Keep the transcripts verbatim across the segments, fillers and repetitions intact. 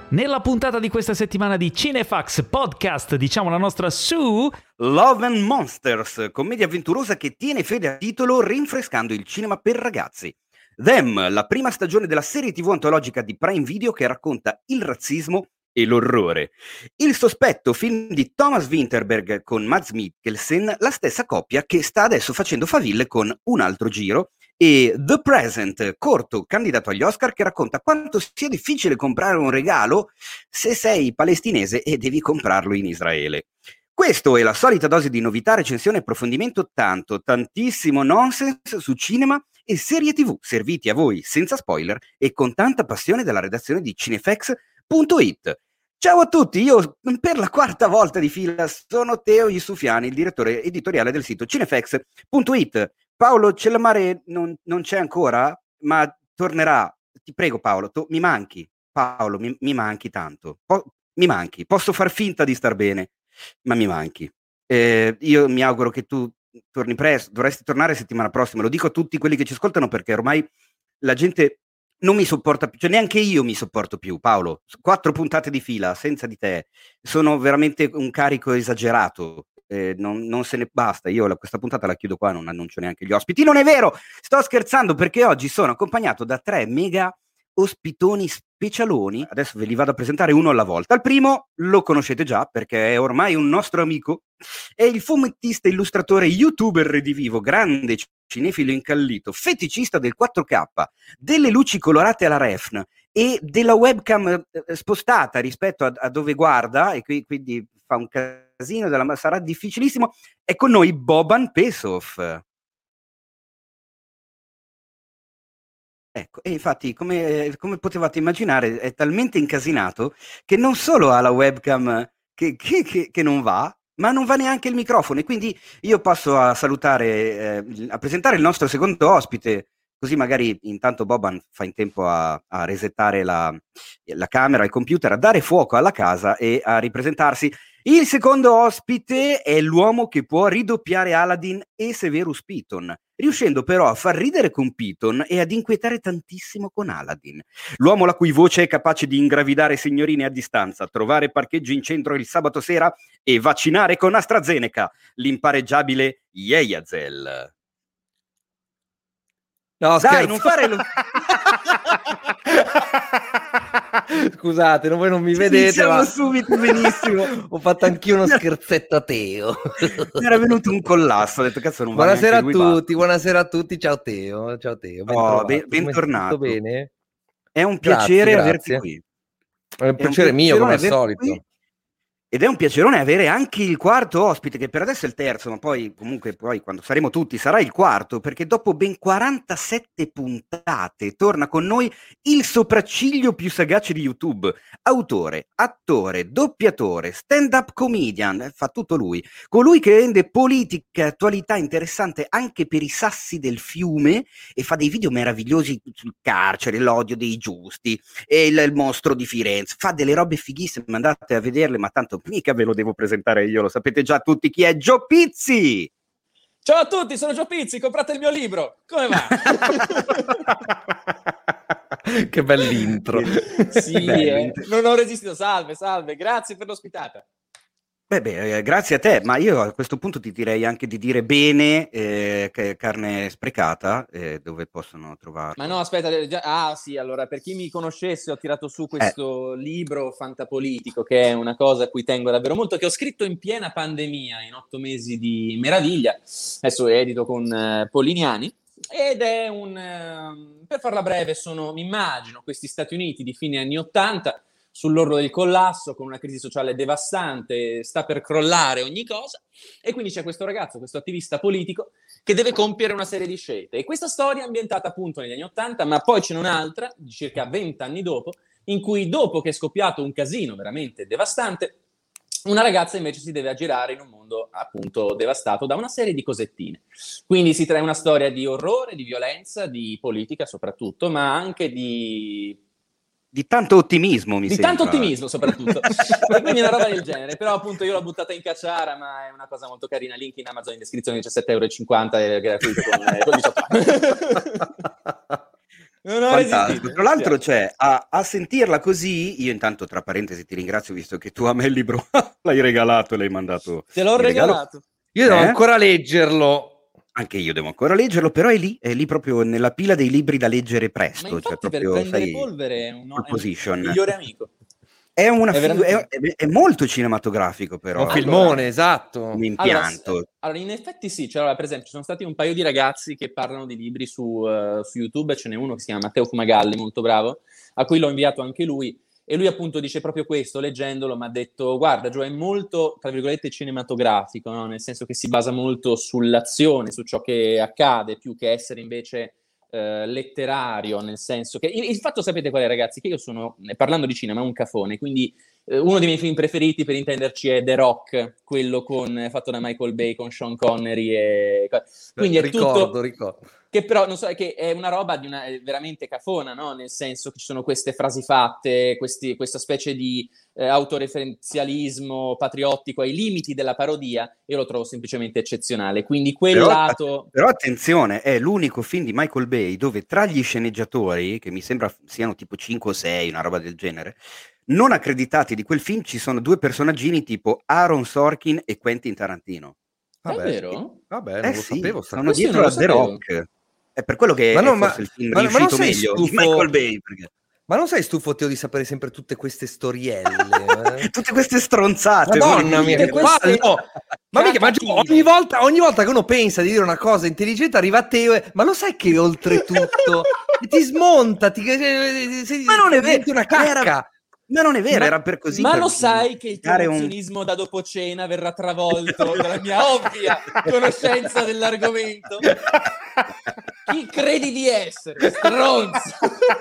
Nella puntata di questa settimana di Cinefax Podcast diciamo la nostra su Love and Monsters, commedia avventurosa che tiene fede al titolo rinfrescando il cinema per ragazzi. Them, la prima stagione della serie tivù antologica di Prime Video che racconta il razzismo e l'orrore. Il sospetto, film di Thomas Vinterberg con Mads Mikkelsen, la stessa coppia che sta adesso facendo faville con Un altro giro, e The Present, corto candidato agli Oscar che racconta quanto sia difficile comprare un regalo se sei palestinese e devi comprarlo in Israele. Questo è la solita dose di novità, recensione e approfondimento, tanto, tantissimo nonsense su cinema e serie tivù, serviti a voi senza spoiler e con tanta passione dalla redazione di Cinefx punto it. Ciao a tutti, io per la quarta volta di fila sono Teo Yusufiani, il direttore editoriale del sito Cinefx punto it. Paolo Cellamare non, non c'è ancora, ma tornerà. Ti prego Paolo, tu, mi manchi. Paolo, mi, mi manchi tanto. Po- mi manchi. Posso far finta di star bene, ma mi manchi. Eh, io mi auguro che tu torni presto, dovresti tornare settimana prossima. Lo dico a tutti quelli che ci ascoltano perché ormai la gente non mi sopporta più, cioè neanche io mi sopporto più, Paolo. Quattro puntate di fila senza di te sono veramente un carico esagerato. Eh, non, non se ne basta, io la, questa puntata la chiudo qua, non annuncio neanche gli ospiti. Non è vero, sto scherzando perché oggi sono accompagnato da tre mega ospitoni specialoni. Adesso ve li vado a presentare uno alla volta. Il primo lo conoscete già perché è ormai un nostro amico, è il fumettista, illustratore, youtuber redivivo, grande cinefilo incallito, feticista del quattro K, delle luci colorate alla Refn e della webcam eh, spostata rispetto a, a dove guarda, e qui, quindi fa un casino, della, ma sarà difficilissimo. È con noi Boban Pesov. Ecco, e infatti, come, come potevate immaginare, è talmente incasinato che non solo ha la webcam che, che, che, che non va, ma non va neanche il microfono. E quindi io passo a salutare, eh, a presentare il nostro secondo ospite, così magari intanto Boban fa in tempo a, a resettare la, la camera, il computer, a dare fuoco alla casa e a ripresentarsi. Il secondo ospite è l'uomo che può ridoppiare Aladdin e Severus Piton, riuscendo però a far ridere con Piton e ad inquietare tantissimo con Aladdin. L'uomo la cui voce è capace di ingravidare signorine a distanza, trovare parcheggi in centro il sabato sera e vaccinare con AstraZeneca, l'impareggiabile Yeyazel. No, Dai, scherzo. non fare lo... Scusate, voi non mi Ci vedete, siamo ma subito benissimo. ho fatto anch'io uno scherzetto a Teo. Mi era venuto un collasso, ho detto cazzo non va Buonasera a neanche lui, tutti, basta. buonasera a tutti, ciao Teo, ciao Teo, ben Oh, trovato. ben- Come stai? bentornato. Tutto bene? È un Grazie, piacere averti grazie. qui. È un piacere mio, come al solito. Ed è un piacerone avere anche il quarto ospite, che per adesso è il terzo, ma poi comunque poi quando saremo tutti sarà il quarto, perché dopo ben quarantasette puntate torna con noi il sopracciglio più sagace di YouTube, autore, attore, doppiatore, stand-up comedian, fa tutto lui, colui che rende politica e attualità interessante anche per i sassi del fiume e fa dei video meravigliosi sul carcere, l'odio dei giusti e il, il mostro di Firenze, fa delle robe fighissime, andate a vederle, ma tanto mica ve lo devo presentare io, lo sapete già tutti chi è. Gio Pizzi! Ciao a tutti, sono Gio Pizzi, comprate il mio libro, come va? Che bell'intro. Sì, eh. Non ho resistito, salve, salve, grazie per l'ospitata. Beh, beh, eh, grazie a te, ma io a questo punto ti direi anche di dire bene eh, che Carne Sprecata, eh, dove possono trovarlo. Ma no, aspetta, già, ah sì, allora, per chi mi conoscesse ho tirato su questo eh. libro fantapolitico, che è una cosa a cui tengo davvero molto, che ho scritto in piena pandemia, in otto mesi di meraviglia, adesso è edito con eh, Polignani, ed è un, eh, per farla breve, sono, mi immagino, questi Stati Uniti di fine anni ottanta, sull'orlo del collasso, con una crisi sociale devastante, sta per crollare ogni cosa, e quindi c'è questo ragazzo, questo attivista politico, che deve compiere una serie di scelte. E questa storia è ambientata appunto negli anni Ottanta, ma poi ce n'è un'altra, di circa vent'anni dopo, in cui dopo che è scoppiato un casino veramente devastante, una ragazza invece si deve aggirare in un mondo appunto devastato da una serie di cosettine. Quindi si tratta di una storia di orrore, di violenza, di politica soprattutto, ma anche di... Di tanto ottimismo, mi di sembra. Di tanto ottimismo, soprattutto. E quindi una roba del genere. Però appunto io l'ho buttata in cacciara, ma è una cosa molto carina. Link in Amazon in descrizione, diciassette e cinquanta euro e cinquanta, è gratuito con, con diciotto anni. Non ho Fantastico. resistito. Tra l'altro, cioè, a, a sentirla così, io intanto, tra parentesi, ti ringrazio, visto che tu a me il libro l'hai regalato e l'hai mandato. Te l'ho in regalo. regalato. Io devo Eh? ancora leggerlo. Anche io devo ancora leggerlo, però è lì, è lì proprio nella pila dei libri da leggere presto. Ma infatti, cioè per proprio, prendere sai, polvere è un, pole è un position. migliore amico. È, una È fi- veramente- è, è- è molto cinematografico, È però. un filmone, Allora- esatto. Un impianto. Allora, s- allora, in effetti sì, cioè, allora, per esempio, ci sono stati un paio di ragazzi che parlano di libri su, eh, su YouTube, ce n'è uno che si chiama Matteo Fumagalli, molto bravo, a cui l'ho inviato anche lui, e lui appunto dice proprio questo, leggendolo, mi ha detto, guarda Gio, è molto, tra virgolette, cinematografico, no? Nel senso che si basa molto sull'azione, su ciò che accade, più che essere invece eh, letterario, nel senso che... Il, il fatto, sapete qual è, ragazzi? Che io sono, parlando di cinema, un cafone, quindi eh, uno dei miei film preferiti, per intenderci, è The Rock, quello con, fatto da Michael Bay con Sean Connery e... Quindi è ricordo, tutto... ricordo. Che però, non so, che è una roba di una, è veramente cafona, no? Nel senso che ci sono queste frasi fatte, questi, questa specie di eh, autoreferenzialismo patriottico ai limiti della parodia, io lo trovo semplicemente eccezionale. Quindi quel Però, lato... però attenzione, è l'unico film di Michael Bay dove tra gli sceneggiatori, che mi sembra siano tipo cinque o sei, una roba del genere, non accreditati di quel film ci sono due personaggini tipo Aaron Sorkin e Quentin Tarantino. Vabbè, Davvero? Vabbè, non Eh lo sì, sapevo. sta sono cosa. Questo io dietro non a lo The sapevo. Rock. È per quello che Ma no, è ma- forse il film ma- ma non riuscito sei meglio di stufo? Michael Bay. Perché... Ma non sei stufo, Teo, di sapere sempre tutte queste storielle? eh? Tutte queste stronzate. Madonna vuoi mia, dire? che queste palle! Ma mica, ma Gio, cacatine. ogni volta, ogni volta che uno pensa di dire una cosa intelligente arriva Teo e... Ma lo sai che oltretutto ti smonta, ti... sei- Ma non è vero, diventi una cacca! era- Ma non è vero, Ma- era per così. Ma per lo sai che il dare un- promozionismo da dopo cena verrà travolto dalla mia ovvia conoscenza dell'argomento? Chi credi di essere? Stronzo!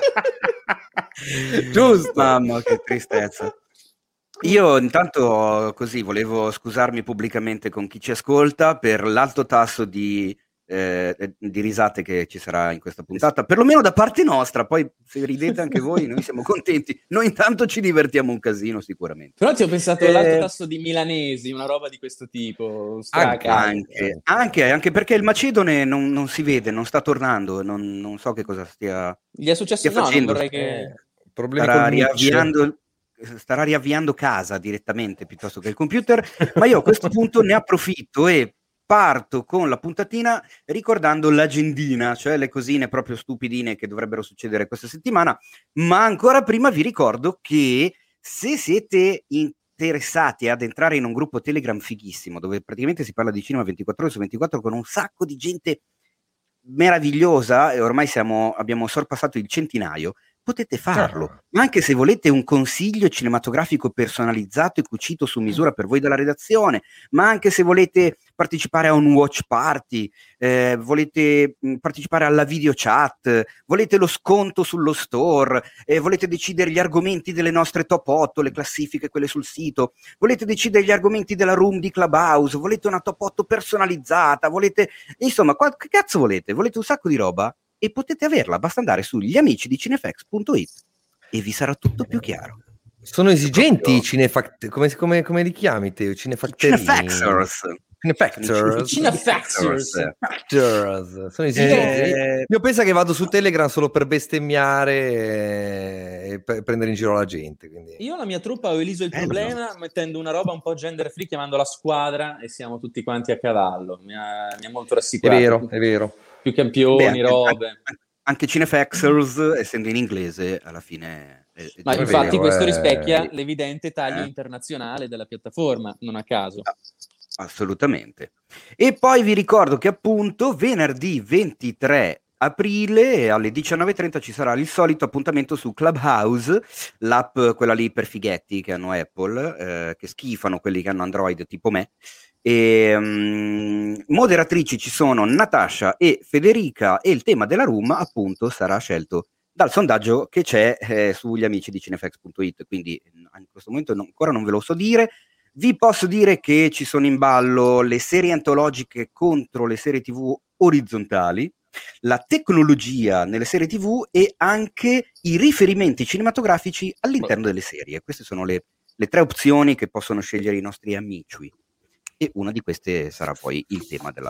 Giusto. Mamma, che tristezza. Io intanto così volevo scusarmi pubblicamente con chi ci ascolta per l'alto tasso di, eh, di risate che ci sarà in questa puntata, perlomeno da parte nostra, poi se ridete anche voi noi siamo contenti, noi intanto ci divertiamo un casino sicuramente. Però ti ho pensato Eh, all'alto tasso di milanesi, una roba di questo tipo. Anche, straca. Anche, anche, anche perché il Macedone non, non si vede, non sta tornando, non, non so che cosa stia, Gli è successo? stia No, non facendo. vorrei che... Problemi starà col Mitch. riavviando, starà riavviando casa direttamente piuttosto che il computer, ma io a questo punto ne approfitto e parto con la puntatina ricordando l'agendina, cioè le cosine proprio stupidine che dovrebbero succedere questa settimana, ma ancora prima vi ricordo che se siete interessati ad entrare in un gruppo Telegram fighissimo, dove praticamente si parla di cinema ventiquattro ore su ventiquattro con un sacco di gente meravigliosa, e ormai siamo, abbiamo sorpassato il centinaio, potete farlo, ma anche se volete un consiglio cinematografico personalizzato e cucito su misura per voi dalla redazione, ma anche se volete partecipare a un watch party, eh, volete mh, partecipare alla video chat, volete lo sconto sullo store, eh, volete decidere gli argomenti delle nostre top otto, le classifiche, quelle sul sito, volete decidere gli argomenti della room di Clubhouse, volete una top otto personalizzata, volete, insomma, qual- che cazzo volete? Volete un sacco di roba? E potete averla, basta andare sugli amici di cinefx punto it e vi sarà tutto più chiaro. Sono esigenti proprio- i cinefact... come, come, come li chiami, Teo? Cinefacterini? Cinefaxers. Cinefaxers. Cinefaxers. Factors. Sono esigenti. Eh, Io penso che vado su Telegram solo per bestemmiare e per prendere in giro la gente. Quindi... Io la mia truppa ho eliso il Bello. problema mettendo una roba un po' gender free, chiamando la squadra e siamo tutti quanti a cavallo. Mi ha, mi ha molto È rassicurato. vero, è vero. Più campioni, beh, anche, robe. anche, anche Cinefaxers, essendo in inglese, alla fine è, è Ma È infatti vero, questo eh. rispecchia l'evidente taglio Eh. internazionale della piattaforma, non a caso. assolutamente. E poi vi ricordo che appunto venerdì ventitré aprile alle diciannove e trenta ci sarà il solito appuntamento su Clubhouse, l'app quella lì per fighetti che hanno Apple, eh, che schifano quelli che hanno Android tipo me. E, um, moderatrici ci sono Natascia e Federica e il tema della room appunto sarà scelto dal sondaggio che c'è eh, sugli amici di cinefx punto it, quindi in questo momento non, ancora non ve lo so dire. Vi posso dire che ci sono in ballo le serie antologiche contro le serie tv orizzontali, la tecnologia nelle serie tv e anche i riferimenti cinematografici all'interno delle serie. Queste sono le, le tre opzioni che possono scegliere i nostri amici. E una di queste sarà poi il tema della,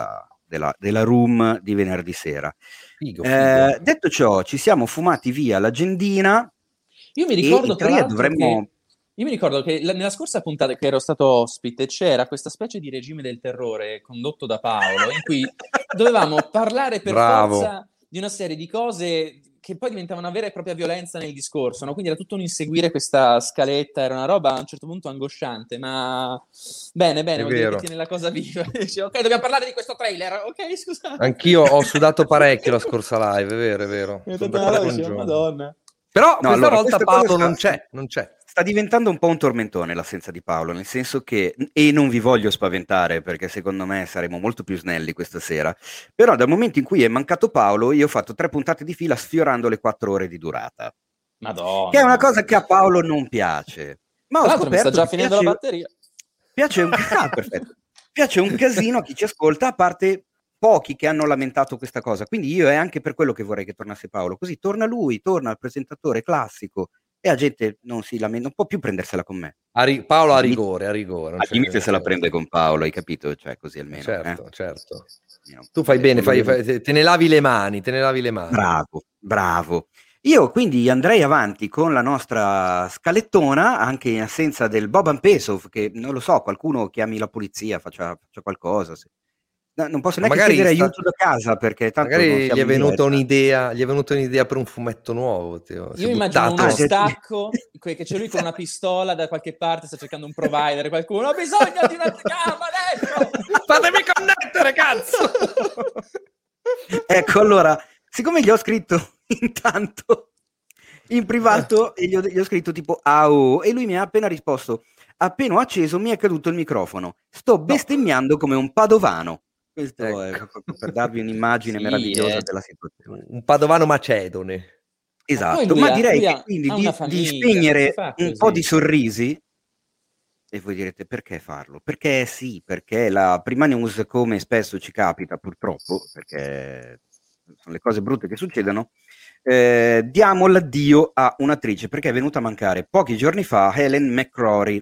della, della room di venerdì sera. Figo, Eh, figo. detto ciò, ci siamo fumati via l'agendina. Io mi E ricordo, in tra teoria l'altro, dovremmo... che io mi ricordo che la- nella scorsa puntata che ero stato ospite c'era questa specie di regime del terrore condotto da Paolo, in cui dovevamo parlare per Bravo. forza di una serie di cose che poi diventavano una vera e propria violenza nel discorso, no? Quindi era tutto un inseguire questa scaletta, era una roba a un certo punto angosciante, ma bene, bene, È vuol dire che vero. tiene la cosa viva. Dice, ok, dobbiamo parlare di questo trailer, ok, scusa. Anch'io ho sudato parecchio la scorsa live, è vero, è vero. Mi è Sono stata una d'accordo roba, con dicevo, John. Madonna. Però No, questa allora, volta questa cosa Paolo sta- non c'è, non c'è. Sta diventando un po' un tormentone l'assenza di Paolo, nel senso che, e non vi voglio spaventare perché secondo me saremo molto più snelli questa sera, però dal momento in cui è mancato Paolo io ho fatto tre puntate di fila sfiorando le quattro ore di durata, Madonna. che è una cosa che a Paolo non piace. Ma ho Tra l'altro mi sta scoperto già che finendo piace, la batteria. piace un, ah, perfetto. Piace un casino a chi ci ascolta, a parte pochi che hanno lamentato questa cosa, quindi io è anche per quello che vorrei che tornasse Paolo, così torna lui, torna il presentatore classico e la gente non si lamenta, non può più prendersela con me. A ri- Paolo a Al limite- rigore, a rigore. non Al c'è- limite se la prende con Paolo, hai capito? Cioè così almeno. Certo, eh. certo. Almeno, Tu fai eh, bene, quando fai, io- fai- te ne lavi le mani, te ne lavi le mani. Bravo, bravo. Io quindi andrei avanti con la nostra scalettona, anche in assenza del Boban Pesov, che non lo so, qualcuno chiami la polizia, faccia, faccia qualcosa. se- No, non posso Ma neanche magari chiedere sta- aiuto da casa perché tanto non Magari gli siamo è in venuta diretta. un'idea, gli è venuta un'idea per un fumetto nuovo. Teo. Si è Io immagino buttato. uno Ah, sì. stacco que- che c'è lui con una pistola da qualche parte, sta cercando un provider, qualcuno, ho bisogno di una gamma adesso! Fatemi connettere, cazzo! Ecco, allora, siccome gli ho scritto intanto in privato e gli ho, gli ho scritto tipo au e lui mi ha appena risposto appena ho acceso mi è caduto il microfono, sto bestemmiando come un padovano. Questo è Ecco. proprio per darvi un'immagine Sì, meravigliosa eh. della situazione. Un padovano macedone. Esatto, lui ma ha- direi lui che ha- quindi ha di, una di famiglia, spegnere si fa un così. po' di sorrisi. E voi direte perché farlo? Perché sì, perché la prima news, come spesso ci capita purtroppo, perché sono le cose brutte che succedono, eh, diamo l'addio a un'attrice perché è venuta a mancare pochi giorni fa Helen McCrory,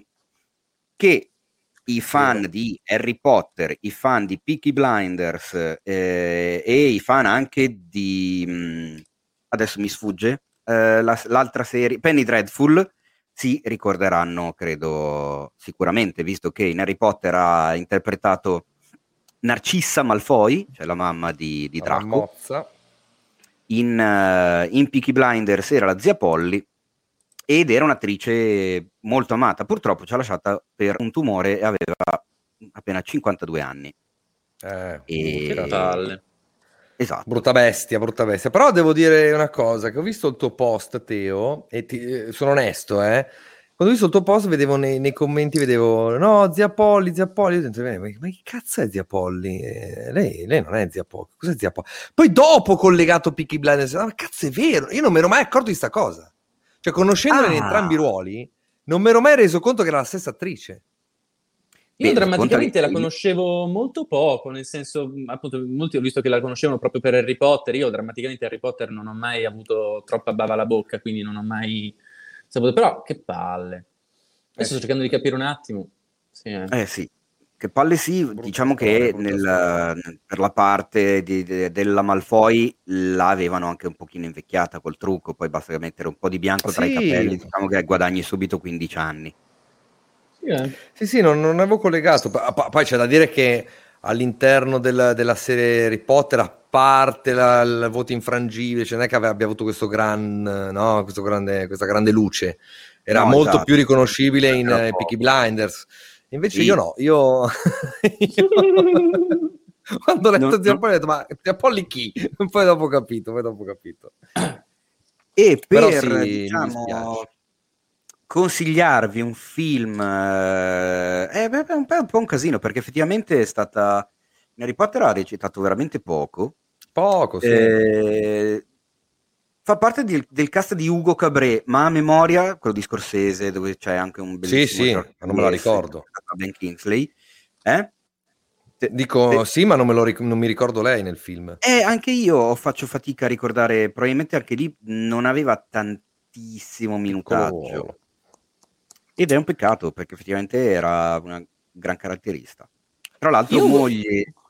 che i fan Vero. di Harry Potter, i fan di Peaky Blinders eh, e i fan anche di, mh, adesso mi sfugge, eh, la- l'altra serie, Penny Dreadful, si ricorderanno, credo, sicuramente, visto che in Harry Potter ha interpretato Narcissa Malfoy, cioè la mamma di, di La Draco. mozza. In, eh, in Peaky Blinders era la zia Polly ed era un'attrice molto amata. Purtroppo ci ha lasciata per un tumore e aveva appena cinquantadue anni. Eh, E... Che palle. Esatto. Brutta bestia, brutta bestia. Però devo dire una cosa, che ho visto il tuo post, Teo, e ti- eh, sono onesto, eh. Quando ho visto il tuo post vedevo nei, nei commenti, vedevo, no, zia Polly, zia Polly. Io ho detto, "Eh, ma, ma che cazzo è zia Polly? Eh, lei, lei non è zia Polly. Cos'è zia Polly? Poi dopo ho collegato Peaky Blinders, ah, ma cazzo è vero, io non mi ero mai accorto di sta cosa. Cioè, conoscendola in Ah. entrambi i ruoli, non mi ero mai reso conto che era la stessa attrice. Io Beh, drammaticamente la raccontami- conoscevo molto poco, nel senso, appunto, molti ho visto che la conoscevano proprio per Harry Potter. Io drammaticamente Harry Potter non ho mai avuto troppa bava alla bocca, quindi non ho mai saputo. Però che palle. Eh Adesso sto sì. cercando di capire un attimo. Sì, eh. Eh sì, che palle sì, Brutta diciamo storia, che brutta nel- storia. per la parte di- de- della Malfoy l'avevano anche un pochino invecchiata col trucco, poi basta mettere un po' di bianco tra i Sì. capelli, diciamo che guadagni subito quindici anni. Sì, eh. Sì, sì, non, non avevo collegato. Pa- pa- Poi c'è da dire che all'interno del- della serie Harry Potter, a parte la- il voto infrangibile, cioè non è che ave- abbia avuto questo gran, no, questo grande, questa grande luce. Era No, molto esatto. più riconoscibile in Era eh, poco. Peaky Blinders. Invece Sì. io no, io... io- Quando ho letto No, Zia no. Polly ho detto, ma Zia Polly chi? Poi dopo ho capito, poi dopo ho capito. E Però per, sì, mi diciamo, dispiace. consigliarvi un film, eh, è, è un, po', è un po' un casino, perché effettivamente è stata... In Harry Potter ha recitato veramente poco. Poco, sì. Eh, fa parte di- del cast di Ugo Cabré, ma a memoria, quello di Scorsese, dove c'è anche un Sì, bellissimo sì, George ma non me la Clooney, ricordo. interpretato da Ben Kingsley. Eh? Te- Dico te- sì, ma non, me lo ric- non mi ricordo lei nel film. Eh, anche io faccio fatica a ricordare, probabilmente anche lì non aveva tantissimo Piccolo minutaggio. ruolo. Ed è un peccato, perché effettivamente era una gran caratterista. Tra l'altro Io- moglie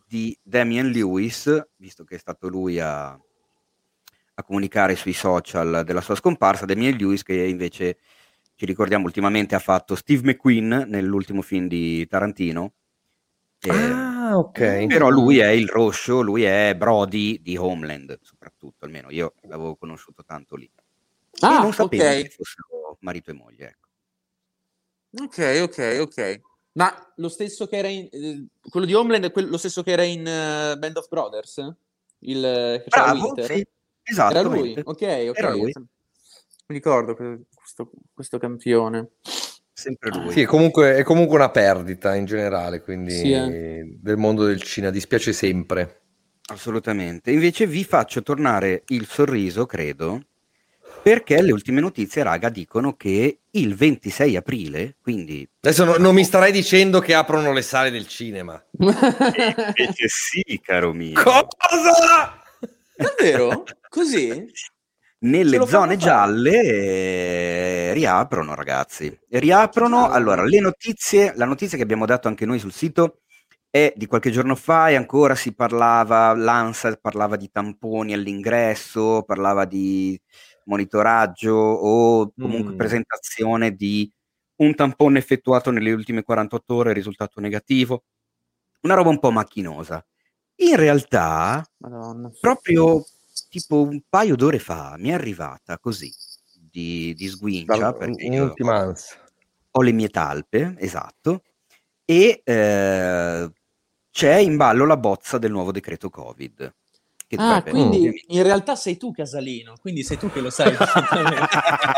di Damian Lewis, visto che è stato lui a, a comunicare sui social della sua scomparsa. Damian Lewis, che invece ci ricordiamo ultimamente ha fatto Steve McQueen nell'ultimo film di Tarantino. Eh, Ah, ok. Però lui è il Roscio, lui è Brody di Homeland, soprattutto, almeno io l'avevo conosciuto tanto lì. Ah, e non sapevo ok. che fossero marito e moglie, ecco. Ok, ok, ok. Ma lo stesso che era in... eh, quello di Homeland è quello, lo stesso che era in eh, Band of Brothers? Il, che c'era Bravo, Winter? sì, Era lui? esattamente. Ok, ok. Era lui. Mi ricordo que- questo, questo campione. Sempre lui. Sì, comunque, è comunque una perdita in generale, quindi Sì, eh. del mondo del cinema, dispiace sempre. Assolutamente. Invece vi faccio tornare il sorriso, credo, perché le ultime notizie, raga, dicono che il ventisei aprile, quindi... Adesso no- non mi starai dicendo che aprono le sale del cinema. Invece sì, caro mio. Cosa? Davvero? Così? Ce Nelle lo fanno zone fare? gialle eh, riaprono, ragazzi. Riaprono. Giallo. Allora, le notizie, la notizia che abbiamo dato anche noi sul sito è di qualche giorno fa e ancora si parlava, l'ANSA parlava di tamponi all'ingresso, parlava di monitoraggio o comunque Mm. presentazione di un tampone effettuato nelle ultime quarantotto ore, risultato negativo. Una roba un po' macchinosa. In realtà, Madonna. proprio tipo un paio d'ore fa mi è arrivata così di, di sguincia, perché io Un'ultima ansia. ho le mie talpe, esatto, e eh, c'è in ballo la bozza del nuovo decreto Covid. Che Ah, dovrebbe- quindi ovviamente- in realtà sei tu Casalino, quindi sei tu che lo sai perfettamente.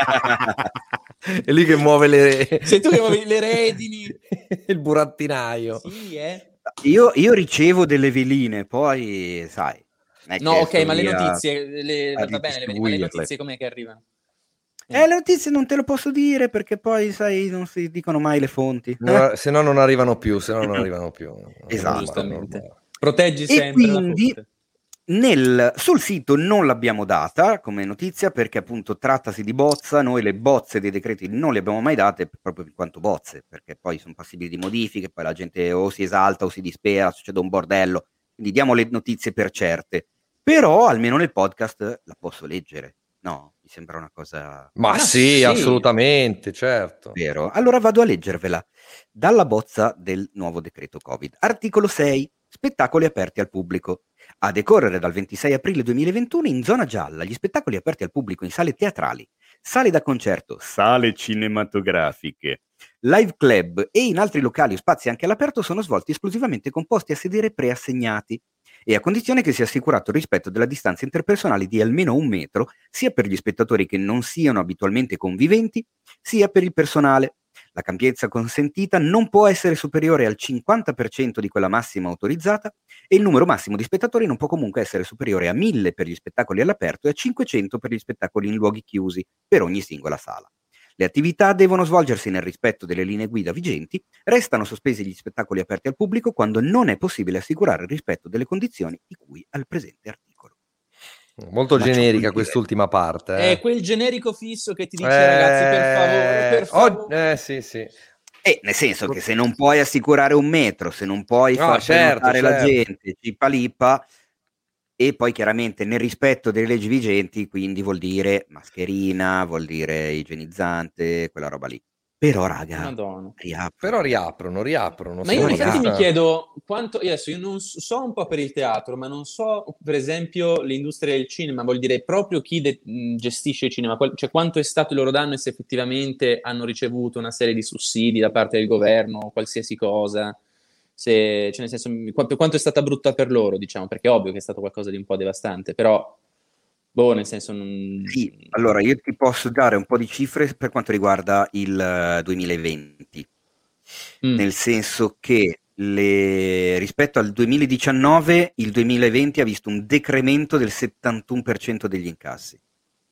È lì che muove le... Sei tu che muovi le redini. il burattinaio. Sì, eh. io, io ricevo delle veline, poi sai. non è No, che ok, sto ma le lì a- notizie, le, a va bene, le- ma le ridistribuirle. notizie com'è che arrivano? Eh, le notizie non te lo posso dire perché poi, sai, non si dicono mai le fonti. Non- se no non arrivano più, se no non arrivano più. Esatto. Giustamente. Proteggi E sempre la quindi fonte. nel, sul sito non l'abbiamo data come notizia perché appunto trattasi di bozza, noi le bozze dei decreti non le abbiamo mai date proprio in quanto bozze, perché poi sono passibili di modifiche, poi la gente o si esalta o si dispera, succede un bordello, quindi diamo le notizie per certe, però almeno nel podcast la posso leggere, no? Mi sembra una cosa... Ma Ma sì, sì. assolutamente, certo. Vero? Allora vado a leggervela. Dalla bozza del nuovo decreto Covid. Articolo sei. Spettacoli aperti al pubblico. A decorrere dal ventisei aprile duemilaventuno in zona gialla gli spettacoli aperti al pubblico in sale teatrali, sale da concerto, sale cinematografiche, live club e in altri locali o spazi anche all'aperto sono svolti esclusivamente con posti a sedere preassegnati e a condizione che sia assicurato il rispetto della distanza interpersonale di almeno un metro sia per gli spettatori che non siano abitualmente conviventi sia per il personale. La capienza consentita non può essere superiore al cinquanta per cento di quella massima autorizzata e il numero massimo di spettatori non può comunque essere superiore a mille per gli spettacoli all'aperto e a cinquecento per gli spettacoli in luoghi chiusi per ogni singola sala. Le attività devono svolgersi nel rispetto delle linee guida vigenti, restano sospesi gli spettacoli aperti al pubblico quando non è possibile assicurare il rispetto delle condizioni di cui al presente articolo. Molto Ma ciò generica vuol dire- quest'ultima parte. Eh. È quel generico fisso che ti dice Eh, ragazzi per favore, per oh, favore. eh, sì, sì. Eh, nel senso che se non puoi assicurare un metro, se non puoi No, far certo, prenotare la certo. gente, cipalippa, e poi chiaramente nel rispetto delle leggi vigenti, quindi vuol dire mascherina, vuol dire igienizzante, quella roba lì. Però, raga, Madonna. riapro. Però riaprono, riaprono. Ma io Sì, infatti ah. mi chiedo quanto, io adesso io non so so un po' per il teatro, ma non so per esempio l'industria del cinema, vuol dire proprio chi de- mh, gestisce il cinema, qual- cioè quanto è stato il loro danno e se effettivamente hanno ricevuto una serie di sussidi da parte del governo o qualsiasi cosa, se, cioè nel senso mi- qu- quanto è stata brutta per loro, diciamo, perché è ovvio che è stato qualcosa di un po' devastante, però boh, nel senso non... Sì, allora io ti posso dare un po' di cifre per quanto riguarda il eh, duemilaventi, Mm. nel senso che le- rispetto al duemiladiciannove il duemilaventi ha visto un decremento del settantuno per cento degli incassi.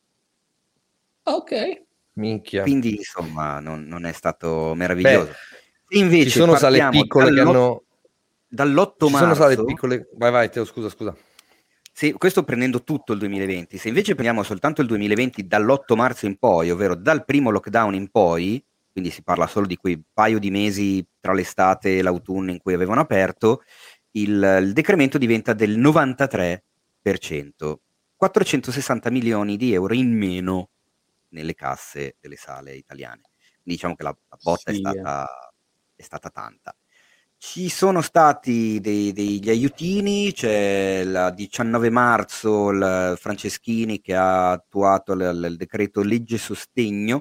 Ok. Minchia. Quindi insomma non, non è stato meraviglioso. Beh, Se invece ci sono sale partiamo piccole che dall'ot- hanno... dall'otto Ci sono sale marzo, piccole... Vai, vai, Teo, scusa, scusa. sì, questo prendendo tutto il duemilaventi, se invece prendiamo soltanto il duemilaventi dall'otto marzo in poi, ovvero dal primo lockdown in poi, quindi si parla solo di quei paio di mesi tra l'estate e l'autunno in cui avevano aperto, il, il decremento diventa del novantatré per cento, quattrocentosessanta milioni di euro in meno nelle casse delle sale italiane. Diciamo che la, la botta Sì. è stata, è stata tanta. Ci sono stati dei, degli aiutini, c'è il diciannove marzo il Franceschini che ha attuato il, il decreto legge sostegno,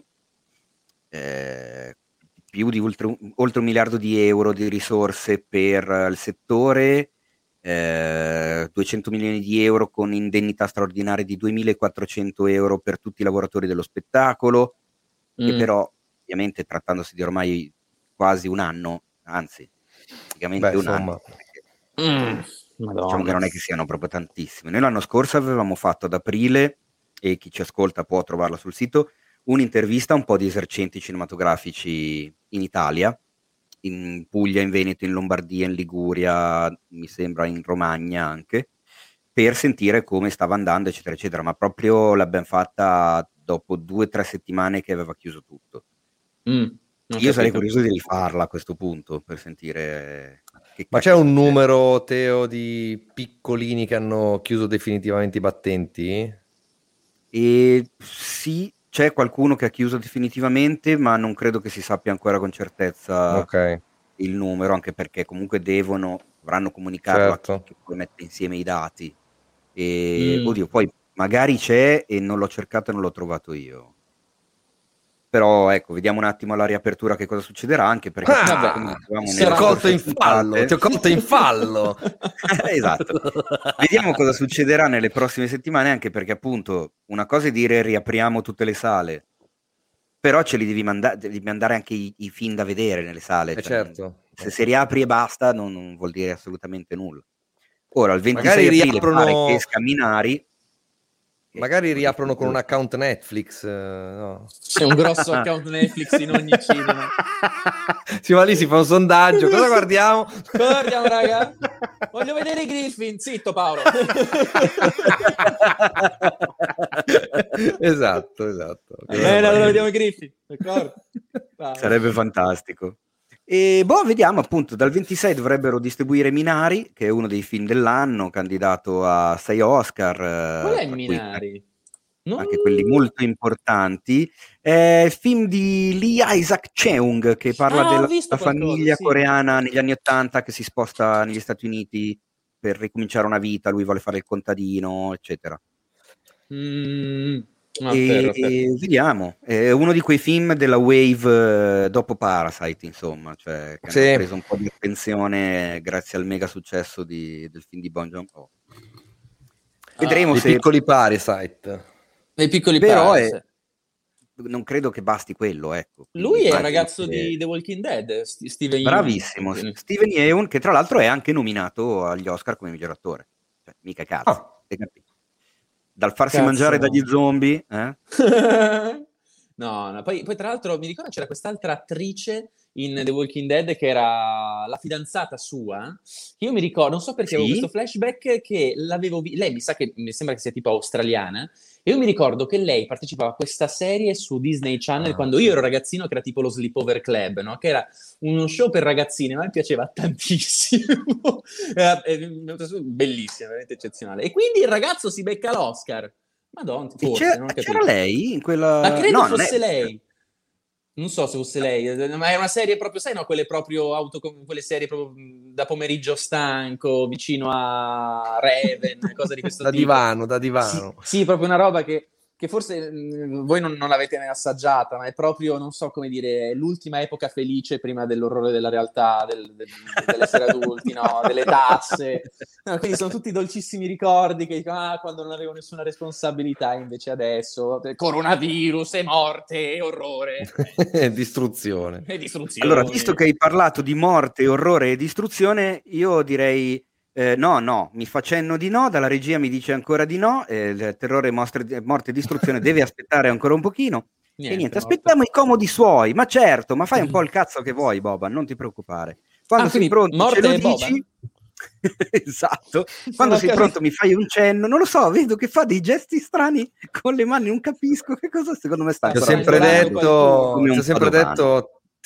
eh, più di oltre, oltre un miliardo di euro di risorse per il settore, eh, duecento milioni di euro con indennità straordinarie di duemilaquattrocento euro per tutti i lavoratori dello spettacolo, Mm. che però ovviamente trattandosi di ormai quasi un anno, anzi praticamente Beh, un insomma. anno, perché Mm. diciamo Madonna. che non è che siano proprio tantissime. Noi l'anno scorso avevamo fatto ad aprile, e chi ci ascolta può trovarla sul sito, un'intervista a un po' di esercenti cinematografici in Italia, in Puglia, in Veneto, in Lombardia, in Liguria, mi sembra in Romagna anche, per sentire come stava andando, eccetera, eccetera, ma proprio l'abbiamo fatta dopo due o tre settimane che aveva chiuso tutto. Mm. Ho Io sarei capito. curioso di rifarla a questo punto, per sentire che Ma c'è cacchio un succede. numero, Teo, di piccolini che hanno chiuso definitivamente i battenti? E sì, c'è qualcuno che ha chiuso definitivamente, ma non credo che si sappia ancora con certezza Ok, il numero, anche perché comunque devono, dovranno comunicarlo a chi certo. che poi mette insieme i dati. E Mm. oddio, poi magari c'è e non l'ho cercato e non l'ho trovato io. Però ecco, vediamo un attimo alla riapertura che cosa succederà, anche perché Ah! appunto, Vabbè, come dicevamo Ti nelle ho colto in scorse fallo, puntate- ti ho colto in fallo. Esatto. Vediamo cosa succederà nelle prossime settimane, anche perché appunto una cosa è dire riapriamo tutte le sale, però ce li devi, manda- devi mandare anche i, i film da vedere nelle sale. Eh, cioè, non- certo. se si riapri e basta non, non vuol dire assolutamente nulla. Ora, il ventisei Magari aprile riaprono- pare che esca Minari. che Magari lo riaprono dico con un io. account Netflix, eh, no? C'è un grosso account Netflix in ogni cinema. Si va lì, si fa un sondaggio, cosa guardiamo? Guardiamo, raga. Voglio vedere i Griffin. Zitto, Paolo. Esatto, esatto. Eh, allora vediamo i Griffin. D'accordo? Vai. Sarebbe fantastico. E boh, vediamo appunto, dal ventisei dovrebbero distribuire Minari, che è uno dei film dell'anno, candidato a sei Oscar. eh, Qual è tra cui Minari? Non- anche quelli molto importanti. È film di Lee Isaac Cheung, che parla Ah, ho della visto qualcosa, famiglia sì. coreana negli anni Ottanta che si sposta negli Stati Uniti per ricominciare una vita, lui vuole fare il contadino, eccetera. Mm. Ah, e, ferro, ferro. e vediamo, è uno di quei film della wave eh, dopo Parasite, insomma, cioè che Sì. hanno preso un po' di attenzione grazie al mega successo di- del film di Bong Joon-ho. Vedremo I se piccoli Parasite. Nei piccoli Però Paris. è- non credo che basti quello, ecco. Lui Quindi è il immagino ragazzo che- di The Walking Dead, St- Steven Yeun. Bravissimo, Quindi- Steven Yeun, che tra l'altro è anche nominato agli Oscar come miglior attore. Cioè, mica cazzo, Ah. hai capito? Dal farsi Cazzo. mangiare dagli zombie, eh? No, no, poi, poi tra l'altro mi ricordo c'era quest'altra attrice in The Walking Dead che era la fidanzata sua, che io mi ricordo, non so perché Sì? avevo questo flashback che l'avevo vi- lei mi sa che mi sembra che sia tipo australiana, e io mi ricordo che lei partecipava a questa serie su Disney Channel Ah, quando sì. io ero ragazzino, che era tipo lo Sleepover Club, no? Che era uno show per ragazzine, ma mi piaceva tantissimo. Era- è- bellissimo, veramente eccezionale. E quindi il ragazzo si becca l'Oscar. Madonna, E forse, c'era, non ho capito. c'era lei in quella... Ma credo no, non fosse è- lei. Non so se fosse lei, eh, ma è una serie proprio, sai, no, quelle proprio auto, quelle serie proprio mh, da pomeriggio stanco, vicino a Raven, cose di questo Da tipo. divano, da divano. Sì, sì, proprio una roba che, che forse mh, voi non, non l'avete mai assaggiata, ma è proprio, non so come dire, l'ultima epoca felice prima dell'orrore della realtà, del, del, dell'essere adulti, no? Delle tasse. No, quindi sono tutti dolcissimi ricordi che dicono, ah, quando non avevo nessuna responsabilità, invece adesso, coronavirus e morte e orrore Distruzione. e distruzione. Allora, visto che hai parlato di morte, orrore e distruzione, io direi eh, no, no, mi fa cenno di no, dalla regia mi dice ancora di no, eh, il terrore, mostre- morte e distruzione deve aspettare ancora un pochino. Niente, e niente, morto. aspettiamo i comodi suoi, ma certo, ma fai un po' il cazzo che vuoi, Boban, non ti preoccupare. Quando Ah, sei quindi pronto morte ce lo e Boban? dici. Esatto, quando ho sei capito. pronto mi fai un cenno, non lo so, vedo che fa dei gesti strani con le mani, non capisco che cosa secondo me sta Ti ho Sta sempre strangolando detto, come ti un ho sempre padovano. detto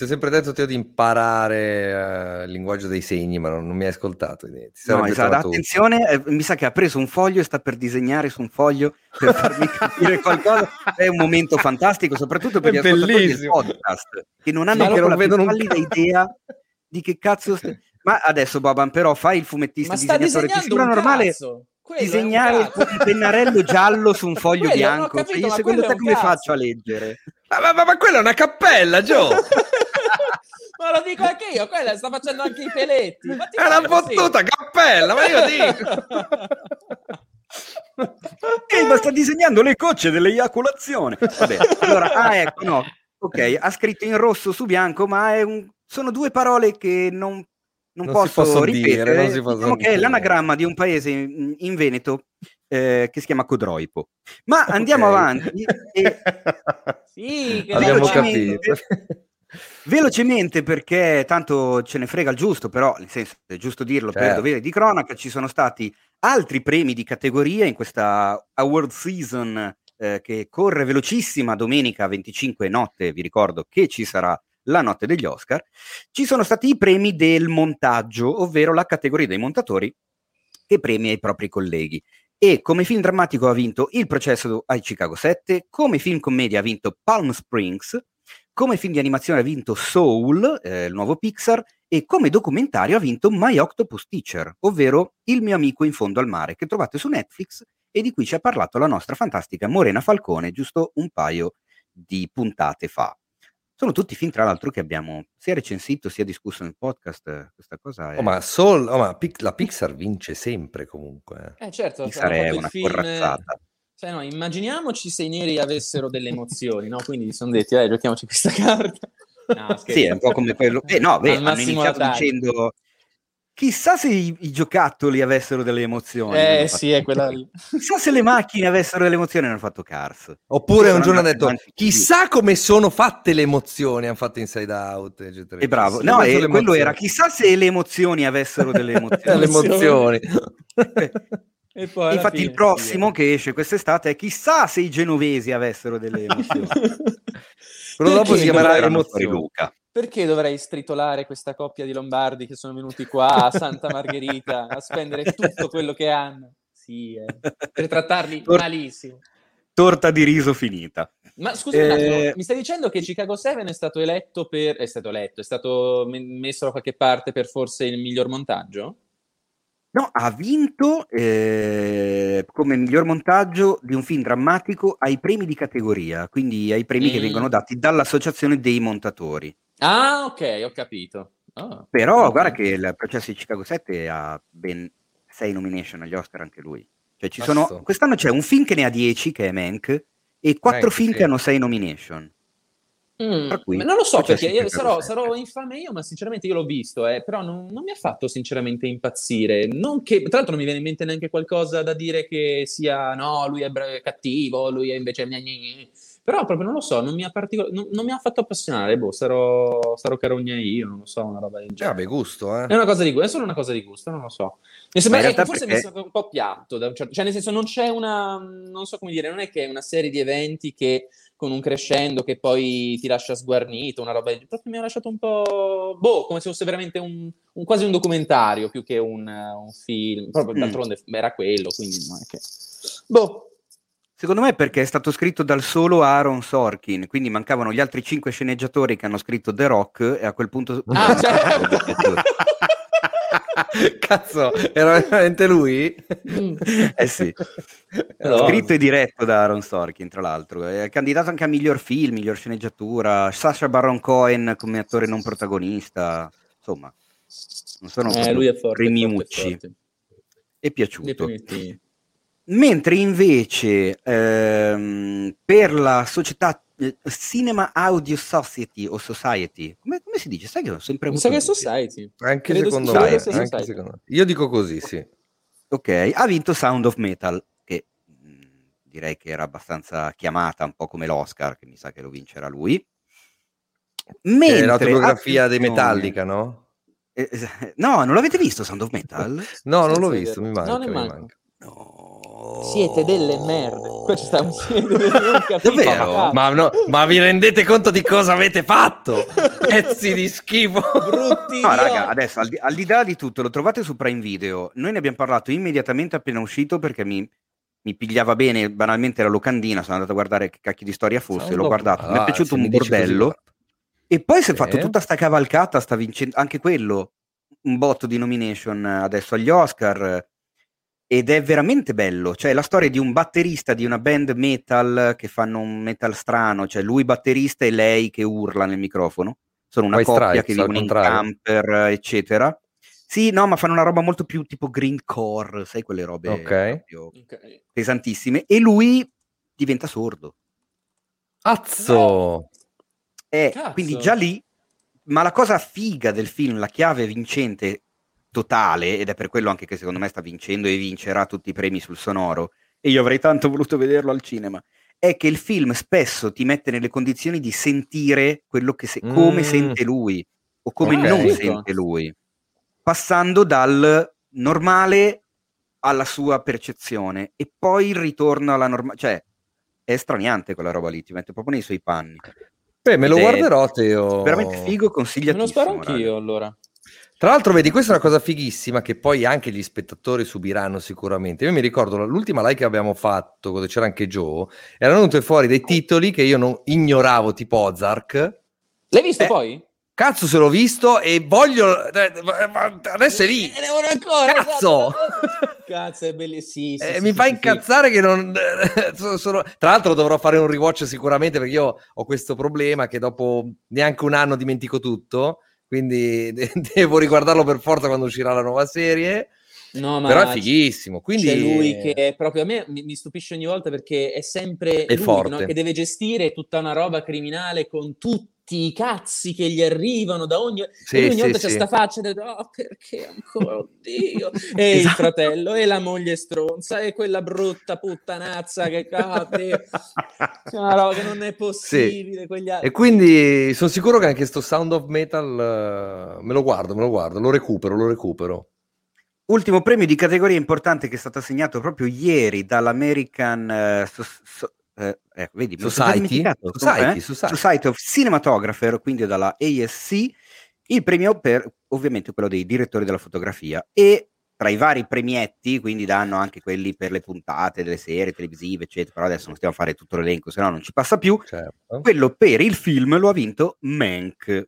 Ti ho sempre detto Teo di imparare uh, il linguaggio dei segni, ma non, non mi hai ascoltato. Ti no, esatto, attenzione, eh, mi sa che ha preso un foglio e sta per disegnare su un foglio per farmi capire qualcosa. È un momento fantastico, soprattutto per è gli ascoltatori bellissimo. del podcast, che non hanno sì, proprio che non la più pallida idea di che cazzo... St- ma adesso, Boban, però fai il fumettista ma sta disegnatore, ti sembra un normale... cazzo. Quello disegnare con il pennarello giallo su un foglio quello, bianco, capito, cioè, secondo te come cazzo. faccio a leggere? Ma, ma, ma, ma quella è una cappella, Joe! Ma lo dico anche io, quella sta facendo anche i peletti. Ma è una fottuta sì. cappella, ma io dico! Ehi, ma sta disegnando le cocce dell'eiaculazione. Vabbè, allora, ah ecco, no, ok, ha scritto in rosso su bianco, ma è un... sono due parole che non Non, non posso ripetere, dire, non si diciamo che è l'anagramma di un paese in, in Veneto eh, che si chiama Codroipo. Ma andiamo okay. avanti e sì, che abbiamo velocemente, velocemente perché tanto ce ne frega il giusto, però nel senso è giusto dirlo certo. Per dovere di cronaca, ci sono stati altri premi di categoria in questa award season eh, che corre velocissima domenica venticinque notte, vi ricordo che ci sarà la notte degli Oscar. Ci sono stati i premi del montaggio, ovvero la categoria dei montatori che premia i propri colleghi. E come film drammatico ha vinto Il processo ai Chicago sette, come film commedia ha vinto Palm Springs, come film di animazione ha vinto Soul, eh, il nuovo Pixar, e come documentario ha vinto My Octopus Teacher, ovvero Il mio amico in fondo al mare, che trovate su Netflix e di cui ci ha parlato la nostra fantastica Morena Falcone giusto un paio di puntate fa. Sono tutti film, tra l'altro, che abbiamo sia recensito sia discusso nel podcast. Questa cosa è... Oh, ma, Soul, oh, ma la Pixar vince sempre comunque. Eh certo, Pixar è una film... corazzata. Cioè, no, immaginiamoci se i neri avessero delle emozioni, no? Quindi sono detti, eh, giochiamoci questa carta. No, sì, è un po' come quello... Eh, no, beh, hanno iniziato dicendo... Chissà se i, i giocattoli avessero delle emozioni. Eh sì, è quella lì. Chissà se le macchine avessero delle emozioni, hanno fatto Cars. Oppure un giorno hanno detto, chissà come sono fatte le emozioni, hanno fatto Inside Out, eccetera. E bravo. Sì, no, e quello era, chissà se le emozioni avessero delle emozioni. le emozioni. E poi infatti fine, il prossimo sì, che esce quest'estate è chissà se i genovesi avessero delle emozioni. Quello dopo si chiamerà Emozioni. Luca. Perché dovrei stritolare questa coppia di lombardi che sono venuti qua a Santa Margherita a spendere tutto quello che hanno? Sì, eh. Per trattarli Tor- malissimo. Torta di riso finita. Ma scusa eh... un attimo, mi stai dicendo che Chicago sette è stato eletto per... è stato eletto, è stato messo da qualche parte per forse il miglior montaggio? No, ha vinto eh, come miglior montaggio di un film drammatico ai premi di categoria, quindi ai premi mm. che vengono dati dall'Associazione dei Montatori. Ah, ok, ho capito. Oh, Però okay. guarda che il processo di Chicago sette ha ben sei nomination agli Oscar anche lui. Cioè ci Passo. sono, quest'anno c'è un film che ne ha dieci, che è Mank, e quattro Mank, film sì. che hanno sei nomination. Mm, non lo so perché io sarò, sarò infame io, ma sinceramente io l'ho visto, eh, però non, non mi ha fatto sinceramente impazzire. Non che, tra l'altro non mi viene in mente neanche qualcosa da dire che sia no, lui è bra- cattivo, lui è invece però proprio non lo so, non mi ha, particol- non, non mi ha fatto appassionare, boh, sarò, sarò carogna io, non lo so, una roba del genere. Vabbè, gusto, eh. È una cosa di gusto, è solo una cosa di gusto, non lo so. Mi sembra, ecco, forse perché... mi sembra un po' piatto, da un certo... cioè nel senso non c'è una, non so come dire, non è che è una serie di eventi che con un crescendo che poi ti lascia sguarnito, una roba, proprio mi ha lasciato un po', boh, come se fosse veramente un, un quasi un documentario più che un, un film, proprio mm. d'altronde era quello, quindi non è che, boh. Secondo me è perché è stato scritto dal solo Aaron Sorkin, quindi mancavano gli altri cinque sceneggiatori che hanno scritto The Rock e a quel punto... Ah, certo! Cazzo, era veramente lui? Mm. Eh sì. No. Scritto e diretto da Aaron Sorkin, tra l'altro. È candidato anche a miglior film, miglior sceneggiatura. Sacha Baron Cohen come attore non protagonista. Insomma, non sono eh, lui è forte, premiucci. forte, forte. È piaciuto. Mentre invece ehm, per la società eh, Cinema Audio Society o Society, come, come si dice? Sai che ho sempre avuto... Mi sa che è Society. Anche secondo me. Anche secondo me. Io dico così, sì. Ok, ha vinto Sound of Metal, che mh, direi che era abbastanza chiamata, un po' come l'Oscar, che mi sa che lo vincerà lui. Mentre è l'autografia dei Metallica, no? Eh, no, non l'avete visto Sound of Metal? No, non l'ho visto, mi manca, no, mi manca. manca. No. Siete delle merde. Questa è davvero? Ma, no, ma vi rendete conto di cosa avete fatto? Pezzi di schifo. Brutti. No, raga, adesso al di, al di là di tutto, lo trovate su Prime Video. Noi ne abbiamo parlato immediatamente appena uscito perché mi, mi pigliava bene, banalmente la locandina. Sono andato a guardare che cacchio di storia fosse, l'ho guardato, ah, mi è piaciuto un bordello. E poi si è fatto tutta sta cavalcata, sta vincendo anche quello, un botto di nomination adesso agli Oscar. Ed è veramente bello, cioè la storia di un batterista di una band metal che fanno un metal strano, cioè lui batterista e lei che urla nel microfono, sono una White coppia Stripes, che vivono in camper, eccetera. Sì, no, ma fanno una roba molto più tipo grindcore, sai, quelle robe okay. proprio okay. pesantissime, e lui diventa sordo. Azzo! Eh, quindi già lì, ma la cosa figa del film, la chiave vincente totale, ed è per quello anche che secondo me sta vincendo e vincerà tutti i premi sul sonoro, e io avrei tanto voluto vederlo al cinema, è che il film spesso ti mette nelle condizioni di sentire quello che se- come Mm. sente lui o come Ok. non sente lui, passando dal normale alla sua percezione e poi il ritorno alla normale, cioè è straniante quella roba lì, ti mette proprio nei suoi panni. Beh, me lo Ed è guarderò, Teo. veramente figo, Me lo consigliatissimo. sparo anch'io, raga. allora. Tra l'altro, vedi, questa è una cosa fighissima che poi anche gli spettatori subiranno sicuramente. Io mi ricordo l'ultima live che abbiamo fatto, dove c'era anche Joe, erano venute fuori dei titoli che io non ignoravo, tipo Ozark. L'hai visto Eh, poi? Cazzo, se l'ho visto e voglio... Adesso è lì. Ne devono ancora. Cazzo! Cazzo, è bellissimo. Sì, Eh, sì, mi sì, fa sì, incazzare che non sono, sono- tra l'altro dovrò fare un rewatch sicuramente, perché io ho questo problema che dopo neanche un anno dimentico tutto, quindi de- devo riguardarlo per forza quando uscirà la nuova serie. No, ma Però è fighissimo, quindi c'è lui che è proprio a me mi, mi stupisce ogni volta perché è sempre È lui, forte. no? Che deve gestire tutta una roba criminale con tutti i cazzi che gli arrivano da ogni Sì, e lui ogni sì, volta c'ha sì. sta faccia del oh perché ancora oddio e il Esatto. fratello e la moglie stronza e quella brutta puttanazza che cade una roba che non è possibile quegli altri. E quindi sono sicuro che anche sto Sound of Metal eh, me lo guardo, me lo guardo, lo recupero, lo recupero. Ultimo premio di categoria importante che è stato assegnato proprio ieri dall'American eh, so- so- eh, eh, vedi, me lo sono già Society? dimenticato. Society, Eh? Society. Society of Cinematographer, quindi dalla A S C, il premio per ovviamente quello dei direttori della fotografia, e tra i vari premietti, quindi danno anche quelli per le puntate delle serie televisive, eccetera, però adesso non stiamo a fare tutto l'elenco, se no non ci passa più. Certo. Quello per il film lo ha vinto Mank,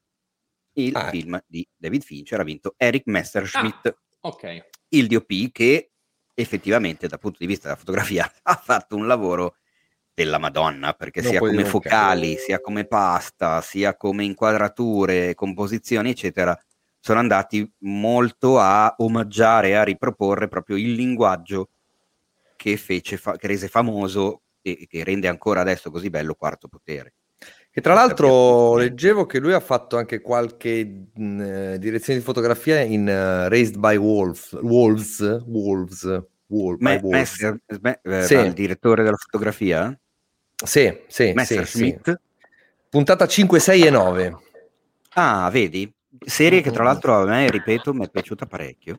il Ah. film di David Fincher, ha vinto Eric Messerschmitt. Ah, ok. Il D O P che effettivamente dal punto di vista della fotografia ha fatto un lavoro della Madonna, perché Non sia puoi come dire un focali, sia come pasta, sia come inquadrature, composizioni, eccetera, sono andati molto a omaggiare, a riproporre proprio il linguaggio che fece fa- che rese famoso e che rende ancora adesso così bello Quarto Potere. Che tra l'altro leggevo che lui ha fatto anche qualche mh, eh, direzione di fotografia in uh, Raised by Wolves, Wolves, Wolves, Wolf, by Me- Wolves. Messer, me- eh, Sì. il direttore della fotografia, Sì, sì, sì, sì. Messerschmitt. Puntata cinque, sei e nove. Ah, vedi? Serie che tra Mm. l'altro a me, ripeto, mi è piaciuta parecchio.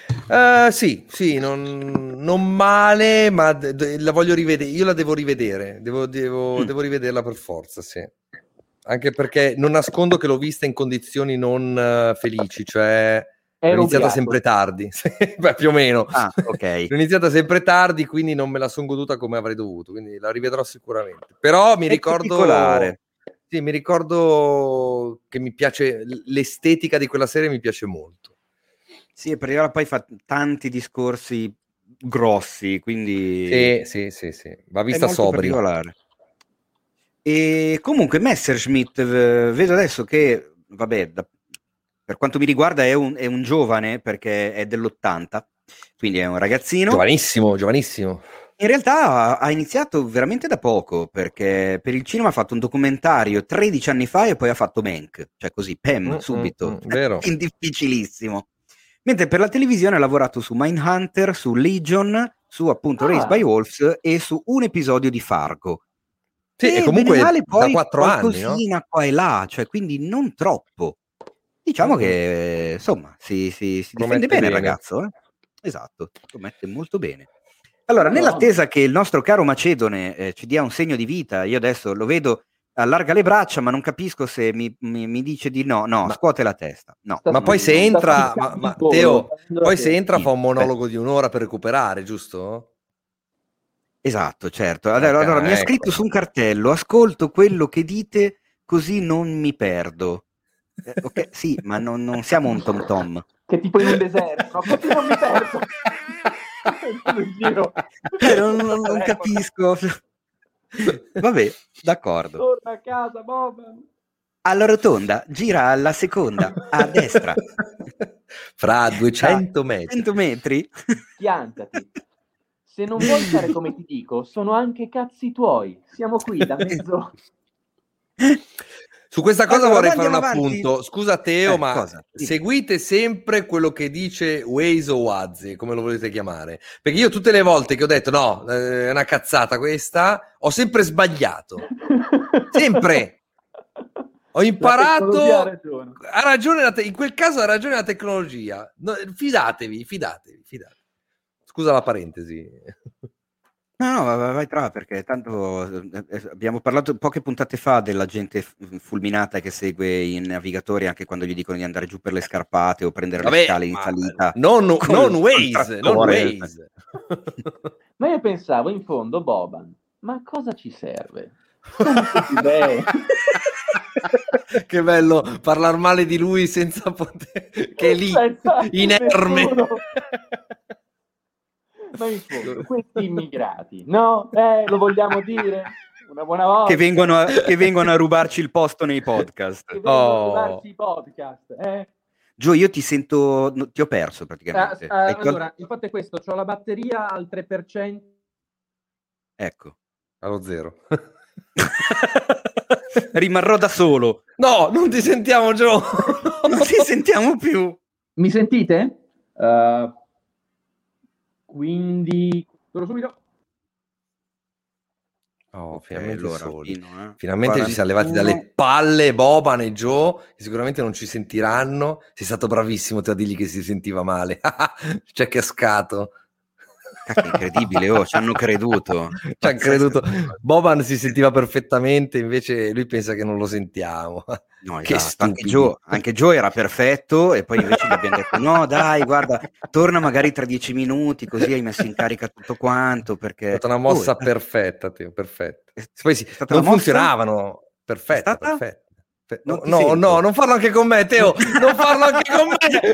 Eh, sì, sì, non, non male, ma d- d- la voglio rivedere. Io la devo rivedere, devo, devo, Mm. devo rivederla per forza, sì. Anche perché non nascondo che l'ho vista in condizioni non eh, felici, cioè l'ho Ero iniziata ubriaco. sempre tardi, Beh, più o meno. Ah, ok. L'ho iniziata sempre tardi, quindi non me la sono goduta come avrei dovuto, quindi la rivedrò sicuramente. Però mi È ricordo... particolare. Sì, mi ricordo che mi piace l'estetica di quella serie, mi piace molto. Sì, perché ora poi fa tanti discorsi grossi, quindi Sì, sì, sì, sì. Va è vista molto sobrio. particolare. E comunque Messerschmitt, v- vedo adesso che, vabbè, da- per quanto mi riguarda è un, è un giovane, perché è dell'ottanta, quindi è un ragazzino. Giovanissimo, giovanissimo. In realtà ha- ha iniziato veramente da poco, perché per il cinema ha fatto un documentario tredici anni fa e poi ha fatto Mank, cioè così, pam, Mm, subito. mm, mm, vero. In difficilissimo. Mentre per la televisione ha lavorato su Mindhunter, su Legion, su appunto Ah. Raised by Wolves e su un episodio di Fargo. Sì, e E comunque bene male da poi quattro anni, no? qualcosina qua e là, cioè quindi non troppo. Diciamo Mm. che insomma si, si, si difende Promette bene il bene. ragazzo, eh? Esatto, promette molto bene. Allora, No. nell'attesa che il nostro caro Macedone eh, ci dia un segno di vita, io adesso lo vedo, allarga le braccia, ma non capisco se mi, mi- mi dice di no. No, Ma- scuote la testa. No. Sta- Ma poi se sta entra, spiccando ma, ma il volo, Teo, sta poi se entra Sì, fa un monologo di un'ora per recuperare, giusto? Esatto, certo. Allora, Ok, allora, mi ha ecco. scritto su un cartello, ascolto quello che dite così non mi perdo. Eh, ok, sì, ma non, non siamo un tom tom. Che tipo in un deserto, no? Così non mi perdo. In giro. Eh, non, non- non capisco. Vabbè, d'accordo. Torna a casa, Bob. Alla rotonda, gira alla seconda, a destra. Fra duecento metri. cento metri? Piantati. Se non vuoi fare come ti dico, sono anche cazzi tuoi. Siamo qui da mezzo. Su questa cosa Allora, vorrei dai, fare un andiamo avanti. appunto. Scusa Teo, Eh, ma cosa? Sì. seguite sempre quello che dice Waze o Wazze, come lo volete chiamare. Perché io tutte le volte che ho detto no, eh, è una cazzata questa, ho sempre sbagliato. Sempre. Ho imparato. La tecnologia ha ragione. Ha ragione la te- in quel caso ha ragione la tecnologia. No, fidatevi, fidatevi, fidatevi. Scusa la parentesi. No, no, vai, vai tra, perché tanto eh, eh, abbiamo parlato poche puntate fa della gente f- fulminata che segue i navigatori anche quando gli dicono di andare giù per le scarpate o prendere le Vabbè, scale in ma salita. non, col- non col Waze, non trattore. Waze. Ma io pensavo in fondo, Boban, ma cosa ci serve? Sono tutti bei. Che bello parlare male di lui senza poter, che è lì, Senza inerme. nessuno. Ma in fondo, questi immigrati, no? Eh, lo vogliamo dire? Una buona volta. Che vengono, a, che vengono a rubarci il posto nei Che podcast. vengono Oh. a rubarci i podcast, eh? Gio, io ti sento, no, ti ho perso praticamente. Ah, ah, Hai tol- allora, il fatto è questo, ho la batteria al tre per cento. Ecco. Allo zero. Rimarrò da solo. No, non ti sentiamo, Gio. Non ci sentiamo più. Mi sentite? Uh, quindi... Torno subito. Oh, Ok, finalmente allora, soli. fino, eh. Finalmente ci siamo levati dalle palle Boban e Joe, che sicuramente non ci sentiranno. Sei stato bravissimo te a dirgli che si sentiva male. C'è cascato. Cacchio, incredibile, oh, ci hanno creduto. Ci hanno creduto. Boban si sentiva perfettamente, invece lui pensa che non lo sentiamo. No, Che esatto. Anche stupidi. Joe, anche Joe era perfetto e poi invece gli abbiamo detto no dai guarda torna magari tra dieci minuti così hai messo in carica tutto quanto perché È stata una mossa Oh, è- perfetta, Teo, perfetta. è- Poi sì, è stata non una mossa? funzionavano. Perfetta, È stata? perfetta. Pe- Non ti no, sento. no, non farlo anche con me, Teo. Non farlo anche con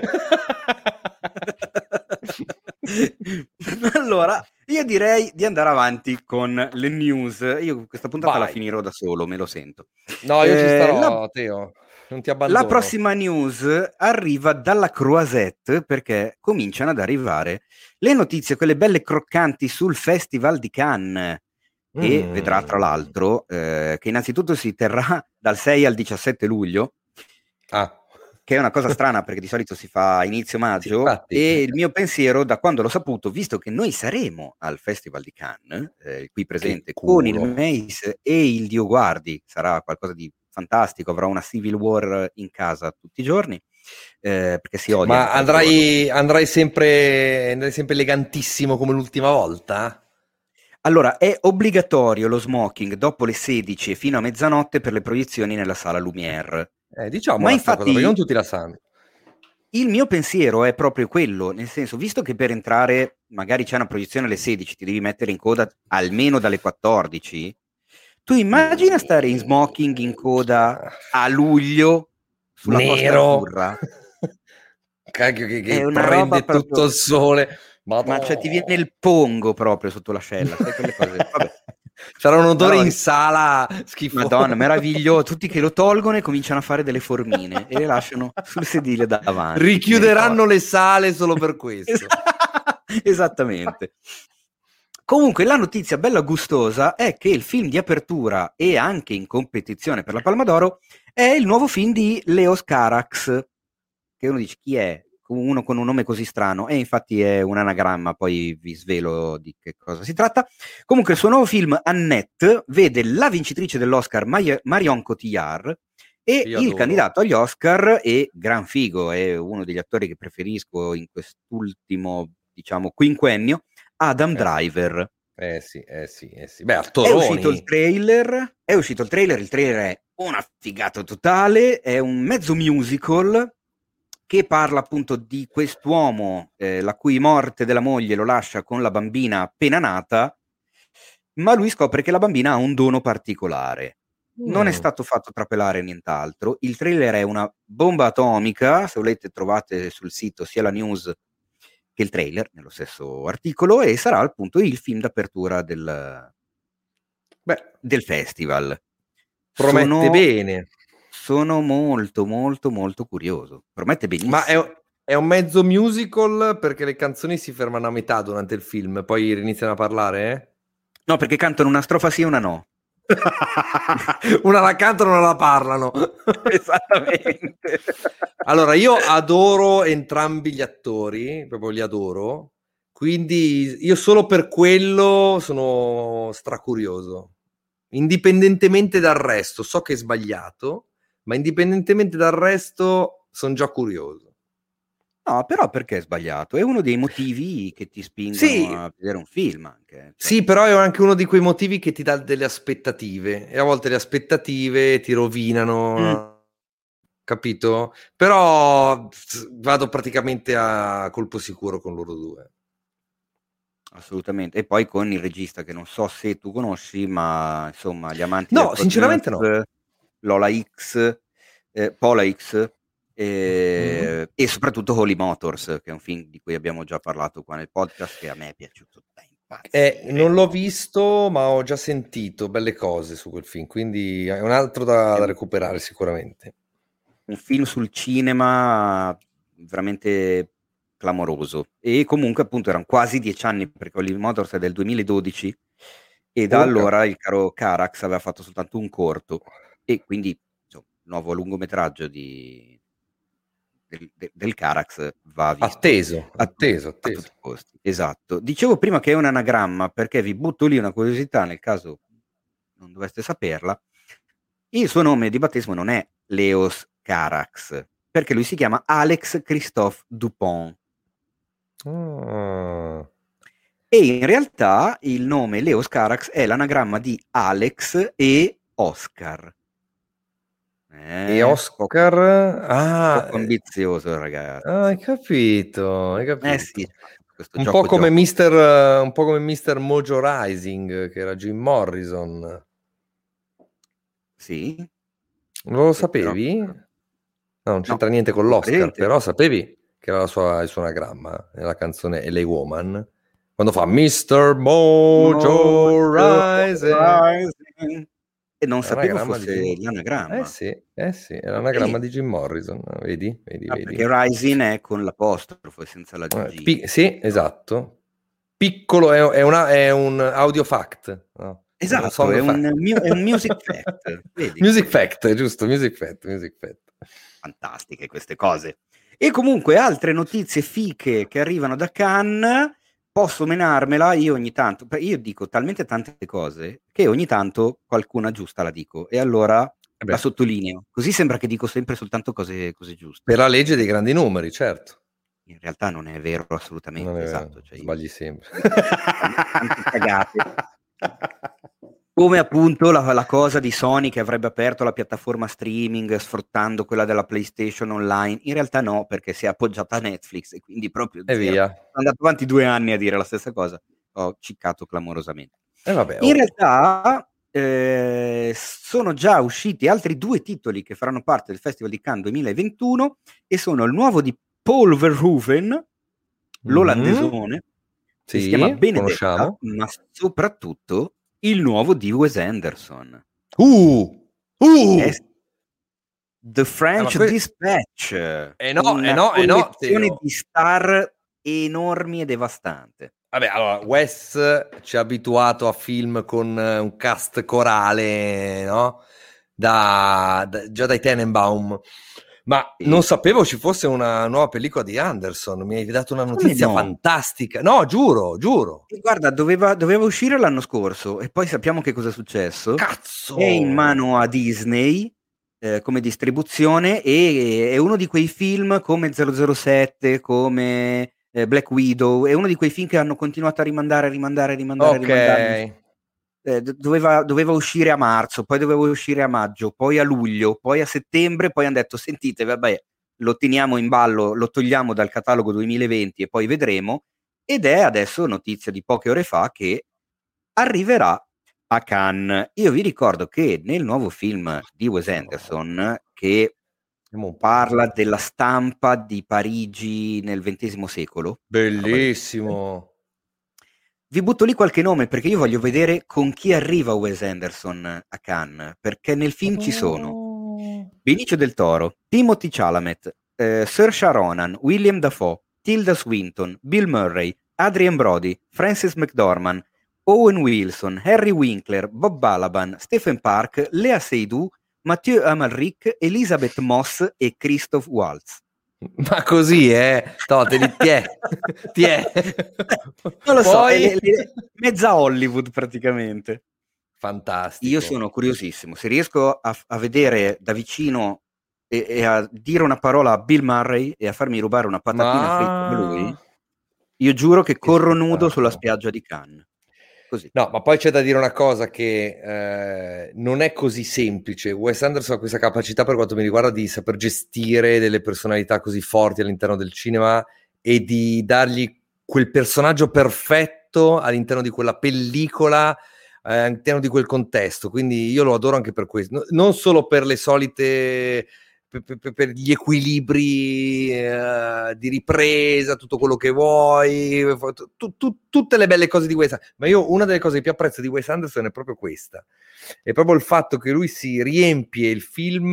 me. Allora io direi di andare avanti con le news. Io questa puntata Vai. la finirò da solo, me lo sento. No, io ci Eh, starò, la- Teo. Non ti abbandono. La prossima news arriva dalla Croisette perché cominciano ad arrivare le notizie, quelle belle croccanti sul Festival di Cannes, che Mm. vedrà tra l'altro eh, che innanzitutto si terrà dal sei al diciassette luglio, Ah, che è una cosa strana perché di solito si fa a inizio maggio, infatti. e il mio pensiero da quando l'ho saputo, visto che noi saremo al Festival di Cannes, eh, qui presente Che con il culo. Mace e il Dio Guardi, sarà qualcosa di fantastico, avrà una Civil War in casa tutti i giorni, eh, perché si odia. Ma andrai, andrai sempre, andrai sempre elegantissimo come l'ultima volta? Allora, è obbligatorio lo smoking dopo le sedici e fino a mezzanotte per le proiezioni nella sala Lumière. Eh, diciamo Ma sta infatti- cosa, perché non tutti la sanno. Il mio pensiero è proprio quello, nel senso, visto che per entrare magari c'è una proiezione alle sedici, ti devi mettere in coda almeno dalle quattordici, tu immagina stare in smoking in coda a luglio sulla Nero. Costa Azzurra. Cacchio che, che È una prende roba proprio- tutto il sole. Ma cioè ti viene il pongo proprio sotto l'ascella, sai quelle cose. Vabbè. Sarà un odore Però- in sala schifoso. Madonna, meraviglioso, tutti che lo tolgono e cominciano a fare delle formine e le lasciano sul sedile davanti. Richiuderanno le sale solo per questo. Esattamente. Comunque la notizia bella gustosa è che il film di apertura e anche in competizione per la Palma d'Oro è il nuovo film di Leos Carax, che uno dice chi è? Uno con un nome così strano, e infatti è un anagramma, poi vi svelo di che cosa si tratta. Comunque il suo nuovo film Annette vede la vincitrice dell'Oscar Mari- Marion Cotillard e Io il adoro. candidato agli Oscar è gran figo, è uno degli attori che preferisco in quest'ultimo, diciamo, quinquennio, Adam Eh. Driver. Eh sì, eh sì, eh sì. Beh, È attoroni. uscito il trailer, è uscito il trailer, il trailer è una figata totale, è un mezzo musical che parla appunto di quest'uomo eh, la cui morte della moglie lo lascia con la bambina appena nata, ma lui scopre che la bambina ha un dono particolare. Non è Mm. stato fatto trapelare nient'altro, il trailer è una bomba atomica, se volete trovate sul sito sia la news che il trailer nello stesso articolo, e sarà appunto il film d'apertura del, Beh, del festival. promette Sono, bene. sono molto molto molto curioso, promette benissimo. Ma è, è un mezzo musical perché le canzoni si fermano a metà durante il film, poi iniziano a parlare, eh? No, perché cantano una strofa sì e una no. Una la cantano, una la parlano. Esattamente. Allora, io adoro entrambi gli attori, proprio li adoro, quindi io solo per quello sono stracurioso. Indipendentemente dal resto, so che è sbagliato, ma indipendentemente dal resto sono già curioso. No, però perché è sbagliato? È uno dei motivi che ti spingono Sì. a vedere un film anche. Cioè, Sì, però è anche uno di quei motivi che ti dà delle aspettative e a volte le aspettative ti rovinano, capito? Però s- vado praticamente a colpo sicuro con loro due. assolutamente. E poi con il regista che non so se tu conosci, ma insomma, gli amanti No, del Hot sinceramente no. Nuts, Lola X, eh, Paula X eh, Mm. e soprattutto Holy Motors, che è un film di cui abbiamo già parlato qua nel podcast, che a me è piaciuto da impazzire. Eh, non l'ho visto, ma ho già sentito belle cose su quel film, quindi è un altro da, È da un- recuperare sicuramente. un film sul cinema veramente clamoroso, e comunque appunto erano quasi dieci anni, perché Holy Motors è del duemiladodici e da Urca. allora il caro Carax aveva fatto soltanto un corto, e quindi insomma, il nuovo lungometraggio di, del, de- del Carax va visto Atteso, a, tu- atteso, a atteso. tutti i costi. Esatto. Dicevo prima che è un anagramma, perché vi butto lì una curiosità nel caso non doveste saperla. Il suo nome di battesimo non è Leos Carax, perché lui si chiama Alex Christophe Dupont. Ah. E in realtà il nome Leos Carax è l'anagramma di Alex e Oscar. Eh, E Oscar? Poco, Ah, poco ambizioso, ragazzi. ah, hai capito, hai Eh capito. sì, questo Un gioco po' come gioco. mister, uh, un po' come mister Mojo Rising, che era Jim Morrison. Sì. Non lo Sì, però- sapevi? No, non c'entra No, niente con non l'Oscar, presente. però sapevi che era la sua, il suo anagramma nella canzone L A Woman? Quando fa mister Mojo Rising. Rising. E non È sapevo l'anagramma di fosse Jim- l'anagramma. Eh sì, eh sì, è l'anagramma Eh. di Jim Morrison. Vedi, vedi, Ah, vedi. perché Rising è con l'apostrofo e senza la Eh, G. pi- sì, esatto. Piccolo, è, è una- è un audio fact. No? Esatto, sound è un, fact. mu- è un music fact. Vedi? Music fact, giusto, music fact, music fact. Fantastiche queste cose. E comunque altre notizie fiche che arrivano da Cannes, posso menarmela io ogni tanto, perché io dico talmente tante cose che ogni tanto qualcuna giusta la dico, e allora Eh beh, la sottolineo, così sembra che dico sempre soltanto cose, cose giuste. per la legge dei grandi numeri, certo. In realtà non è vero assolutamente, Non è vero, esatto. Cioè io- sbagli sempre. Tante cagate. Come appunto la, la cosa di Sony che avrebbe aperto la piattaforma streaming sfruttando quella della PlayStation Online. In realtà no, perché si è appoggiata a Netflix e quindi proprio E zero. via. Sono andato avanti due anni a dire la stessa cosa. Ho ciccato clamorosamente. E vabbè, In oh. realtà eh, sono già usciti altri due titoli che faranno parte del Festival di Cannes duemilaventuno, e sono il nuovo di Paul Verhoeven, l'olandesone, Mhm. che si Sì, chiama Benedetta, conosciamo. ma soprattutto il nuovo di Wes Anderson. Uh! Uh! È The French Eh, ma que- Dispatch. Eh no, una eh no, eh no, collezione Teo. di star enormi e devastante. Vabbè, allora, Wes ci ha abituato a film con eh, un cast corale, no? Da, da- già dai Tenenbaum. Ma Sì. non sapevo ci fosse una nuova pellicola di Anderson. Mi hai dato una Come notizia no? fantastica. No, giuro, giuro. E guarda, doveva, doveva uscire l'anno scorso, e poi sappiamo che cosa è successo. Cazzo! È in mano a Disney eh, come distribuzione, e è uno di quei film come zero zero sette, come eh, Black Widow, è uno di quei film che hanno continuato a rimandare, rimandare, rimandare, Ok. rimandare. Eh, doveva, doveva uscire a marzo, poi doveva uscire a maggio, poi a luglio, poi a settembre, poi hanno detto sentite, vabbè, lo teniamo in ballo, lo togliamo dal catalogo duemilaventi e poi vedremo, ed è adesso notizia di poche ore fa che arriverà a Cannes. Io vi ricordo che nel nuovo film di Wes Anderson, che parla della stampa di Parigi nel ventesimo secolo, bellissimo. vi butto lì qualche nome perché io voglio vedere con chi arriva Wes Anderson a Cannes, perché nel film ci sono Benicio del Toro, Timothy Chalamet, eh, Saoirse Ronan, William Dafoe, Tilda Swinton, Bill Murray, Adrien Brody, Frances McDormand, Owen Wilson, Harry Winkler, Bob Balaban, Stephen Park, Lea Seydoux, Mathieu Amalric, Elizabeth Moss e Christoph Waltz. Ma così, eh? No, te li tiè. tiè. Non lo Poi... so, è, è mezza Hollywood praticamente. Fantastico. Io sono curiosissimo. Se riesco a, a vedere da vicino e, e a dire una parola a Bill Murray e a farmi rubare una patatina Ma... fritta da lui, io giuro che corro nudo sulla spiaggia di Cannes. Così. No, ma poi c'è da dire una cosa che eh, non è così semplice. Wes Anderson ha questa capacità, per quanto mi riguarda, di saper gestire delle personalità così forti all'interno del cinema e di dargli quel personaggio perfetto all'interno di quella pellicola, eh, all'interno di quel contesto. Quindi io lo adoro anche per questo, no, non solo per le solite... Per, per, per gli equilibri eh, di ripresa, tutto quello che vuoi, tu, tu, tutte le belle cose di Wes Anderson. Ma io una delle cose che più apprezzo di Wes Anderson è proprio questa, è proprio il fatto che lui si riempie il film,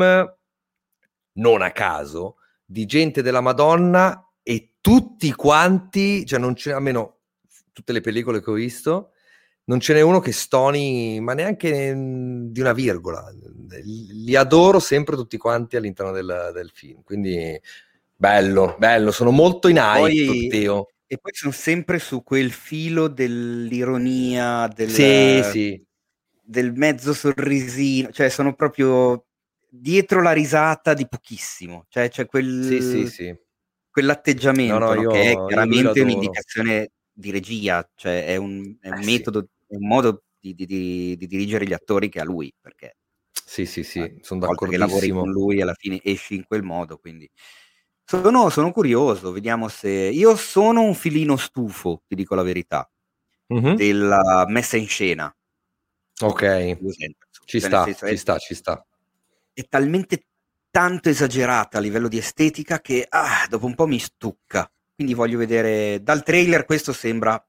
non a caso, di gente della Madonna e tutti quanti, cioè non c'è, almeno tutte le pellicole che ho visto, non ce n'è uno che stoni, ma neanche di una virgola. Li adoro sempre tutti quanti all'interno del, del film. Quindi bello, bello. Sono molto in hype, poi, Teo. E poi sono sempre su quel filo dell'ironia, del, sì, sì. del mezzo sorrisino. Cioè sono proprio dietro la risata di pochissimo. Cioè c'è quel, sì, sì, sì. quell'atteggiamento, no, no, no? io, Che è chiaramente un'indicazione di regia. Cioè è un, è un eh, metodo, sì. è un modo di, di, di, di dirigere gli attori che ha lui. Perché sì, sì, sì, sono una volta che lavori d'accordissimo. con lui alla fine esci in quel modo, quindi sono, sono curioso, vediamo se... Io sono un filino stufo, ti dico la verità, mm-hmm. della messa in scena. Ok, ci cioè, sta, senso, ci è, sta, ci sta. È talmente tanto esagerata a livello di estetica che ah, dopo un po' mi stucca. Quindi voglio vedere, dal trailer questo sembra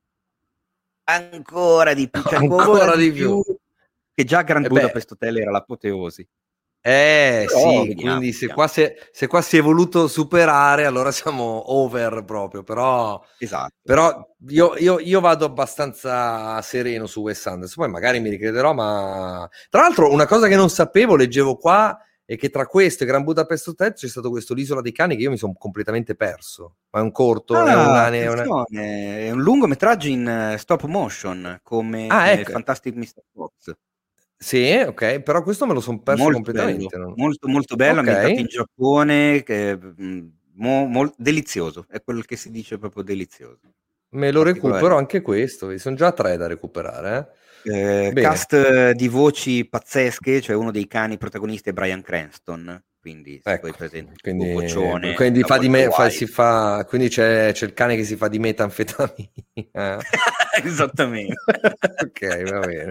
ancora di più, cioè ancora di più, più. Che già Grand Eh Budapest Hotel era l'apoteosi. Eh Però, sì, vediamo, quindi se vediamo. qua, si è, se qua si è voluto superare, allora siamo over proprio, però, esatto. però io, io, io vado abbastanza sereno su Wes Anderson, poi magari mi ricrederò, ma tra l'altro una cosa che non sapevo, leggevo qua, è che tra questo e Grand Budapest Hotel c'è stato questo L'Isola dei Cani che io mi sono completamente perso, ma è un corto, ah, è, una, è, una... è un lungometraggio in stop motion come ah, ecco. Fantastic mister Fox. Sì, ok, però questo me lo sono perso molto completamente. Bello, no? molto molto bello, okay. ambientato in Giappone, che, mh, mo, mo, delizioso, è quello che si dice proprio delizioso. Me lo recupero anche questo, sono già tre da recuperare. Eh? Eh, cast di voci pazzesche, cioè uno dei cani protagonisti è Bryan Cranston, quindi se ecco, poi presente quindi, vocione, quindi, fa di me, fa, si fa, quindi c'è, c'è il cane che si fa di metanfetamina. Esattamente. Ok, va bene.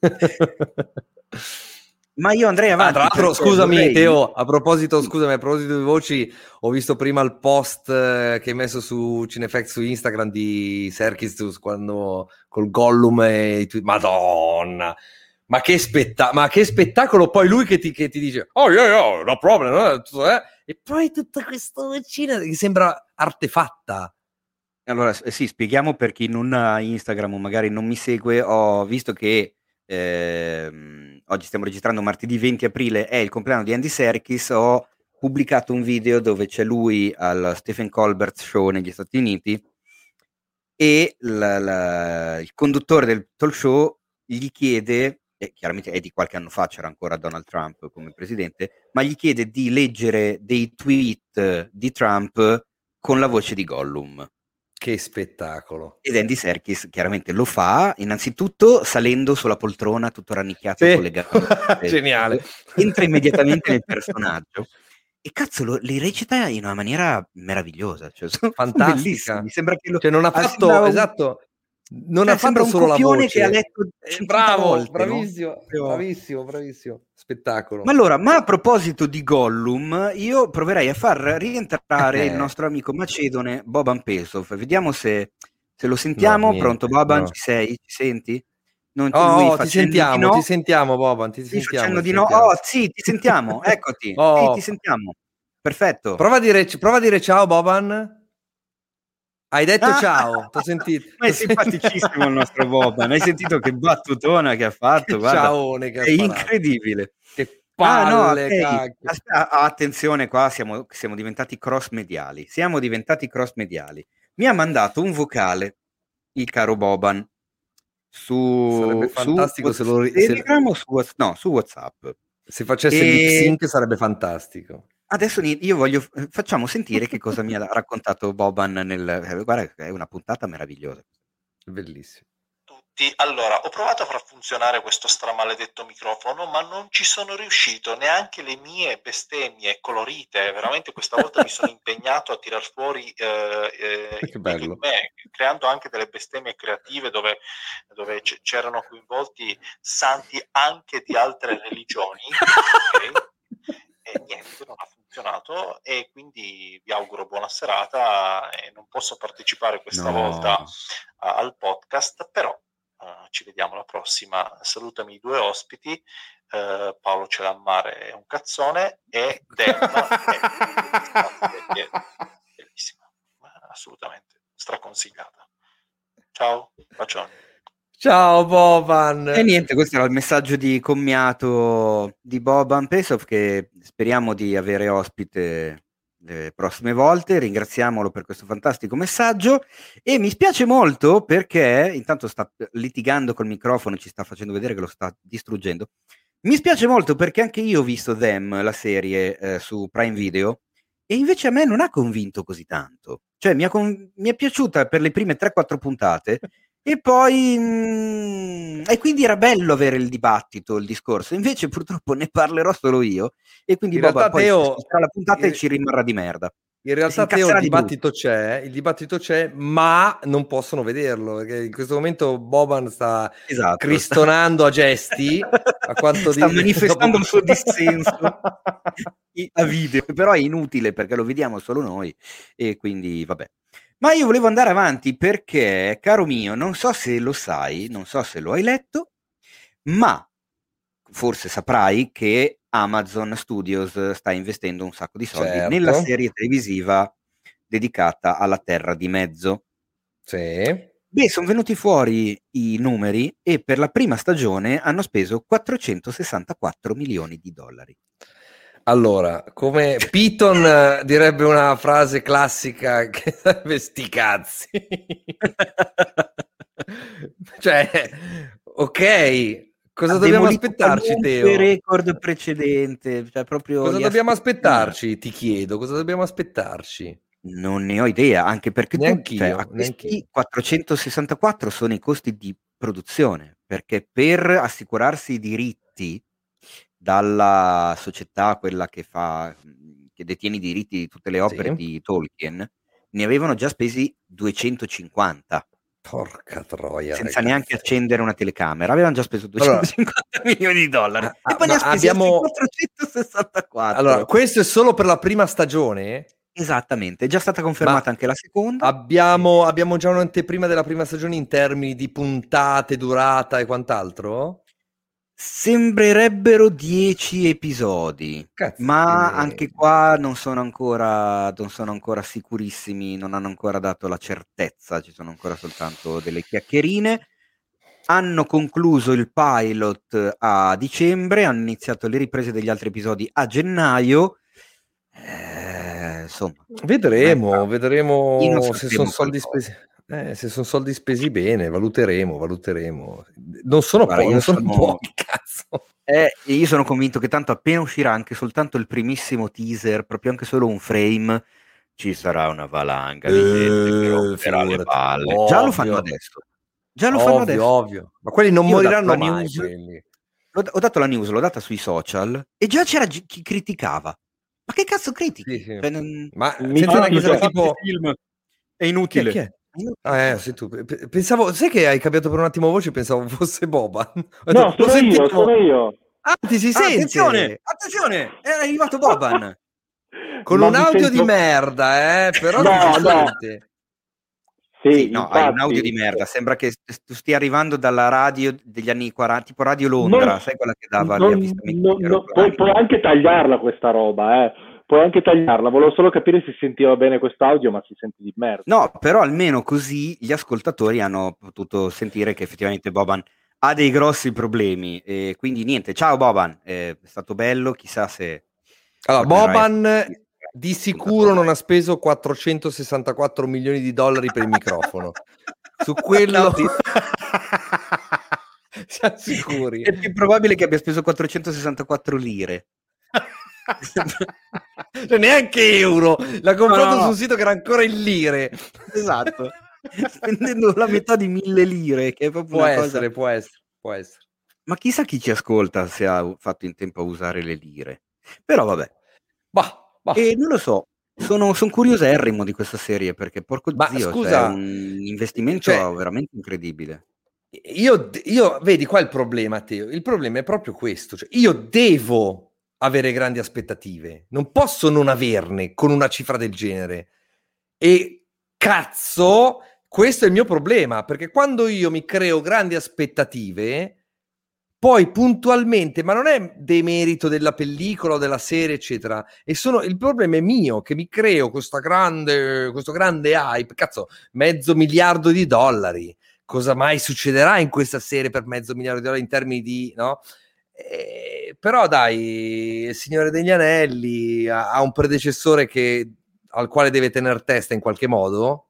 Ma io andrei avanti. Ah, tra l'altro, scusami, vorrei... Teo, a proposito, scusami, a proposito di voci, ho visto prima il post che hai messo su Cinefx su Instagram di Serkis quando col Gollum e i tu... Madonna! Ma che, spetta- ma che spettacolo! Poi lui che ti, che ti dice, oh yeah, yeah, no problem, eh? E poi tutta questa vocina che sembra artefatta. Allora, sì, spieghiamo per chi non ha Instagram o magari non mi segue. Ho visto che ehm, oggi stiamo registrando martedì venti aprile, è il compleanno di Andy Serkis. Ho pubblicato un video dove c'è lui al Stephen Colbert Show negli Stati Uniti e la, la, il conduttore del talk show gli chiede, e chiaramente è di qualche anno fa, c'era ancora Donald Trump come presidente, ma gli chiede di leggere dei tweet di Trump con la voce di Gollum. Che spettacolo. Ed Andy Serkis chiaramente lo fa, innanzitutto salendo sulla poltrona tutto rannicchiato Sì. con le gambe. Geniale. Entra immediatamente nel personaggio e cazzo lo, li recita in una maniera meravigliosa, cioè, sono Fantastica. bellissimi. Sembra che lo, Cioè non ha ah, fatto, sembra un- esatto, non cioè, ha sembra fatto un solo la copione voce. che ha letto Eh, cinquanta bravo, volte, bravissimo, no? Proprio- bravissimo, bravissimo. Spettacolo. Ma allora, ma a proposito di Gollum, io proverei a far rientrare Eh. il nostro amico macedone Boban Pesov. Vediamo se, se lo sentiamo. No, niente, Pronto, Boban? no. Ci sei? Ci senti? Non Oh, lui oh, ti facendo sentiamo, di no. ti sentiamo, Boban, ti Sì, sentiamo. facendo ti di no. sentiamo. Oh, sì, ti sentiamo. Eccoti. Oh. Sì, ti sentiamo. Perfetto. Prova a dire, prova a dire ciao, Boban. Hai detto Ah! ciao, t'ho sentito. Ma è t'ho sentito. simpaticissimo il nostro Boban. Hai sentito che battutona che ha fatto? Che Guarda, ciaone che ha è sparato. incredibile. Che Ah, no, palle, ok. cacchio. Aspe- ah, attenzione, qua siamo, siamo diventati cross mediali. Siamo diventati cross mediali. Mi ha mandato un vocale, il caro Boban, su, Sarebbe su fantastico se lo ri- Telegram o su, Whats- no, su WhatsApp. Se facesse E- lip sync sarebbe fantastico. Adesso ni- io voglio, facciamo sentire che cosa mi ha raccontato Boban nel... eh, Guarda, è una puntata meravigliosa. Bellissimo. Tutti. Allora, ho provato a far funzionare questo stramaledetto microfono, ma non ci sono riuscito, neanche le mie bestemmie colorite. Veramente questa volta mi sono impegnato a tirar fuori eh, eh, Che il bello. meglio di me, creando anche delle bestemmie creative dove, dove c- c'erano coinvolti santi anche di altre religioni. Ok? E niente, non ha funzionato e quindi vi auguro buona serata e non posso partecipare questa No. volta a- al podcast, però uh, ci vediamo alla prossima. Salutami i due ospiti, uh, Paolo Celammare è un cazzone e Dem è bellissima, assolutamente straconsigliata. Ciao, bacioni. Ciao Boban. E niente, questo era il messaggio di commiato di Boban Pesov, che speriamo di avere ospite le prossime volte. Ringraziamolo per questo fantastico messaggio e mi spiace molto perché intanto sta litigando col microfono, ci sta facendo vedere che lo sta distruggendo. Mi spiace molto perché anche io ho visto Them, la serie eh, su Prime Video, e invece a me non ha convinto così tanto. Cioè mi, ha con- mi è piaciuta per le prime tre quattro puntate e poi mm, e quindi era bello avere il dibattito, il discorso. Invece purtroppo ne parlerò solo io e quindi In Boba realtà, poi Teo, si ascolterà la puntata in- e ci rimarrà di merda. In realtà Si Teo, il incazzerà di dibattito c'è, il dibattito c'è, ma non possono vederlo, perché in questo momento Boban sta Esatto. cristonando a gesti, a quanto sta di- manifestando dopo- il suo dissenso a video, però è inutile perché lo vediamo solo noi e quindi vabbè. Ma io volevo andare avanti perché, caro mio, non so se lo sai, non so se lo hai letto, ma forse saprai che Amazon Studios sta investendo un sacco di soldi Certo. nella serie televisiva dedicata alla Terra di Mezzo. Sì. Beh, sono venuti fuori i numeri e per la prima stagione hanno speso quattrocentosessantaquattro milioni di dollari. Allora, come Piton eh, direbbe una frase classica che sarebbe sti cazzi. Cioè, ok, cosa Ha dobbiamo demolito aspettarci, qualunque Teo? record precedente, cioè proprio Cosa li ha dobbiamo schiacciati. aspettarci? Ti chiedo, cosa dobbiamo aspettarci? Non ne ho idea, anche perché tu, Neanch'io, cioè, a questi neanch'io. quattrocentosessantaquattro sono i costi di produzione, perché per assicurarsi i diritti dalla società, quella che fa, che detiene i diritti di tutte le opere Sì. di Tolkien, ne avevano già spesi duecentocinquanta, Porca troia, senza ragazzi. neanche accendere una telecamera, avevano già speso duecentocinquanta milioni di dollari ah, e poi ma ne ha spesi abbiamo- quattrocentosessantaquattro. Allora, questo è solo per la prima stagione? Esattamente, è già stata confermata Ma anche la seconda. Abbiamo, abbiamo già un'anteprima della prima stagione in termini di puntate, durata e quant'altro? Sembrerebbero dieci episodi, Cazzo, ma quindi- anche qua non sono ancora, non sono ancora sicurissimi, non hanno ancora dato la certezza, ci sono ancora soltanto delle chiacchierine. Hanno concluso il pilot a dicembre, hanno iniziato le riprese degli altri episodi a gennaio. Eh, insomma, Vedremo, Io vedremo non se sapremo sono soldi qualcosa. spesi. Eh, se sono soldi spesi bene, valuteremo, valuteremo. Non sono, Guarda, po- io non sono sono- pochi, cazzo. Eh, e io sono convinto che tanto appena uscirà anche soltanto il primissimo teaser, proprio anche solo un frame, ci sarà una valanga di gente che Eh, romperà le figurati. palle. Ovvio. Già lo fanno adesso. Già lo fanno Ovvio, adesso. ovvio. Ma quelli non Io ho dato moriranno la mai, news, quelli. l'ho, ho dato la news, l'ho data sui social e già c'era gi- chi criticava. Ma che cazzo critichi? Sì, sì. Cioè, non- Ma Mi senza fa- neanche mi sapere fa- tipo... film è Chi è, inutile. chi è? È inutile. Ah, eh, sei tu. P- Pensavo, sai che hai cambiato per un attimo voce? Pensavo fosse Boban. Ho detto, No, lo sono io, sentivo. sono io. Ah, ti si Ah, sente? attenzione, attenzione, è arrivato Boban. Con Ma un mi audio sento- di merda, eh, però No, ti si no. sente. Sì, Sì, no, hai un infatti. audio di merda, sembra che st- tu stia arrivando dalla radio degli anni quaranta, tipo Radio Londra, Non- sai quella che dava gli non- avvistamenti non- di non- puoi, aeroplani? puoi anche tagliarla questa roba, eh. Puoi anche tagliarla. Volevo solo capire se si sentiva bene quest'audio, ma si sente di merda. No, però almeno così gli ascoltatori hanno potuto sentire che effettivamente Boban ha dei grossi problemi e quindi niente, ciao Boban, eh, è stato bello, chissà se... Allora, tornerai a- Boban di sicuro non ha speso quattrocentosessantaquattro milioni di dollari per il microfono. Su quello No, sì. siamo sicuri. È più probabile che abbia speso quattrocentosessantaquattro lire. Cioè, neanche euro. L'ha comprato No, no, no. su un sito che era ancora in lire. Esatto. Spendendo la metà di mille lire, che è proprio Può una essere, cosa... può essere, può essere. Ma chissà chi ci ascolta se ha fatto in tempo a usare le lire. Però vabbè. Bah, bah. E non lo so, sono, sono curioserrimo di questa serie perché porco Ma zio, scusa, cioè, è un investimento cioè, veramente incredibile. Io, io, vedi qua il problema, Teo. Il problema è proprio questo. Cioè, io devo avere grandi aspettative, non posso non averne con una cifra del genere. E cazzo, questo è il mio problema, perché quando io mi creo grandi aspettative, poi puntualmente, ma non è demerito della pellicola o della serie, eccetera, e sono, il problema è mio, che mi creo questa grande, questo grande hype, cazzo, mezzo miliardo di dollari. Cosa mai succederà in questa serie per mezzo miliardo di dollari in termini di, no? Eh, però dai, il Signore degli Anelli ha, ha un predecessore che, al quale deve tener testa in qualche modo,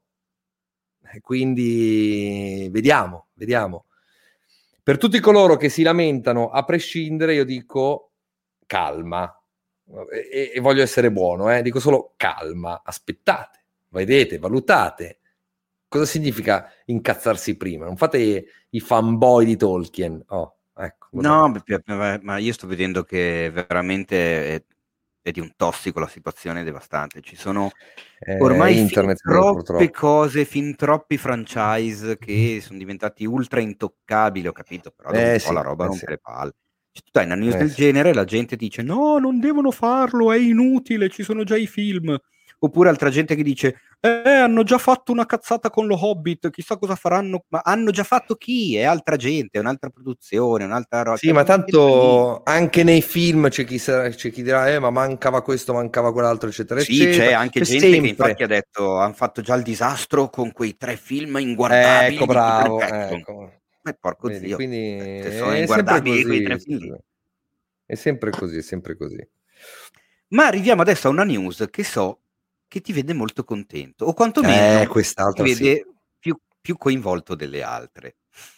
e quindi vediamo, vediamo. Per tutti coloro che si lamentano, a prescindere, io dico calma, e, e voglio essere buono, eh? Dico solo calma, aspettate, vedete, valutate. Cosa significa incazzarsi prima? Non fate i fanboy di Tolkien. Oh, ecco. No, ma io sto vedendo che veramente è, è di un tossico la situazione, devastante. Ci sono eh, ormai internet, fin troppe purtroppo. cose, fin troppi franchise che sono diventati ultra intoccabili, ho capito, però dopo Eh, un sì, po' la roba eh, rompe sì. le palle. Cioè, tu dai una news Eh, del sì. genere, la gente dice no, non devono farlo, è inutile, ci sono già i film. Oppure altra gente che dice eh, hanno già fatto una cazzata con lo Hobbit, chissà cosa faranno, ma hanno già fatto chi? È altra gente, è un'altra produzione, un'altra roba. Sì, ma tanto anche nei film c'è chi, sarà, c'è chi dirà eh, ma mancava questo, mancava quell'altro, eccetera, Sì, eccetera. c'è anche C'è gente che sempre. infatti ha detto hanno fatto già il disastro con quei tre film inguardabili Ecco, di Peter bravo. Jackson. Ecco. Ma porco Vedi, zio, quindi eh, sono è sempre inguardabili quei così. tre film lì. È sempre così, è sempre così. Ma arriviamo adesso a una news che so che ti vede molto contento, o quantomeno Eh, ti quest'altra sì. vede più, più coinvolto delle altre.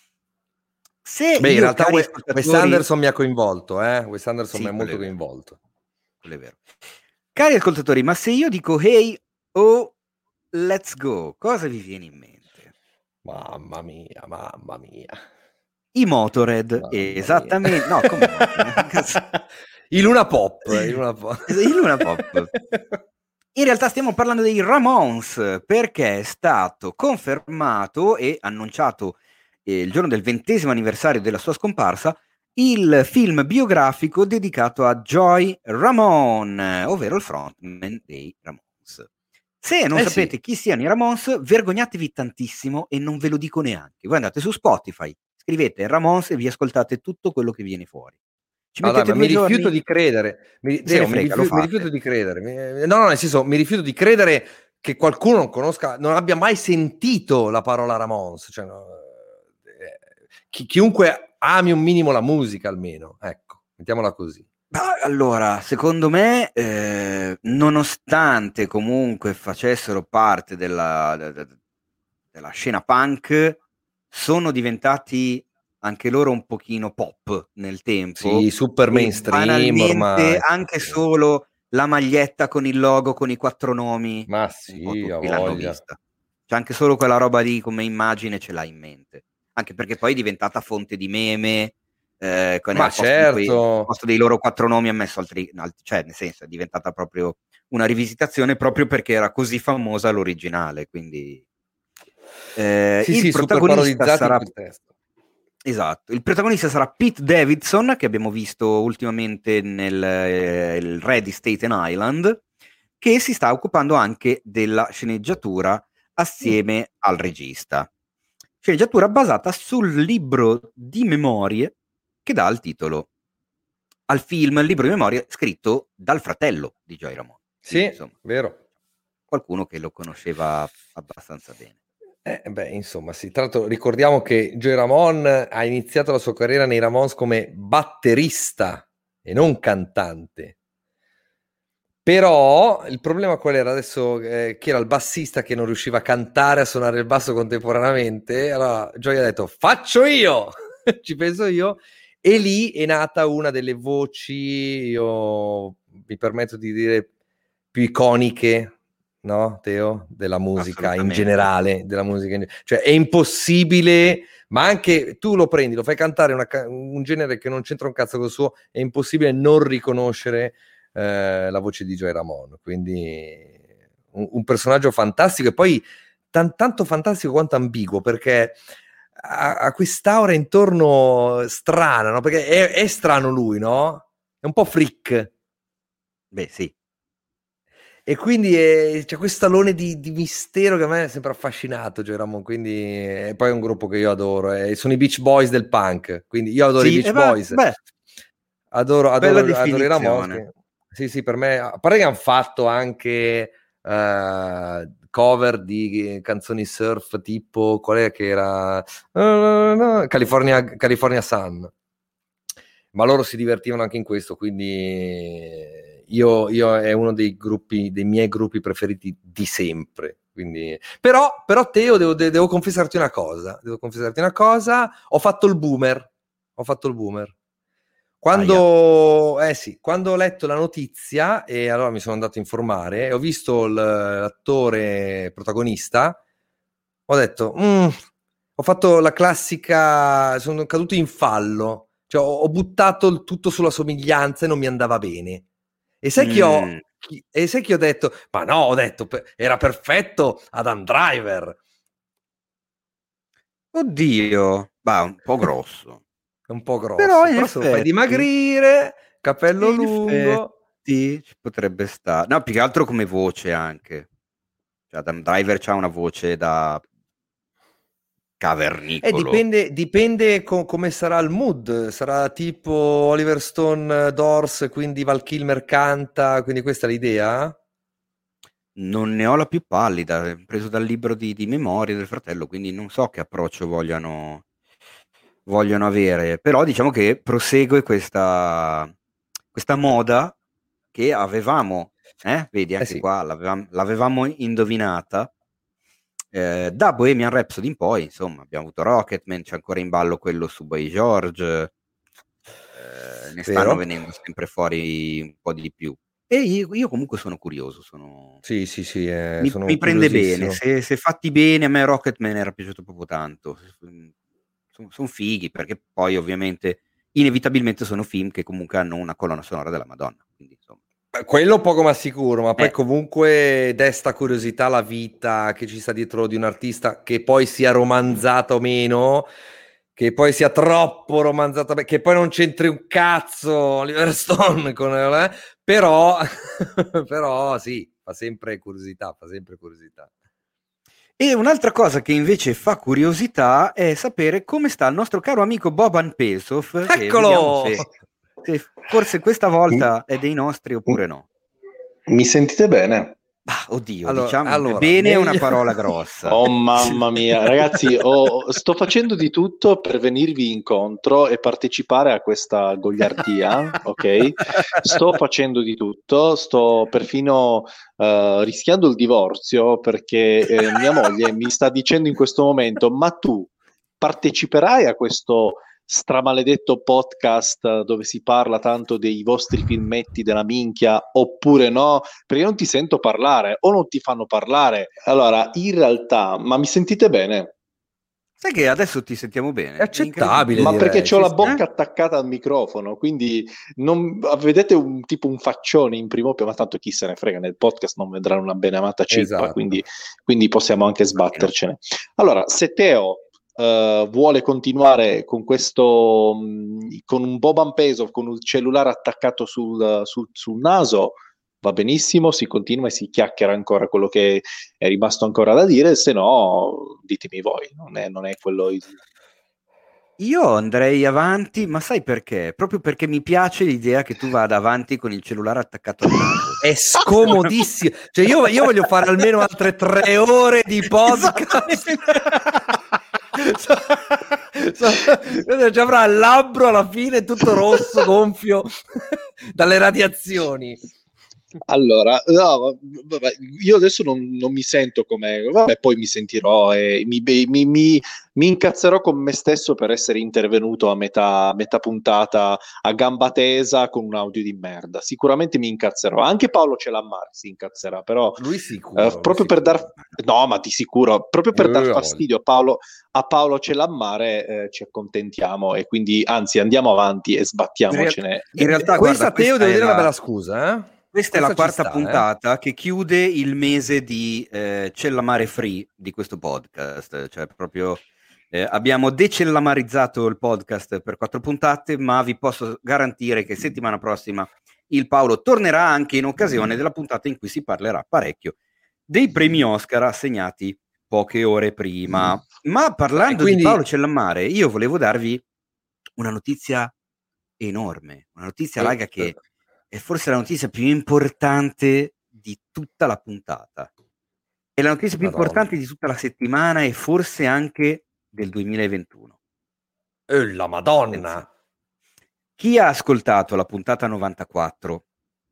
Se Beh, in io, realtà cari Wes ascoltatori- Anderson mi ha coinvolto, eh? Wes Anderson Sì, mi ha molto quello è vero. coinvolto. Quello è vero. Cari ascoltatori, ma se io dico hey, oh, let's go, cosa vi viene in mente? Mamma mia, mamma mia. I Motorhead, Mamma esattamente. mia. No, come no? I Luna Pop, i Luna Pop. I Luna Pop. In realtà stiamo parlando dei Ramones, perché è stato confermato e annunciato eh, il giorno del ventesimo anniversario della sua scomparsa il film biografico dedicato a Joey Ramone, ovvero il frontman dei Ramones. Se non Eh sapete sì. chi siano i Ramones, vergognatevi tantissimo e non ve lo dico neanche. Voi andate su Spotify, scrivete Ramones e vi ascoltate tutto quello che viene fuori. Ci Ah, dai, mettete ma mi due giorni, rifiuto di credere. Mi, se ne Teo, mi, frega, lo rifiuto, mi fate. rifiuto di credere. Mi- no, no, nel senso, mi rifiuto di credere che qualcuno non conosca, non abbia mai sentito la parola Ramones. Cioè, no, eh, chi- chiunque ami un minimo la musica, almeno. Ecco, mettiamola così. Ma allora, secondo me, eh, nonostante comunque facessero parte della, de- de- della scena punk, sono diventati anche loro un pochino pop nel tempo. Sì, super e mainstream banalmente, ormai. anche Sì. solo la maglietta con il logo, con i quattro nomi. Ma Un po' sì, tutti a l'hanno voglia. vista. C'è anche solo quella roba lì come immagine ce l'ha in mente. Anche perché poi è diventata fonte di meme, eh, con, Ma al, posto di quei- al certo. posto dei loro quattro nomi ha messo altri, altri, cioè nel senso è diventata proprio una rivisitazione proprio perché era così famosa l'originale, quindi eh, Sì, il sì, super protagonista parodizzati in sarà quel testo. esatto, il protagonista sarà Pete Davidson, che abbiamo visto ultimamente nel eh, il Re di Staten Island, che si sta occupando anche della sceneggiatura assieme al regista. Sceneggiatura basata sul libro di memorie che dà il titolo al film, il libro di memorie scritto dal fratello di Joy Ramone. Quindi, Sì, insomma, vero. qualcuno che lo conosceva abbastanza bene. Eh, beh, insomma, sì. Tra l'altro ricordiamo che Joey Ramone ha iniziato la sua carriera nei Ramones come batterista e non cantante. Però il problema qual era adesso? Eh, che era il bassista che non riusciva a cantare, a suonare il basso contemporaneamente. Allora Joey ha detto: faccio io, ci penso io. E lì è nata una delle voci, io mi permetto di dire, più iconiche, no, Teo? Della musica in generale, della musica in... cioè è impossibile, ma anche tu lo prendi, lo fai cantare una, un genere che non c'entra un cazzo col suo, è impossibile non riconoscere eh, la voce di Joey Ramone, quindi un, un personaggio fantastico e poi tan, tanto fantastico quanto ambiguo, perché ha, ha quest'aura intorno strana, no? Perché è, è strano lui, no? È un po' freak. Beh, sì. E quindi è, c'è questo alone di, di mistero che a me è sempre affascinato, Joey Ramone, quindi e poi è un gruppo che io adoro, eh, sono i Beach Boys del punk, quindi io adoro Sì, i Beach eh, beh, Boys, beh, adoro, bella adoro, adoro i Ramones, definizione. sì sì, per me, a parte che hanno fatto anche uh, cover di canzoni surf tipo, qual è che era? Uh, no, California, California Sun, ma loro si divertivano anche in questo, quindi... Io, io è uno dei gruppi, dei miei gruppi preferiti di sempre. Quindi... Però, però Teo, devo, devo confessarti una cosa. Devo confessarti una cosa. Ho fatto il boomer. Ho fatto il boomer. Quando, eh sì, quando ho letto la notizia, e allora mi sono andato a informare, e ho visto l'attore protagonista, ho detto, mm, ho fatto la classica, sono caduto in fallo. Cioè, ho, ho buttato il tutto sulla somiglianza e non mi andava bene. E sai che ho, Mm. e sai che ho detto, ma no, ho detto, era perfetto Adam Driver. Oddio, bah, un po' grosso. Un po' grosso, però, in però se lo fai effetti, dimagrire, capello in lungo... effetti, ci potrebbe stare. No, più che altro come voce anche. Cioè, Adam Driver c'ha una voce da cavernicolo. Eh, dipende, dipende co- come sarà il mood. Sarà tipo Oliver Stone Doors, quindi Val Kilmer canta, quindi questa è l'idea? Non ne ho la più pallida, è preso dal libro di, di memorie del fratello, quindi non so che approccio vogliano, vogliono avere. Però diciamo che prosegue questa, questa moda che avevamo, eh? Vedi anche Eh sì. qua, l'avevamo, l'avevamo indovinata. Eh, da Bohemian Rhapsody in poi, insomma, abbiamo avuto Rocketman, c'è ancora in ballo quello su Boy George, eh, ne stanno Vero? venendo sempre fuori un po' di più. E io, io comunque sono curioso, sono... Sì, sì, sì, eh, mi, sono mi prende curiosissimo. bene, se, se fatti bene, a me Rocketman era piaciuto proprio tanto, sono son fighi, perché poi ovviamente inevitabilmente sono film che comunque hanno una colonna sonora della Madonna, quindi insomma. Quello poco ma sicuro, ma poi Eh. comunque desta curiosità la vita che ci sta dietro di un artista, che poi sia romanzata o meno, che poi sia troppo romanzata, che poi non c'entri un cazzo Oliver Stone con, eh, però però sì, fa sempre curiosità, fa sempre curiosità. E un'altra cosa che invece fa curiosità è sapere come sta il nostro caro amico Boban Pesov. Eccolo! Se, se forse questa volta è dei nostri oppure no. Mi sentite bene? Ah, oddio, allora, diciamo allora, bene meglio... è una parola grossa. Oh mamma mia, ragazzi, oh, sto facendo di tutto per venirvi incontro e partecipare a questa goliardia, ok? Sto facendo di tutto, sto perfino uh, rischiando il divorzio perché eh, mia moglie mi sta dicendo in questo momento: ma tu parteciperai a questo stramaledetto podcast dove si parla tanto dei vostri filmetti della minchia oppure no? Perché non ti sento parlare o non ti fanno parlare. Allora, in realtà, ma mi sentite bene? Sai che adesso ti sentiamo bene? È accettabile, Ma direi. perché ho la Sì, bocca eh? attaccata al microfono, quindi non vedete un tipo un faccione in primo piano, ma tanto chi se ne frega, nel podcast non vedranno una beneamata cippa, Esatto. quindi, quindi possiamo anche sbattercene. Allora, se Teo uh, vuole continuare con questo, mh, con un Boban Peso, con il cellulare attaccato sul, sul, sul naso, va benissimo, si continua e si chiacchiera ancora quello che è rimasto ancora da dire, se no ditemi voi, non è, non è quello... Io andrei avanti, ma sai perché? Proprio perché mi piace l'idea che tu vada avanti con il cellulare attaccato al naso. È scomodissimo. Cioè io, io voglio fare almeno altre tre ore di podcast. so, so, ci avrà il labbro alla fine tutto rosso, gonfio dalle radiazioni. Allora, no, vabbè, io adesso non, non mi sento come, vabbè, poi mi sentirò e mi, mi, mi, mi incazzerò con me stesso per essere intervenuto a metà, metà puntata a gamba tesa con un audio di merda. Sicuramente mi incazzerò. Anche Paolo Celammare si incazzerà, però Lui sicuro. eh, proprio lui per sicuro. dar, no, ma di sicuro, proprio per Eh, dar no. fastidio a Paolo, a Paolo Celammare eh, ci accontentiamo e quindi anzi andiamo avanti e sbattiamocene. In realtà, questa guarda, Teo questa devo è dire la- una bella scusa, eh? Questa è la Questa quarta ci sta, puntata che chiude il mese di eh, Cellamare Free di questo podcast. Cioè, proprio eh, abbiamo decellamarizzato il podcast per quattro puntate, ma vi posso garantire che settimana prossima il Paolo tornerà anche in occasione della puntata in cui si parlerà parecchio dei premi Oscar assegnati poche ore prima. Ma parlando E quindi- di Paolo Cellamare, io volevo darvi una notizia enorme, una notizia, Eh, raga, che è forse la notizia più importante di tutta la puntata. È la notizia più Madonna. importante di tutta la settimana e forse anche del duemilaventuno. Eh, la Madonna. Chi ha ascoltato la puntata novantaquattro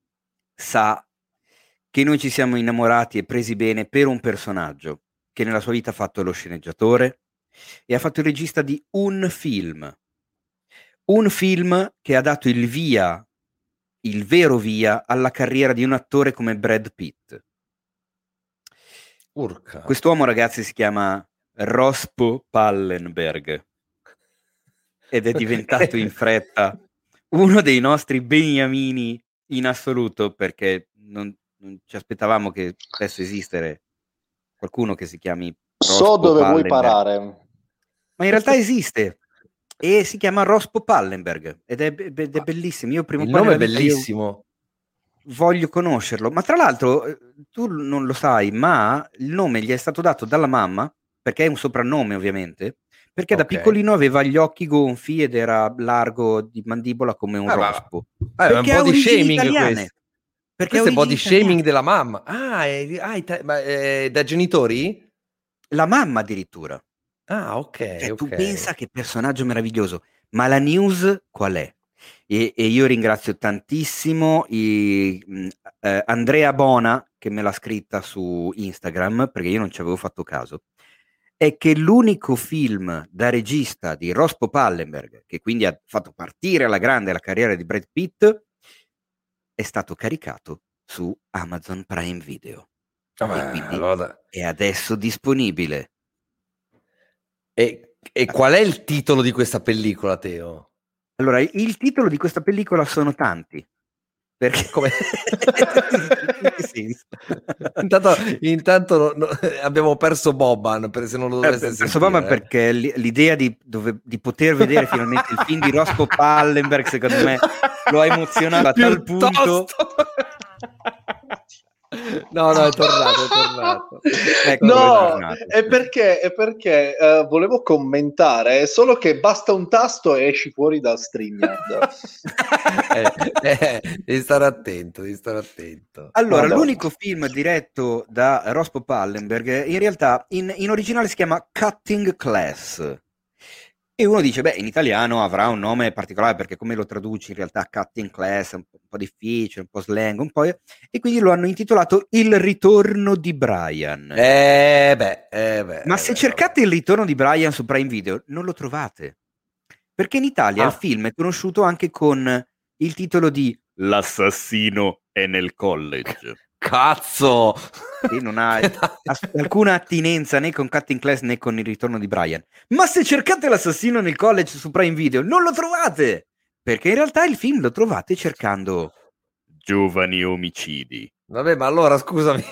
sa che noi ci siamo innamorati e presi bene per un personaggio che nella sua vita ha fatto lo sceneggiatore e ha fatto il regista di un film. Un film che ha dato il via, il vero via, alla carriera di un attore come Brad Pitt. Urca. Quest'uomo, ragazzi, si chiama Rospo Pallenberg ed è diventato in fretta uno dei nostri beniamini in assoluto, perché non, non ci aspettavamo che potesse esistere qualcuno che si chiami So Rospo dove vuoi Pallenberg. parare. Ma in realtà esiste e si chiama Rospo Pallenberg ed è, ed è bellissimo. Io prima o Il poi nome è nella vita io bellissimo. voglio conoscerlo, ma tra l'altro eh, tu non lo sai, ma il nome gli è stato dato dalla mamma, perché è un soprannome ovviamente, perché da Ok. piccolino aveva gli occhi gonfi ed era largo di mandibola come un Ah, ma- rospo. Eh, è un Perché ha body origini shaming italiane. questo. Perché ha Questo è body origini italiane. shaming della mamma. Ah, è, ah, ita- ma, eh, da genitori? La mamma addirittura. Ah, ok. Cioè, tu ok. pensa che personaggio meraviglioso, ma la news qual è? E, e io ringrazio tantissimo i, mh, eh, Andrea Bona che me l'ha scritta su Instagram, perché io non ci avevo fatto caso, è che l'unico film da regista di Rospo Pallenberg, che quindi ha fatto partire alla grande la carriera di Brad Pitt, è stato caricato su Amazon Prime Video. Ah, E ma quindi allora- è adesso disponibile. E, e qual è il titolo di questa pellicola, Teo? Allora, il titolo di questa pellicola sono tanti. Perché? Come? In che senso? intanto intanto no- no- abbiamo perso Boban, per se non lo Eh, dovesse penso sentire. proprio eh. perché l- l'idea di, dove- di poter vedere finalmente il film di Rospo Pallenberg, secondo me, lo ha emozionato a tal punto. Piuttosto- No, no, è tornato, è tornato. Ecco, No, è tornato. è perché, è perché eh, volevo commentare, solo che basta un tasto e esci fuori dal StreamYard. Eh, eh, devi stare attento, devi stare attento. Allora, Madonna. l'unico film diretto da Rospo Pallenberg in realtà in, in originale si chiama Cutting Class. E uno dice, beh, in italiano avrà un nome particolare perché come lo traduci in realtà Cutting Class è un po', un po' difficile, un po' slang, un po'... E quindi lo hanno intitolato Il ritorno di Brian. Eh beh, eh beh. Ma eh se beh, cercate Il ritorno di Brian su Prime Video non lo trovate. Perché in Italia Ah. il film è conosciuto anche con il titolo di L'assassino è nel college. Cazzo! E non ha ass- alcuna attinenza né con Cutting Class né con il ritorno di Brian. Ma se cercate l'assassino nel college su Prime Video, non lo trovate! Perché in realtà il film lo trovate cercando giovani omicidi. Vabbè, ma allora scusami.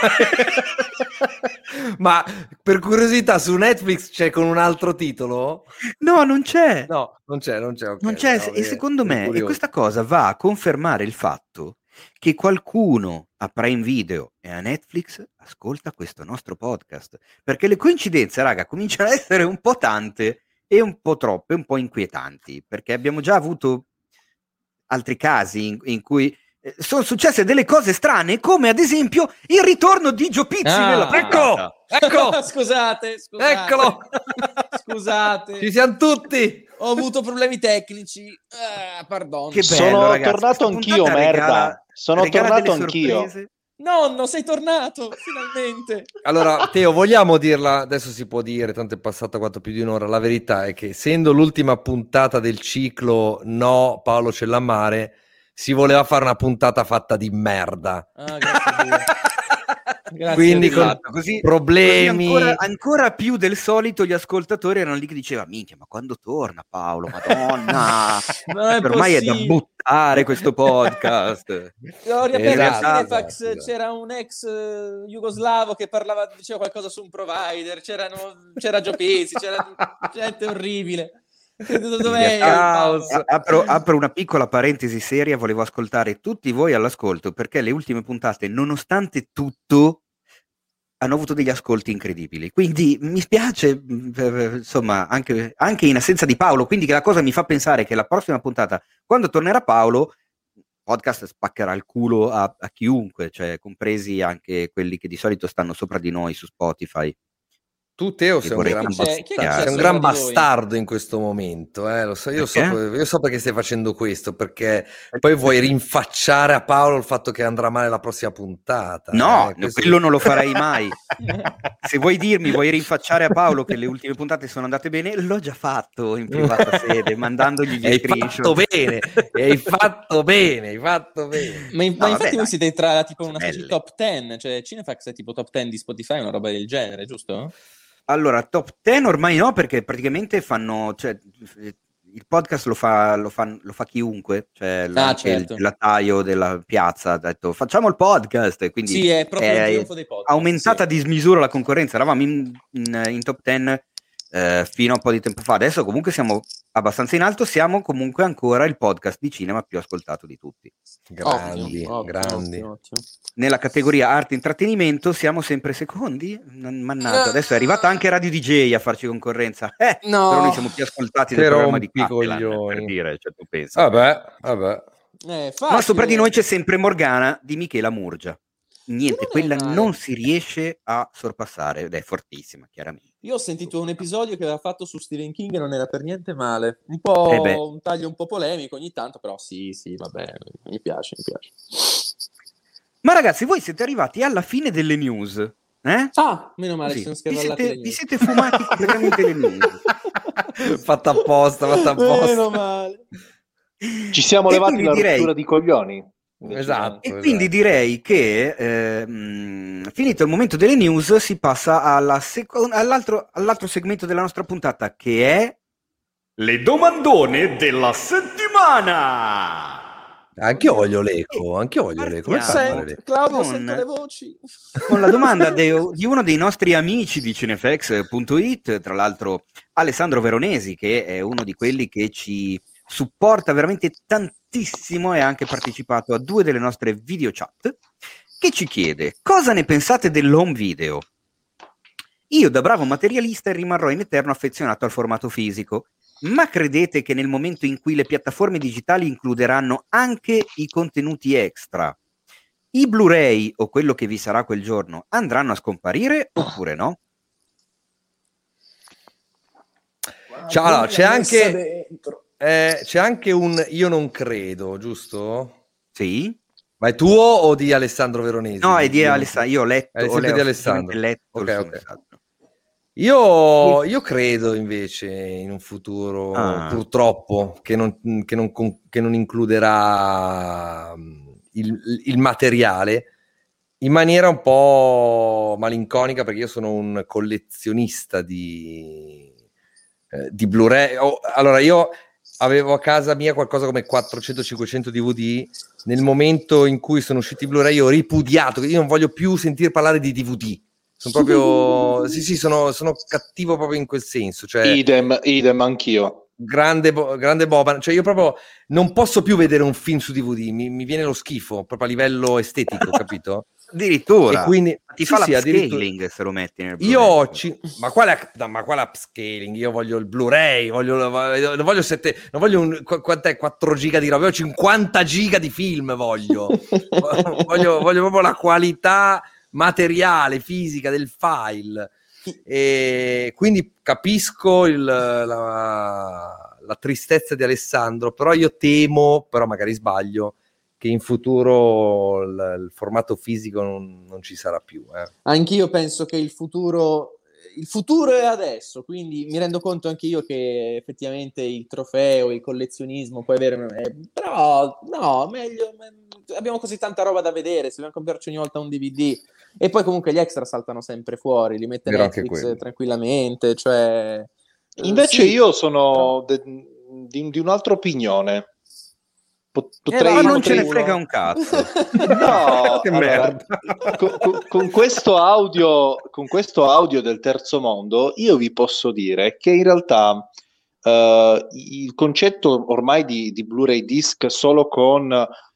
Ma per curiosità su Netflix c'è con un altro titolo? No, non c'è. No, non c'è, non c'è. ok, Non c'è, no, e eh, secondo sono me, e curioso. questa cosa va a confermare il fatto che qualcuno a Prime Video e a Netflix ascolta questo nostro podcast. Perché le coincidenze, raga, cominciano a essere un po' tante e un po' troppe, un po' inquietanti. Perché abbiamo già avuto altri casi in, in cui eh, sono successe delle cose strane, come ad esempio il ritorno di Gio Pizzi Ah. nella puntata. Ecco! scusate, scusate. Eccolo! Scusate. Ci siamo tutti! Ho avuto problemi tecnici. Ah, pardon. Che bello, Sono ragazzi, tornato questa anch'io, puntata merda. regala- Sono regala tornato delle anch'io. sorprese. Nonno, sei tornato, finalmente. Allora, Teo, vogliamo dirla? Adesso si può dire, tanto è passata quanto più di un'ora. La verità è che, essendo l'ultima puntata del ciclo No, Paolo Cellammare, si voleva fare una puntata fatta di merda. Ah, grazie a Dio. Grazie Quindi a Dio. con Esatto, così, problemi. così ancora, ancora più del solito gli ascoltatori erano lì che diceva minchia, ma quando torna Paolo, madonna, Non è ormai è da possibile. buttare questo podcast. Ho riaperto Esatto, Cinefax, esatto, esatto. c'era un ex eh, jugoslavo che parlava, diceva qualcosa su un provider, c'erano, c'era Gio Pizzi, c'era gente orribile. Dov'è? Ciao. Paolo? A- Apro, apro una piccola parentesi seria, volevo ascoltare tutti voi all'ascolto perché le ultime puntate, nonostante tutto, hanno avuto degli ascolti incredibili. Quindi mi spiace, mh, eh, insomma, anche, anche in assenza di Paolo, quindi che la cosa mi fa pensare che la prossima puntata, quando tornerà Paolo, il podcast spaccherà il culo a, a chiunque, cioè compresi anche quelli che di solito stanno sopra di noi su Spotify. Tu, Teo, E sei un vorrei gran, Chi c'è? Chi è che bastardo, c'è sei un sopra gran di voi? bastardo in questo momento, eh, lo so, io, so, Perché? io so perché stai facendo questo, perché poi vuoi rinfacciare a Paolo il fatto che andrà male la prossima puntata. No, eh, questo- quello non lo farei mai. Se vuoi dirmi, vuoi rinfacciare a Paolo che le ultime puntate sono andate bene, l'ho già fatto in privata sede, mandandogli gli Hai screenshot. fatto bene, hai fatto bene, hai fatto bene. Ma, in- No, ma vabbè, infatti voi dai. siete tra tipo una Belle. specie di top dieci, cioè Cinefax è tipo top dieci di Spotify, una roba del genere, giusto? Allora, top dieci ormai no, perché praticamente fanno, cioè, il podcast lo fa, lo fa, lo fa chiunque, cioè Ah, anche certo. il gelataio della piazza ha detto facciamo il podcast, e quindi Sì, è proprio il è trionfo dei podcast. aumentata sì. a dismisura la concorrenza. Eravamo in, in- in top dieci eh, fino a un po' di tempo fa, adesso comunque siamo abbastanza in alto, siamo comunque ancora il podcast di cinema più ascoltato di tutti. Grandi, Ottimo, ottimo, grandi. ottimo, ottimo. Nella categoria arte e intrattenimento siamo sempre secondi. Non- Mannaggia, adesso è arrivata anche Radio D J a farci concorrenza. Eh, No. Però noi siamo più ascoltati del Che programma di rompi i Catalan, coglioni. per dire, cioè tu pensa. Vabbè, vabbè. Eh, Ma facile. sopra di noi c'è sempre Morgana di Michela Murgia. Niente, Che non è quella male. non si riesce a sorpassare ed è fortissima, chiaramente. Io ho sentito un episodio che aveva fatto su Stephen King e non era per niente male. Un po' Eh beh. un taglio un po' polemico ogni tanto, però sì, sì, vabbè, mi piace, mi piace. Ma ragazzi, voi siete arrivati alla fine delle news, eh? Ah, meno male, Così, ci sono vi, scarvallati siete, le vi news. siete fumati completamente le news. Fatta apposta, fatta apposta. Meno male. Ci siamo E levati quindi la direi- rottura di coglioni. Esatto. E quindi esatto. direi che eh, mh, finito il momento delle news si passa alla seco- all'altro, all'altro segmento della nostra puntata, che è le domandone della settimana. Anche io voglio l'eco, anche io voglio l'eco. Come Partiamo. fa a fare Sento, l'eco? Claudio, Con- sento le voci. Con la domanda de- di uno dei nostri amici di cinefx punto it, tra l'altro Alessandro Veronesi, che è uno di quelli che ci supporta veramente tantissimo e ha anche partecipato a due delle nostre video chat, che ci chiede: cosa ne pensate dell'home video? Io da bravo materialista rimarrò in eterno affezionato al formato fisico, ma credete che nel momento in cui le piattaforme digitali includeranno anche i contenuti extra, i Blu-ray o quello che vi sarà quel giorno andranno a scomparire oppure no? Ciao, allora, c'è anche, eh, c'è anche un io non credo, giusto? Sì? Ma è tuo o di Alessandro Veronesi? No, è di Io non Alessandro. Io ho letto, È ho sempre le- di ho Alessandro. semplicemente letto il Ok, suo ok. messaggio. Io, io credo invece in un futuro, Ah. purtroppo, che non, che non con- che non includerà mm, il, il materiale in maniera un po' malinconica, perché io sono un collezionista di, eh, di Blu-ray. Oh, allora, io avevo a casa mia qualcosa come quattrocento cinquecento D V D. Nel momento in cui sono usciti i Blu-ray, io ho ripudiato, io non voglio più sentire parlare di D V D. Sono proprio, sì, sì, sono, sono cattivo proprio in quel senso. Cioè, Idem, idem, anch'io. grande, bo- grande Boban, cioè io proprio non posso più vedere un film su D V D, mi, mi viene lo schifo proprio a livello estetico, capito? Addirittura E quindi ti sì, fa sì, addirittura l'upscaling se lo metti nel io Blu-ray. ho ci- ma quale no, ma quale upscaling? Io voglio il Blu-ray, voglio, voglio, non voglio sette, non voglio un, qu- quant'è, quattro giga di roba, voglio cinquanta giga di film, voglio. voglio, voglio proprio la qualità materiale, fisica del file. E quindi capisco il, la, la tristezza di Alessandro, però io temo, però magari sbaglio, che in futuro il, il formato fisico non, non ci sarà più. Eh. Anch'io penso che il futuro, il futuro è adesso, quindi mi rendo conto anche io che effettivamente il trofeo, il collezionismo può avere, eh, però no, meglio, abbiamo così tanta roba da vedere, se dobbiamo comprarci ogni volta un D V D, e poi comunque gli extra saltano sempre fuori, li mette Vero, anche Netflix quello. tranquillamente, cioè... eh, Invece sì, io sono però- de- di, di un'altra opinione. Pot- Eh, Potrei, va, Ma non ce ne potrei- frega un cazzo. No, Che allora, merda. con, con- con questo audio, con questo audio del terzo mondo, io vi posso dire che in realtà eh, il concetto ormai di, di Blu-ray disc solo con,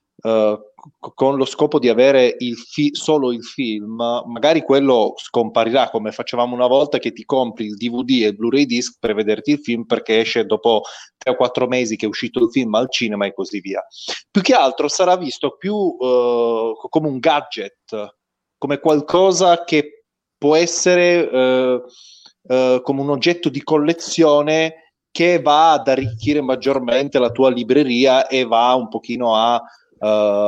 eh, c- con lo scopo di avere il fi- solo il film, magari quello scomparirà, come facevamo una volta che ti compri il D V D e il Blu-ray disc per vederti il film perché esce dopo tre o quattro mesi che è uscito il film al cinema e così via. Più che altro sarà visto più eh, come un gadget, come qualcosa che può essere eh, eh, come un oggetto di collezione che va ad arricchire maggiormente la tua libreria e va un pochino a Uh,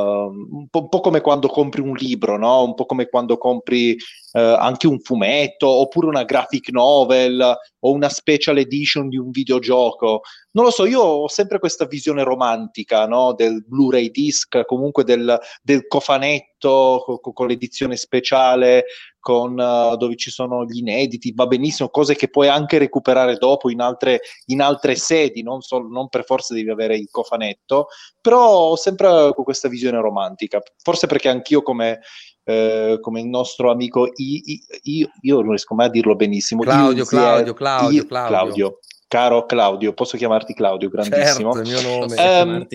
un, po', un po' come quando compri un libro, no? Un po' come quando compri uh, anche un fumetto oppure una graphic novel o una special edition di un videogioco. Non lo so, io ho sempre questa visione romantica, no? Del Blu-ray disc, comunque del, del cofanetto co- con l'edizione speciale, con, uh, dove ci sono gli inediti, va benissimo, cose che puoi anche recuperare dopo in altre, in altre sedi, non, solo, non per forza devi avere il cofanetto, però ho sempre questa visione romantica, forse perché anch'io come, eh, come il nostro amico I, I, io, io non riesco mai a dirlo benissimo, Claudio, io, Claudio, Claudio, io, Claudio. Claudio, caro Claudio, posso chiamarti Claudio, grandissimo. Certo, il mio nome. Posso Ehm, chiamarti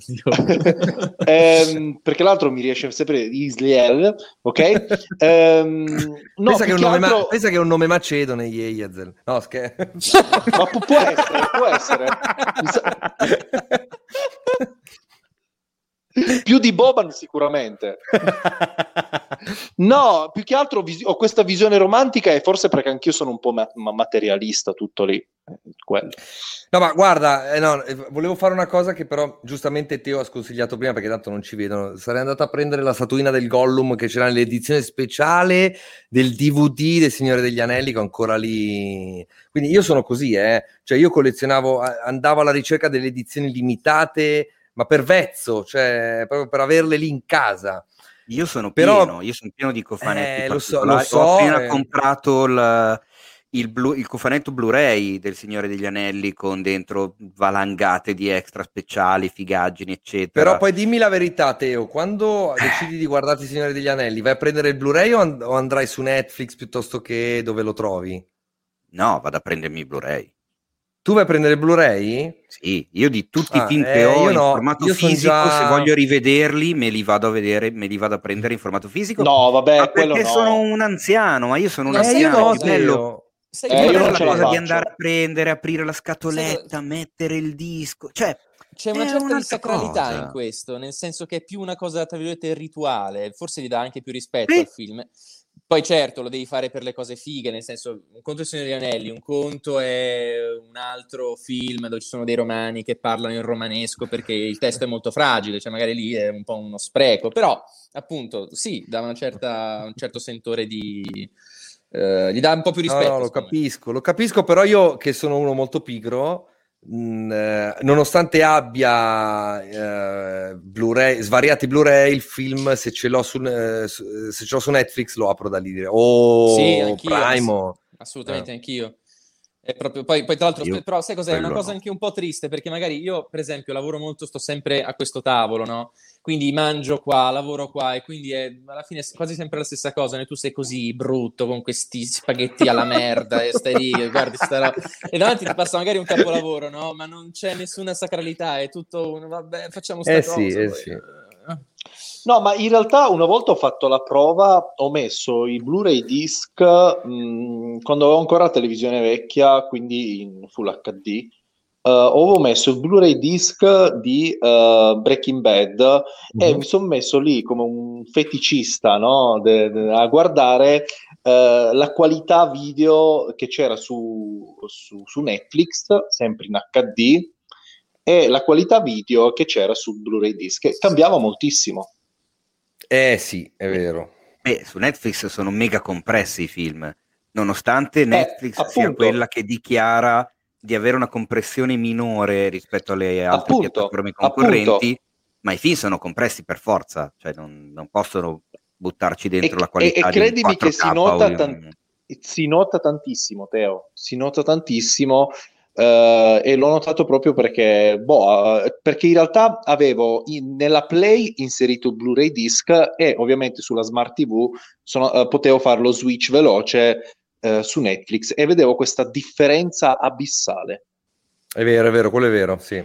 Claudio. ehm, perché l'altro mi riesce sempre Israel, ok? Ehm, no, pensa, che più un che nome altro- ma- pensa che è un nome macedone, Yeyazel. No, scherzo. ma pu- può essere, può essere. Mi sa- più di Boban sicuramente. No, più che altro vis- ho questa visione romantica e forse perché anch'io sono un po' ma- ma- materialista, tutto lì. Eh, quello. No, ma guarda, eh, no, eh, volevo fare una cosa che però giustamente Teo ha sconsigliato prima, perché tanto non ci vedono. Sarei andato a prendere la statuina del Gollum che c'era nell'edizione speciale del D V D del Signore degli Anelli, che ho ancora lì. Quindi io sono così, eh. Cioè io collezionavo, andavo alla ricerca delle edizioni limitate, ma per vezzo, cioè proprio per averle lì in casa. Io sono Però- pieno, io sono pieno di cofanetti Eh, lo so- particolari. lo so, Ho appena eh. comprato il, il, blu- il cofanetto Blu-ray del Signore degli Anelli con dentro valangate di extra speciali, figaggini, eccetera. Però poi dimmi la verità, Teo, quando decidi di guardarti il Signore degli Anelli, vai a prendere il Blu-ray o, and- o andrai su Netflix piuttosto che dove lo trovi? No, vado a prendermi i Blu-ray. Tu vai a prendere il Blu-ray? Sì, io di tutti Ah, i film eh, che ho io in no, formato io son fisico, già- se voglio rivederli, me li vado a vedere, me li vado a prendere in formato fisico. No, vabbè, Ma quello perché no. sono un anziano, ma io sono un No, Eh, sai io anziano, no, che bello. Teo. Sai Eh, che io Guarda non la ce la cosa di faccio. andare a prendere, aprire la Sai scatoletta, mettere il disco, cioè c'è è una certa di un'altra sacralità cosa. in questo, nel senso che è più una cosa, tra virgolette, rituale, forse gli dà anche più rispetto Sì. al film. Poi certo, lo devi fare per le cose fighe, nel senso, un conto è il Signore degli Anelli, un conto è un altro film dove ci sono dei romani che parlano in romanesco perché il testo è molto fragile, cioè magari lì è un po' uno spreco, però appunto sì, dà una certa, un certo sentore di, eh, gli dà un po' più rispetto. No, no, lo capisco, lo capisco, però io che sono uno molto pigro, mh, eh, nonostante abbia eh, Blu-ray, svariati Blu-ray, il film se ce l'ho su, eh, su- se ce l'ho su Netflix lo apro da lì, dire, oh, Sì, anch'io, Prime, ass- assolutamente Eh. anch'io. È proprio, poi, poi tra l'altro, Io spe- però sai cos'è? È una quello cosa no. anche un po' triste, perché magari io, per esempio, lavoro molto, sto sempre a questo tavolo, no? Quindi mangio qua, lavoro qua, e quindi è alla fine è quasi sempre la stessa cosa, né? Tu sei così brutto con questi spaghetti alla merda e stai lì, guardi sta roba, e davanti ti passa magari un capolavoro, no? Ma non c'è nessuna sacralità, è tutto un vabbè, facciamo sta Eh cosa. sì, eh poi, sì. eh. No, ma in realtà una volta ho fatto la prova, ho messo i Blu-ray disc mh, quando avevo ancora la televisione vecchia, quindi in Full acca di, eh, avevo messo il Blu-ray disc di eh, Breaking Bad e Mhm. mi sono messo lì come un feticista, no? De- de- a guardare eh, la qualità video che c'era su, su, su Netflix, sempre in acca di, e la qualità video che c'era sul Blu-ray disc, che cambiava moltissimo. Eh sì, è vero. Beh, su Netflix sono mega compressi i film, nonostante Netflix sia appunto. quella che dichiara di avere una compressione minore rispetto alle altre Appunto, piattaforme concorrenti, appunto. ma i film sono compressi per forza, cioè non, non possono buttarci dentro E, la e- qualità e di un credimi che quattro K si o nota, di tan- un... si nota tantissimo, Teo, si nota tantissimo, eh, e l'ho notato proprio perché, boh, eh, perché in realtà avevo in- nella Play inserito il Blu-ray disc e ovviamente sulla Smart T V sono- eh, potevo fare lo switch veloce eh, su Netflix e vedevo questa differenza abissale. È vero, è vero, quello è vero, sì.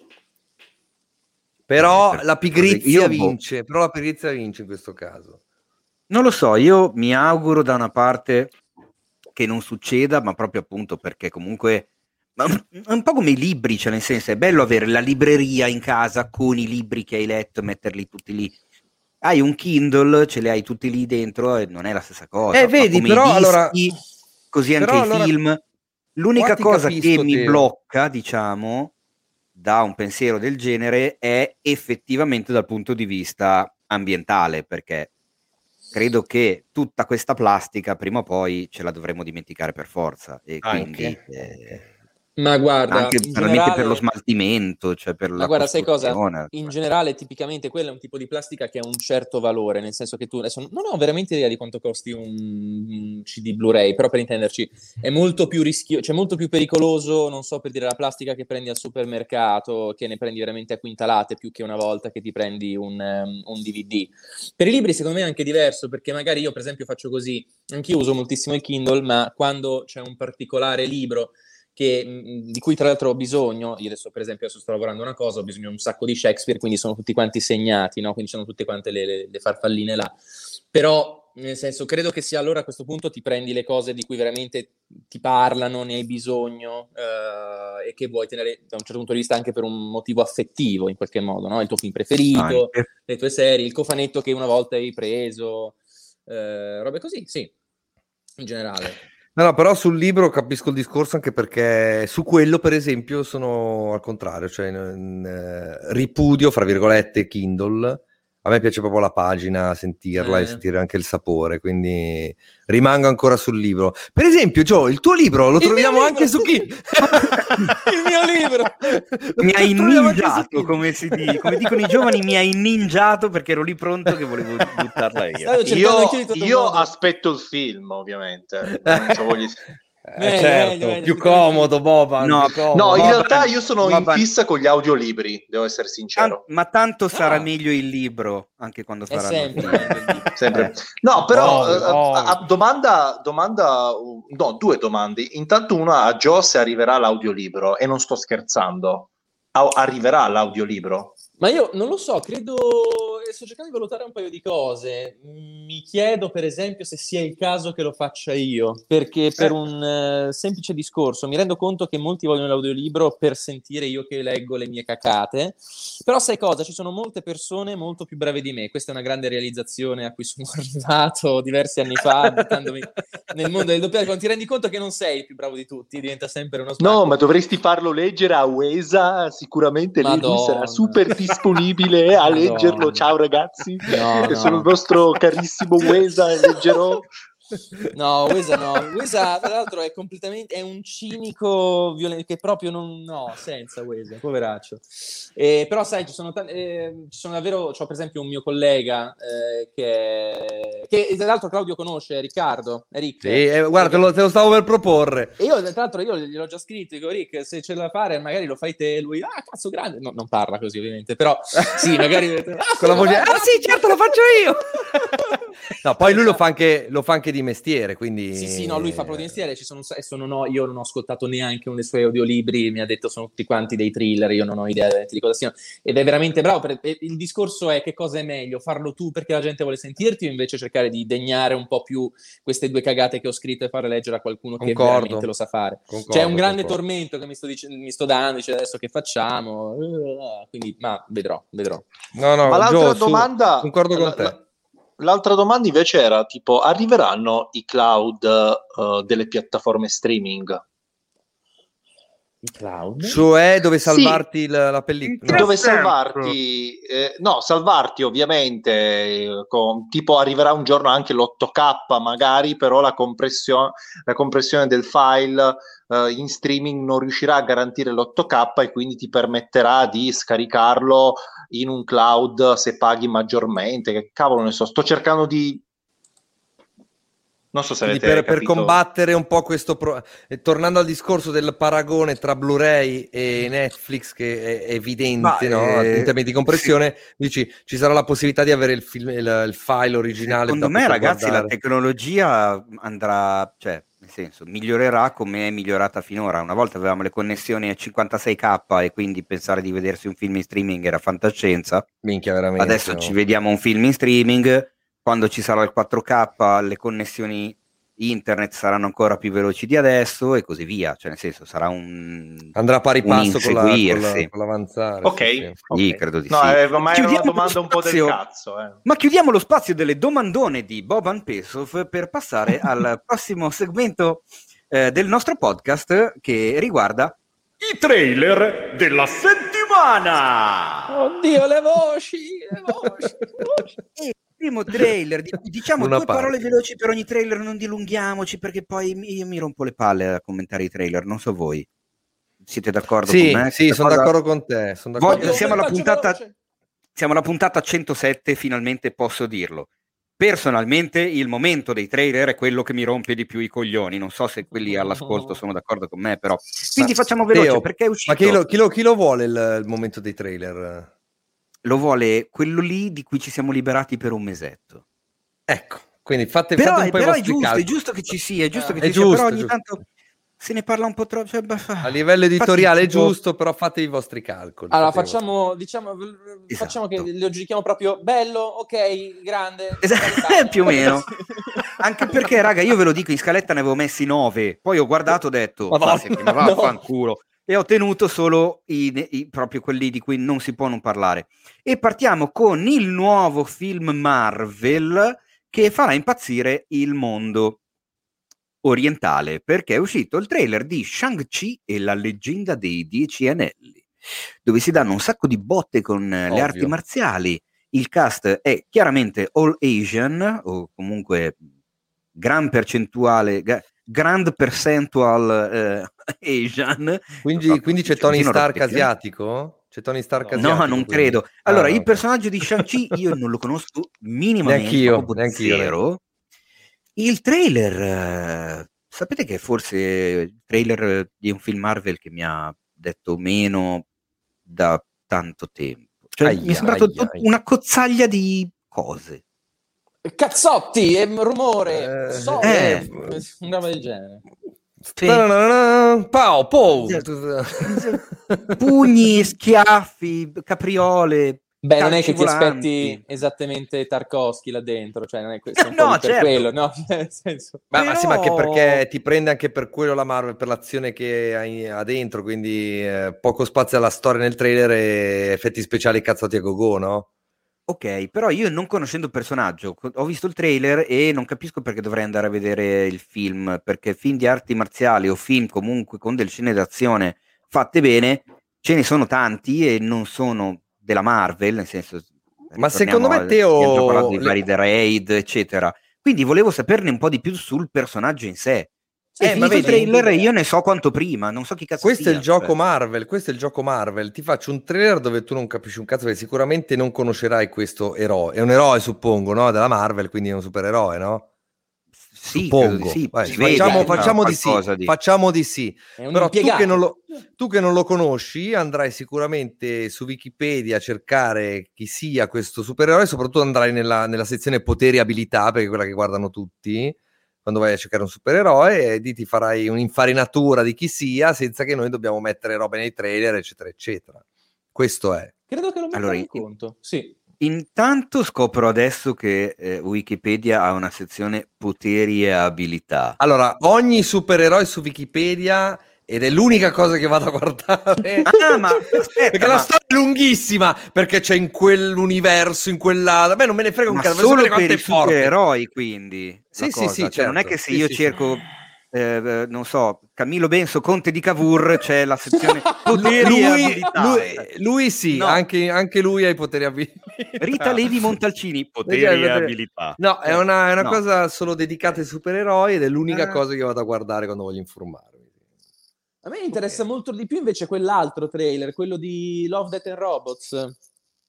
Però Eh, per- la pigrizia io, boh, vince, però la pigrizia vince in questo caso. non lo so, io mi auguro da una parte che non succeda, ma proprio appunto perché comunque ma è un po' come i libri, cioè nel senso è bello avere la libreria in casa con i libri che hai letto e metterli tutti lì. Hai un Kindle, ce li hai tutti lì dentro e non è la stessa cosa. Eh, Ma vedi, come però, i dischi, allora- così anche però i allora- film. L'unica qua ti cosa capisco, che mi Teo. blocca, diciamo, da un pensiero del genere è effettivamente dal punto di vista ambientale, perché credo che tutta questa plastica prima o poi ce la dovremo dimenticare per forza e quindi Anche. eh, Ma guarda, anche in veramente per generale- lo smaltimento, cioè per Ma la guarda, sai cosa? costruzione. In generale, tipicamente quello è un tipo di plastica che ha un certo valore, nel senso che tu adesso non ho veramente idea di quanto costi un, un C D Blu-ray, però per intenderci è molto più rischioso, cioè molto più pericoloso, non so, per dire la plastica che prendi al supermercato, che ne prendi veramente a quintalate più che una volta che ti prendi un, um, un D V D. Per i libri secondo me è anche diverso, perché magari io per esempio faccio così, anch'io uso moltissimo il Kindle, ma quando c'è un particolare libro che, mh, di cui tra l'altro ho bisogno, io adesso per esempio adesso sto lavorando una cosa, ho bisogno di un sacco di Shakespeare, quindi sono tutti quanti segnati, no? Quindi sono tutte quante le, le, le farfalline là, però nel senso credo che sia allora a questo punto ti prendi le cose di cui veramente ti parlano, ne hai bisogno eh, e che vuoi tenere da un certo punto di vista anche per un motivo affettivo in qualche modo, no? Il tuo film preferito, Anche. le tue serie, il cofanetto che una volta hai preso, eh, robe così, sì, in generale. No, no, però sul libro capisco il discorso, anche perché su quello, per esempio, sono al contrario, cioè in, eh, ripudio, fra virgolette, Kindle. A me piace proprio la pagina, sentirla Eh. e sentire anche il sapore, quindi rimango ancora sul libro. Per esempio, Gio, il tuo libro lo Il troviamo mio anche libro! su Kindle. Il mio libro! Mi hai Lo troviamo anche su ninjato, Kindle. come si dice, come dicono i giovani, mi hai ninjato perché ero lì pronto che volevo buttarla via. Stavo cercando Io, anch'io di tutto io modo. aspetto il film, ovviamente. Non so, voglio- Eh, Meglio, certo, meglio, meglio, più più comodo, Boban. No, più comodo. No, in Boban- realtà io sono in Boban- fissa con gli audiolibri, devo essere Tan- sincero. ma tanto sarà Ah. meglio il libro anche quando È faranno il sempre film. meglio il libro. Sempre. Eh. No, però Ovvio, eh, ovvio. a- a- domanda, domanda, no, due domande. Intanto una a Gio se arriverà l'audiolibro, e non sto scherzando. A- arriverà l'audiolibro? Ma io non lo so, credo, sto cercando di valutare un paio di cose. Mi chiedo per esempio se sia il caso che lo faccia io, perché per Eh. un eh, semplice discorso mi rendo conto che molti vogliono l'audiolibro per sentire io che leggo le mie cacate, però sai cosa? Ci sono molte persone molto più brave di me, questa è una grande realizzazione a cui sono arrivato diversi anni fa, buttandomi nel mondo del doppiaggio. Quando ti rendi conto che non sei il più bravo di tutti, diventa sempre uno smacco. No, ma dovresti farlo leggere a Uesa, sicuramente lì lui Madonna. sarà super disponibile a Madonna. leggerlo. Ciao ragazzi, No, e sono no. il vostro carissimo Uesa e leggerò. No, Wesa no, Wesa tra l'altro è completamente, è un cinico violento che proprio non, no, senza Wesa, poveraccio. Eh, però sai, ci sono, t- eh, ci sono davvero, c'ho per esempio un mio collega eh, che, che tra l'altro Claudio conosce, Riccardo, è Rick. Sì, eh, guarda, te lo, te lo stavo per proporre. E io tra l'altro io gliel'ho già scritto, dico Rick, se c'è da fare magari lo fai te, lui, ah cazzo grande, no, non parla così ovviamente, però sì, magari ah, con la voce, vai, ah sì, certo, lo faccio io. No, poi lui lo fa anche, lo fa anche di mestiere, quindi... Sì, sì, no, lui fa proprio di mestiere, ci sono, adesso non ho, io non ho ascoltato neanche uno dei suoi audiolibri, mi ha detto sono tutti quanti dei thriller, io non ho idea di cosa siano, ed è veramente bravo, per, il discorso è che cosa è meglio, farlo tu perché la gente vuole sentirti o invece cercare di degnare un po' più queste due cagate che ho scritto e farle leggere a qualcuno Concordo. che veramente lo sa fare. Concordo, C'è un grande concordo. tormento che mi sto, dic- mi sto dando, dice adesso che facciamo, quindi ma vedrò, vedrò. No, no, Ma l'altra Gio, su- domanda, concordo con la- te. la- l'altra domanda invece era tipo, arriveranno i cloud uh, delle piattaforme streaming? I cloud? Cioè dove Sì. salvarti la, la pellicola? No. Dove salvarti, eh, no, salvarti ovviamente, eh, con, tipo arriverà un giorno anche l'otto K magari, però la compressione, la compressione del file eh, in streaming non riuscirà a garantire l'otto K e quindi ti permetterà di scaricarlo in un cloud se paghi maggiormente. Che cavolo ne so, sto cercando di... Non so se Quindi avete per, per capito. combattere un po' questo pro... eh, tornando al discorso del paragone tra Blu-ray e Netflix, che è evidente, Ma, no? eh, In termini di compressione, dici ci sarà la possibilità di avere il, film, il, il file originale. Secondo da me, poter ragazzi, guardare. la tecnologia andrà, cioè, nel senso, migliorerà come è migliorata finora. Una volta avevamo le connessioni a cinquantasei K e quindi pensare di vedersi un film in streaming era fantascienza. Minchia, veramente. Adesso no. ci vediamo un film in streaming. Quando ci sarà il quattro K, le connessioni internet saranno ancora più veloci di adesso e così via. Cioè, nel senso, sarà un Andrà a pari un passo con, la, con, la, inseguirsi. con l'avanzare. Ok, sì, sì. ok. Sì, credo di no, sì. eh, ma era Chiudiamo una domanda lo un po' del spazio. cazzo. Eh. Ma chiudiamo lo spazio delle domandone di Boban Pesov per passare al prossimo segmento eh, del nostro podcast che riguarda i trailer della settimana. Oddio, le voci, le voci, le voci. E il primo trailer, di cui diciamo Una due parte. parole veloci per ogni trailer, non dilunghiamoci perché poi mi- io mi rompo le palle a commentare i trailer, non so voi. Siete d'accordo Sì, con me? sì, sono Cosa- d'accordo con te. Sono d'accordo. Voglio- Oddio, siamo alla faccio puntata- veloce. Siamo alla puntata centosette, finalmente posso dirlo. Personalmente il momento dei trailer è quello che mi rompe di più i coglioni. Non so se quelli all'ascolto sono d'accordo con me, però. Quindi Ma- facciamo veloce Teo, perché è uscito. Ma chi lo, chi lo- chi lo vuole il, il momento dei trailer? Lo vuole quello lì di cui ci siamo liberati per un mesetto. Ecco, quindi fate, Però, fate è, un po' i però è vostri giusto, è calcoli. giusto che ci sia, è giusto Ah, che è ci sia, giusto, però ogni giusto. tanto se ne parla un po' troppo. Cioè, bah, A livello infatti, editoriale è tipo- giusto, però fate i vostri calcoli. Allora fate i vostri- facciamo, diciamo, facciamo che Esatto. lo giudichiamo proprio bello, ok, grande. Esatto, più o meno. Anche perché, raga, io ve lo dico, in scaletta ne avevo messi nove, poi ho guardato, ho detto, Madonna, ma senti, ma no. vaffanculo, e ho tenuto solo i, i- proprio quelli di cui non si può non parlare. E partiamo con il nuovo film Marvel che farà impazzire il mondo orientale, perché è uscito il trailer di Shang-Chi e la leggenda dei Dieci Anelli, dove si danno un sacco di botte con eh, le Ovvio. arti marziali. Il cast è chiaramente all Asian, o comunque gran percentuale, ga- grand percentual eh, Asian. Quindi, Proprio quindi c'è un Tony pochino Stark rottecchio. asiatico? C'è Tony Stark No, asiatico? No, non quindi? credo. Ah, Allora, no, il ok. personaggio di Shang-Chi io non lo conosco minimamente, Neanch'io, proprio neanch'io, zero. Il trailer, eh, sapete che forse il trailer di un film Marvel che mi ha detto meno da tanto tempo. Cioè, Aia, mi è sembrato aia, tut- aia. una cozzaglia di cose. Cazzotti, e rumore, Eh, so, eh. eh, una roba del genere. Ta-na-na-na, Pow, pow. Pugni, schiaffi, capriole. Beh, non è calci che ti aspetti volanti. esattamente Tarkovsky là dentro, cioè non è questo è un No, po' per certo. quello, no? Nel senso... Ma, ma sì, ma che Però- perché ti prende anche per quello la Marvel, per l'azione che hai- ha dentro, quindi eh, poco spazio alla storia nel trailer e effetti speciali cazzati a go-go, no? Ok, però io non conoscendo il personaggio, co- ho visto il trailer e non capisco perché dovrei andare a vedere il film, perché film di arti marziali o film comunque con delle scene d'azione fatte bene, ce ne sono tanti e non sono della Marvel, nel senso... Ma ritorniamo secondo me, a- Teo, abbiamo già parlato di le- vari The Raid, eccetera. quindi volevo saperne un po' di più sul personaggio in sé. Sì, Eh, ma vedi- il trailer io ne so quanto prima, non so chi cazzo Questo è sia, il gioco cioè. Marvel, questo è il gioco Marvel. Ti faccio un trailer dove tu non capisci un cazzo, perché sicuramente non conoscerai questo eroe. È un eroe, suppongo, no? Della Marvel, quindi è un supereroe, no? Sì, credo Suppongo. di sì, Vai, si vede facciamo, che fa facciamo di sì, qualcosa di- facciamo di sì. È un Però tu impiegato. che, non lo, tu che non lo conosci andrai sicuramente su Wikipedia a cercare chi sia questo supereroe, soprattutto andrai nella, nella sezione poteri e abilità, perché è quella che guardano tutti, quando vai a cercare un supereroe, e lì ti farai un'infarinatura di chi sia, senza che noi dobbiamo mettere robe nei trailer, eccetera, eccetera. Questo è. Credo che lo metterai Allora, in conto, sì. Intanto scopro adesso che eh, Wikipedia ha una sezione poteri e abilità. Allora, ogni supereroe su Wikipedia, ed è l'unica cosa che vado a guardare, Ah, ma aspetta, perché la ma, storia è lunghissima, perché c'è in quell'universo, in quella... A me non me ne frega un ma cazzo, voglio solo sapere per quanto i è forte. supereroi, quindi. Sì, la sì, cosa. sì, Cioè, certo. non è che se Sì, io sì, cerco, eh, non so, Camillo Benso, Conte di Cavour, c'è la sezione poteri Lui, e lui, abilità. lui, Eh. lui sì, No. anche, anche lui ha i poteri abilità. Rita Levi Montalcini, poteri Perché- e perché- abilità. No, è una, è una No. cosa solo dedicata ai supereroi ed è l'unica Ah. cosa che vado a guardare quando voglio informarmi. A me interessa molto di più invece quell'altro trailer, quello di Love, Death and Robots.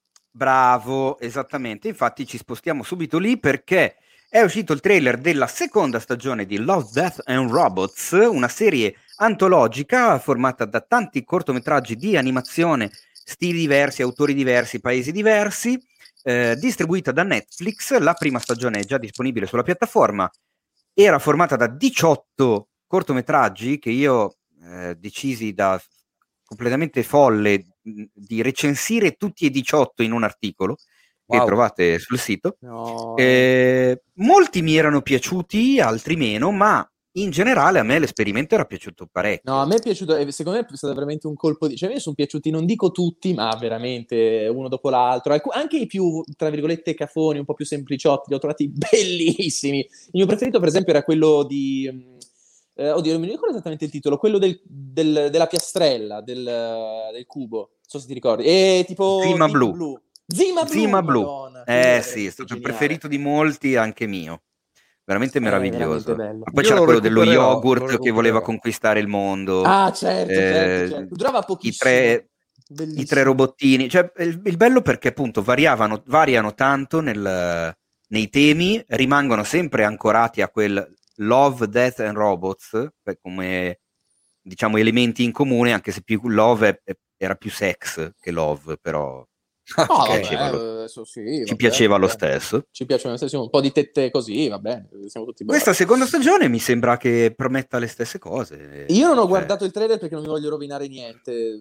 Bravo, esattamente. Infatti ci spostiamo subito lì perché è uscito il trailer della seconda stagione di Love, Death and Robots, una serie antologica formata da tanti cortometraggi di animazione, stili diversi, autori diversi, paesi diversi, eh, distribuita da Netflix. La prima stagione è già disponibile sulla piattaforma. Era formata da diciotto cortometraggi che io eh, decisi da completamente folle mh, di recensire tutti e diciotto in un articolo che Wow. trovate sul sito. No. Eh, molti mi erano piaciuti, altri meno, ma in generale a me l'esperimento era piaciuto parecchio. No, a me è piaciuto, e secondo me è stato veramente un colpo di... Cioè, a me sono piaciuti, non dico tutti, ma veramente uno dopo l'altro. Alc- anche i più, tra virgolette, cafoni, un po' più sempliciotti, li ho trovati bellissimi. Il mio preferito, per esempio, era quello di... Eh, oddio, non mi ricordo esattamente il titolo, quello del, del- della piastrella, del, del cubo, non so se ti ricordi. E tipo... Zima Deep Blu. Zima Blu, Zima Blu. Madonna, quello era Eh veramente sì, è stato il geniale. preferito di molti, anche mio. Veramente È meraviglioso. veramente bello. Ma poi Io c'era lo quello dello recupererò, lo yogurt che recupererò. voleva conquistare il mondo. Ah, certo, certo, Eh, certo. Durava i pochissimo. tre, Bellissimo. i tre robottini. Cioè, il, il bello perché appunto variavano, variano tanto nel, nei temi, rimangono sempre ancorati a quel Love, Death and Robots, beh, come diciamo elementi in comune, anche se più love è- è- era più sex che love, però No, ci vabbè, piaceva lo, adesso sì, ci vabbè, piaceva lo vabbè. stesso. Ci piace lo stesso, un po' di tette così, va bene, siamo tutti bravi. Questa seconda stagione mi sembra che prometta le stesse cose. Io non ho Cioè, guardato il trailer perché non mi voglio rovinare niente.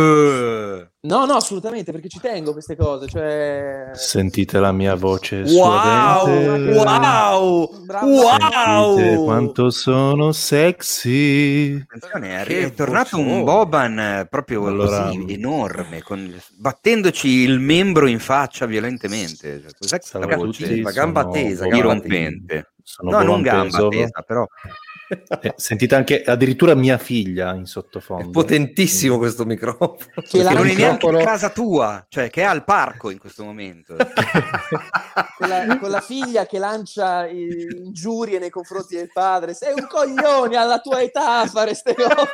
eh, No, no, assolutamente, perché ci tengo a queste cose, cioè... Sentite la mia voce Wow, suadente. wow, Bravo. Sentite wow. quanto sono sexy. attenzione, è, Che è tornato un vocione. Boban eh, proprio Allora- così enorme, con, battendoci il membro in faccia violentemente. Cioè, cos'è questa Salve a voce tutti, La gamba sono tesa, Boban- gamba dirompente? Sono No, non Boban gamba Pesov. tesa, però Eh, sentite anche addirittura mia figlia in sottofondo. È potentissimo questo microfono. Che che la- non è neanche microfono- in casa tua, cioè che è al parco in questo momento. Con la, con la figlia che lancia i- ingiurie nei confronti del padre. Sei un coglione alla tua età a fare ste cose.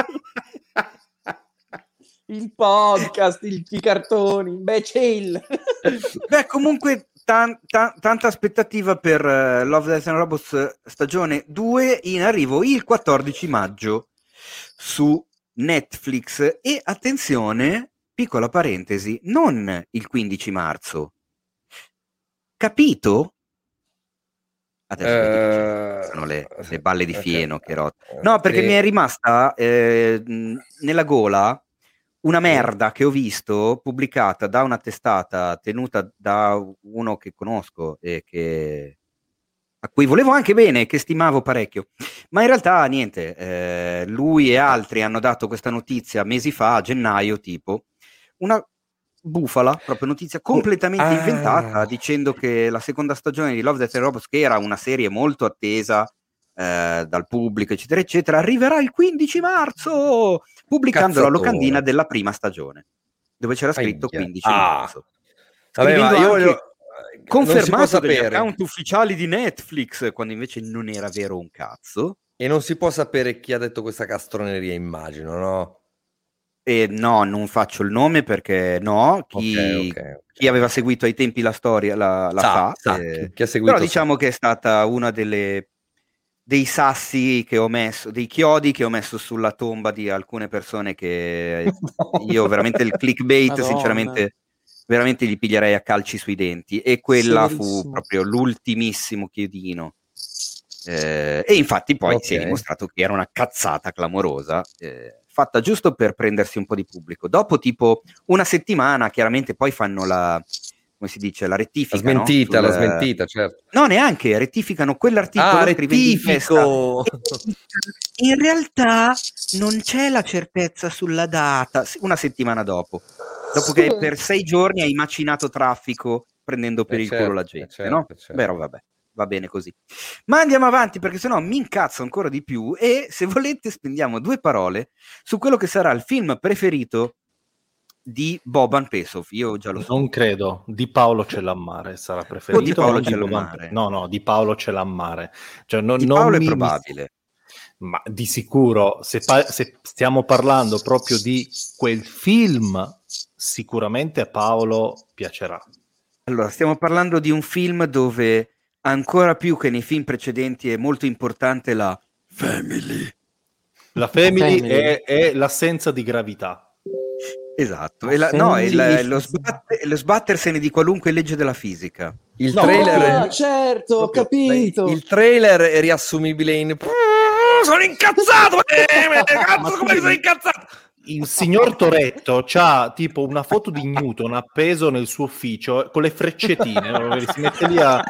Il podcast, il- i cartoni, imbecille. Beh, comunque tan- tan- tanta aspettativa per eh, Love, Death and Robots stagione due, in arrivo il quattordici maggio su Netflix. E attenzione, piccola parentesi, non il quindici marzo. Capito? Adesso vedi che Eh, ci sono le, le balle di ok. fieno che rot- No, perché Sì. mi è rimasta eh, mh, nella gola una merda che ho visto pubblicata da una testata tenuta da uno che conosco e che a cui volevo anche bene, che stimavo parecchio, ma in realtà niente, eh, lui e altri hanno dato questa notizia mesi fa, a gennaio tipo, una bufala, proprio notizia completamente Ah. inventata, dicendo che la seconda stagione di Love, Death and Robots, che era una serie molto attesa eh, dal pubblico eccetera eccetera, arriverà il quindici marzo, pubblicando la Cazzatone. locandina della prima stagione dove c'era scritto Aia. quindici Ah. marzo, Vabbè, ma scrivendo io anche voglio- confermato dagli account ufficiali di Netflix, quando invece non era vero un cazzo. E non si può sapere chi ha detto questa castroneria, immagino, no? E no, non faccio il nome perché no, chi, okay, okay, okay. chi aveva seguito ai tempi la storia la, la sa, sa, sa eh, chi, chi ha seguito però diciamo sa. che è stata una delle dei sassi che ho messo, dei chiodi che ho messo sulla tomba di alcune persone che io veramente il clickbait Madonna. sinceramente veramente gli piglierei a calci sui denti, e quella fu proprio l'ultimissimo chiodino. Eh, e infatti poi okay. si è dimostrato che era una cazzata clamorosa, eh, fatta giusto per prendersi un po' di pubblico. Dopo tipo una settimana, chiaramente poi fanno la, come si dice, la rettifica, la smentita, no? Sul, la smentita, certo. No, neanche, rettificano quell'articolo, ah, rettifico! In realtà non c'è la certezza sulla data, una settimana dopo, dopo che per sei giorni hai macinato traffico prendendo per eh il certo, culo la gente, eh certo, no? certo. Beh, vabbè. Va bene così. Ma andiamo avanti, perché sennò mi incazzo ancora di più, e se volete spendiamo due parole su quello che sarà il film preferito di Boban Pesov. Io già lo so. Non credo, di Paolo Cellammare sarà preferito. O di Paolo non di Cellammare. Boban... No, no, di Paolo Cellammare. Cioè, non, di non Paolo mi... è probabile. Ma di sicuro, se, pa- se stiamo parlando proprio di quel film, sicuramente a Paolo piacerà. Allora, stiamo parlando di un film dove ancora più che nei film precedenti è molto importante la family. La family, family. È, è l'assenza di gravità. Esatto, e la, no, è la, lo, sbatte, lo sbattersene di qualunque legge della fisica. Il No, trailer ah, è... certo, ho capito. Il trailer è riassumibile in... Sono incazzato! Eh, cazzo, come sono incazzato? Il signor Toretto c'ha tipo una foto di Newton appeso nel suo ufficio con le freccetine, no? Si mette lì a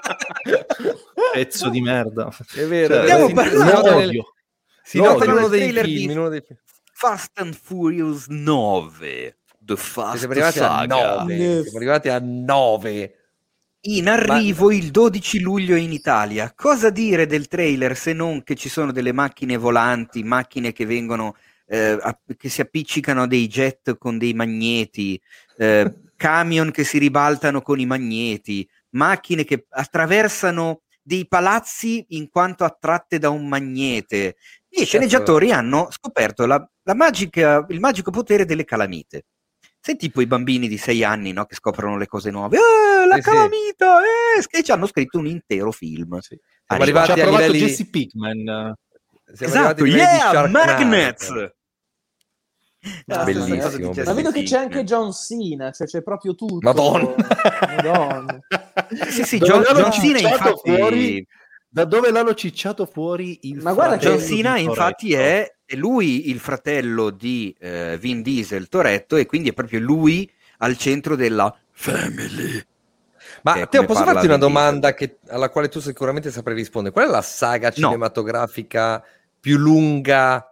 pezzo di merda. È vero, Cioè, stiamo si, parlando si nota odio. nel, si No, nota in no, uno il dei trailer film, di- in uno dei film. Fast and Furious nove, The Fast Siamo arrivati a Saga, nove. Siamo arrivati a nove. in arrivo il dodici luglio in Italia. Cosa dire del trailer se non che ci sono delle macchine volanti, macchine che vengono eh, a- che si appiccicano a dei jet con dei magneti, eh, camion che si ribaltano con i magneti, macchine che attraversano dei palazzi in quanto attratte da un magnete. I sceneggiatori hanno scoperto la, la magica, il magico potere delle calamite. Sei tipo i bambini di sei anni, no, che scoprono le cose nuove. Eh, la Sì, sì. calamita! Eh, e ci hanno scritto un intero film. Sì. Siamo Arriva- arrivati Ci ha a provato livelli... Jesse Pinkman. Siamo Esatto, arrivati a livelli di yeah, Sharknado. Magnets! Ah, La stessa bellissimo. cosa di Jesse Ma vedo che c'è Pinkman. anche John Cena, cioè c'è proprio tutto. Madonna. Madonna. Sì, sì, Dove John, l'hanno John Cena cicciato infatti... fuori- da dove l'hanno cicciato fuori il Ma guarda che John fratello Cena di infatti Toretto. è, è lui il fratello di eh, Vin Diesel Toretto, e quindi è proprio lui al centro della family. Ma Che è Teo, come posso parla farti una Vin Diesel. domanda che- alla quale tu sicuramente saprai rispondere? Qual è la saga No. cinematografica più lunga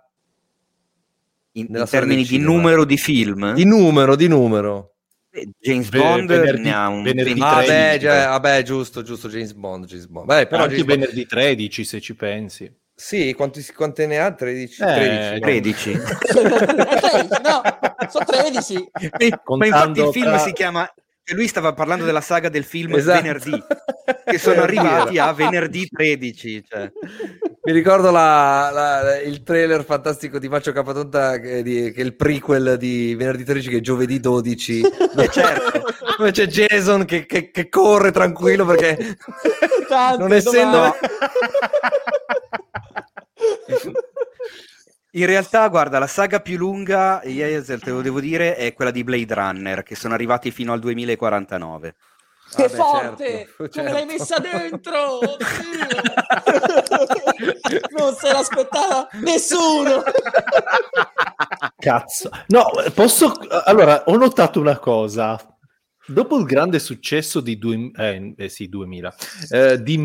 In, nella in storia termini del di cinema? numero di film, Di numero, di numero. eh, James Ve- Bond venerdì- ne ha un venerdì ventitré. Vabbè, tredici, già- beh. vabbè, giusto, giusto, James Bond, James Bond. Beh, però Anche James Bond- venerdì tredici, se ci pensi. Sì, quanti, quante ne ha? tredici? Eh, tredici, no? tredici. tredici, no, sono tredici. Ma infatti il film tra- si chiama, e lui stava parlando della saga del film Esatto. Venerdì, che sono È arrivati vero. a venerdì tredici, cioè. Mi ricordo la- la- il trailer fantastico di Maccio Capatonda che, di- che è il prequel di venerdì tredici, che è giovedì dodici. Eh, certo. Dove c'è Jason che, che- che corre tranquillo perché Tante non essendo... domande. In realtà, guarda, la saga più lunga, Yezel, te lo devo dire, è quella di Blade Runner, che sono arrivati fino al duemilaquarantanove. Che Vabbè, forte! certo, Come certo. l'hai messa dentro? Oddio! Non se l'aspettava nessuno! Cazzo. No, posso... Allora, ho notato una cosa. Dopo il grande successo di, due... eh, eh, sì, duemila, eh, di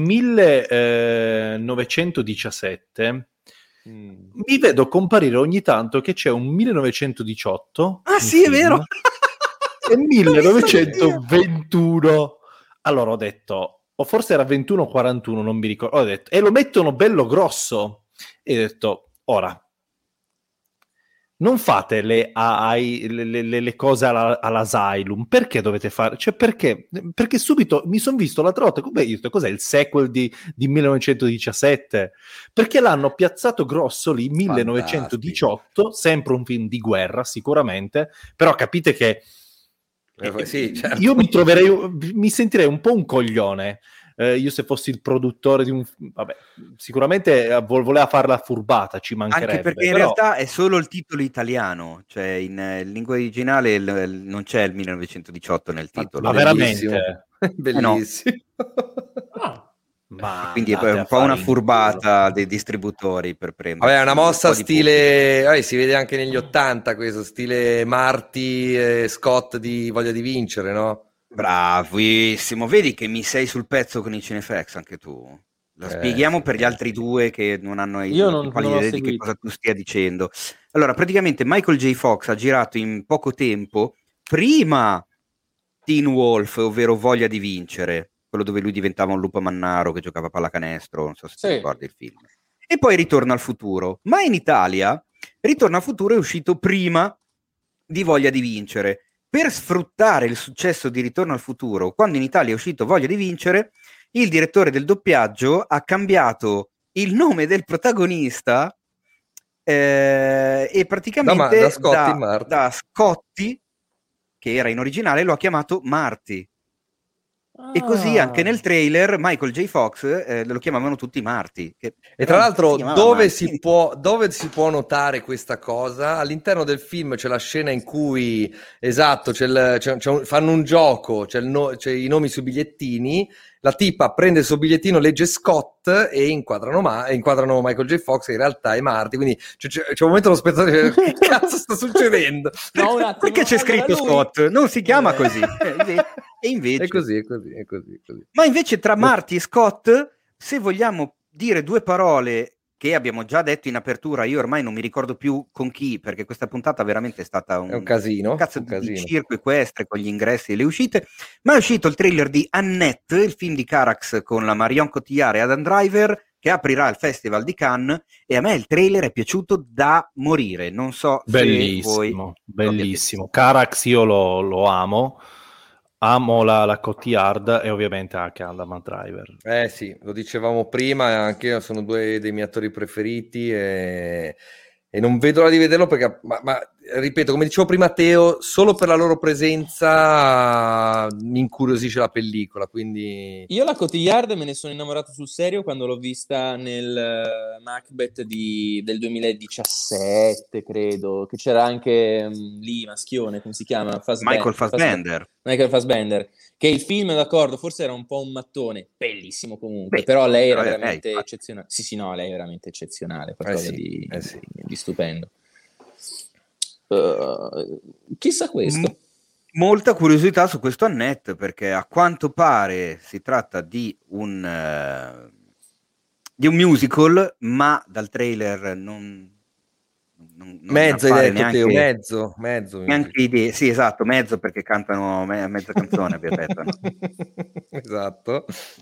millenovecentodiciassette, Mm. mi vedo comparire ogni tanto che c'è un millenovecentodiciotto. Ah, un sì, è film, vero! e millenovecentoventuno. Allora ho detto, o forse era ventuno o quarantuno, non mi ricordo. Ho detto, e lo mettono bello grosso. E ho detto, ora, non fate le, A I, le, le, le cose alla, all'Asylum, perché dovete fare, cioè perché, perché subito mi sono visto l'altra volta, come io ho detto, cos'è il sequel di, di millenovecentodiciassette, perché l'hanno piazzato grosso lì, millenovecentodiciotto, sempre un film di guerra sicuramente, però capite che Eh, sì, certo. io mi troverei, mi sentirei un po' un coglione. Eh, io se fossi il produttore di un... Vabbè, sicuramente eh, vo- voleva fare la furbata, ci mancherebbe. Anche perché in però... realtà è solo il titolo italiano, cioè in eh, lingua originale il, il, non c'è il millenovecentodiciotto nel titolo. Ma veramente? Bellissimo. Ah. Ma quindi è un po' una furbata dei distributori per prendere. Vabbè, è una mossa stile, vabbè, si vede anche negli ottanta questo, stile Marty e Scott di Voglia di vincere, no? Bravissimo, vedi che mi sei sul pezzo con i Cinefx anche tu. La Eh, spieghiamo sì, per gli altri due che non hanno Io non- quali non ho idee di che seguito. cosa tu stia dicendo. Allora, praticamente Michael J. Fox ha girato in poco tempo prima Teen Wolf, ovvero Voglia di vincere, quello dove lui diventava un lupo mannaro che giocava a pallacanestro, non so se Sì. ti ricordi il film. E poi Ritorno al futuro. Ma in Italia Ritorno al futuro è uscito prima di Voglia di vincere. Per sfruttare il successo di Ritorno al futuro, quando in Italia è uscito Voglia di vincere, il direttore del doppiaggio ha cambiato il nome del protagonista eh, e praticamente Da Ma- da Scotty da, Marty. da Scotty, che era in originale, lo ha chiamato Marty. E così anche nel trailer Michael J. Fox eh, lo chiamavano tutti Marty. Che E tra l'altro, si chiamava dove Marty. si, può, dove si può notare questa cosa? All'interno del film c'è la scena in cui, esatto, c'è il- c'è- c'è un- fanno un gioco, c'è, il no- c'è i nomi sui bigliettini, la tipa prende il suo bigliettino, legge Scott e inquadrano, Ma- inquadrano Michael J. Fox, che in realtà è Marty, quindi c'è, c'è- c'è un momento lo spettatore dice, che cazzo sta succedendo? No, un attimo, Perché c'è allora scritto lui- Scott? Non si chiama così. Eh, inve- E invece... È così, è così, è così, è così. Ma invece tra Marty e Scott, se vogliamo dire due parole che abbiamo già detto in apertura, io ormai non mi ricordo più con chi, perché questa puntata veramente è stata un, È un casino, cazzo un di casino. circo equestre con gli ingressi e le uscite, ma è uscito il trailer di Annette, il film di Carax con la Marion Cotillard e Adam Driver, che aprirà il Festival di Cannes, e a me il trailer è piaciuto da morire, non so se voi... Bellissimo, bellissimo. Carax io lo, lo amo, amo la, la Cotillard e ovviamente anche Adam Driver. Eh sì, lo dicevamo prima, anche io sono due dei miei attori preferiti e, e non vedo l'ora di vederlo perché, ma, ma ripeto, come dicevo prima Teo, solo per la loro presenza mi incuriosisce la pellicola, quindi... Io la Cotillard me ne sono innamorato sul serio quando l'ho vista nel eh, Macbeth di- del duemiladiciassette, credo, che c'era anche mm, lì, maschione, come si chiama? Fassbender, Michael Fassbender. Michael Fassbender, che il film, d'accordo, forse era un po' un mattone, bellissimo comunque, Beh, però lei era però è- veramente eh, infatti. eccezionale. Sì, sì, no, lei è veramente eccezionale, qualcosa sì, di, eh sì. di stupendo. Uh, chissà questo. M- molta curiosità su questo Annette, perché a quanto pare si tratta di un eh, di un musical, ma dal trailer non, non, non Mezzo hai appare detto neanche, Teo, mezzo, mezzo. neanche idea. Sì, esatto, mezzo, perché cantano me- mezza canzone, abbiamo detto, no? Esatto.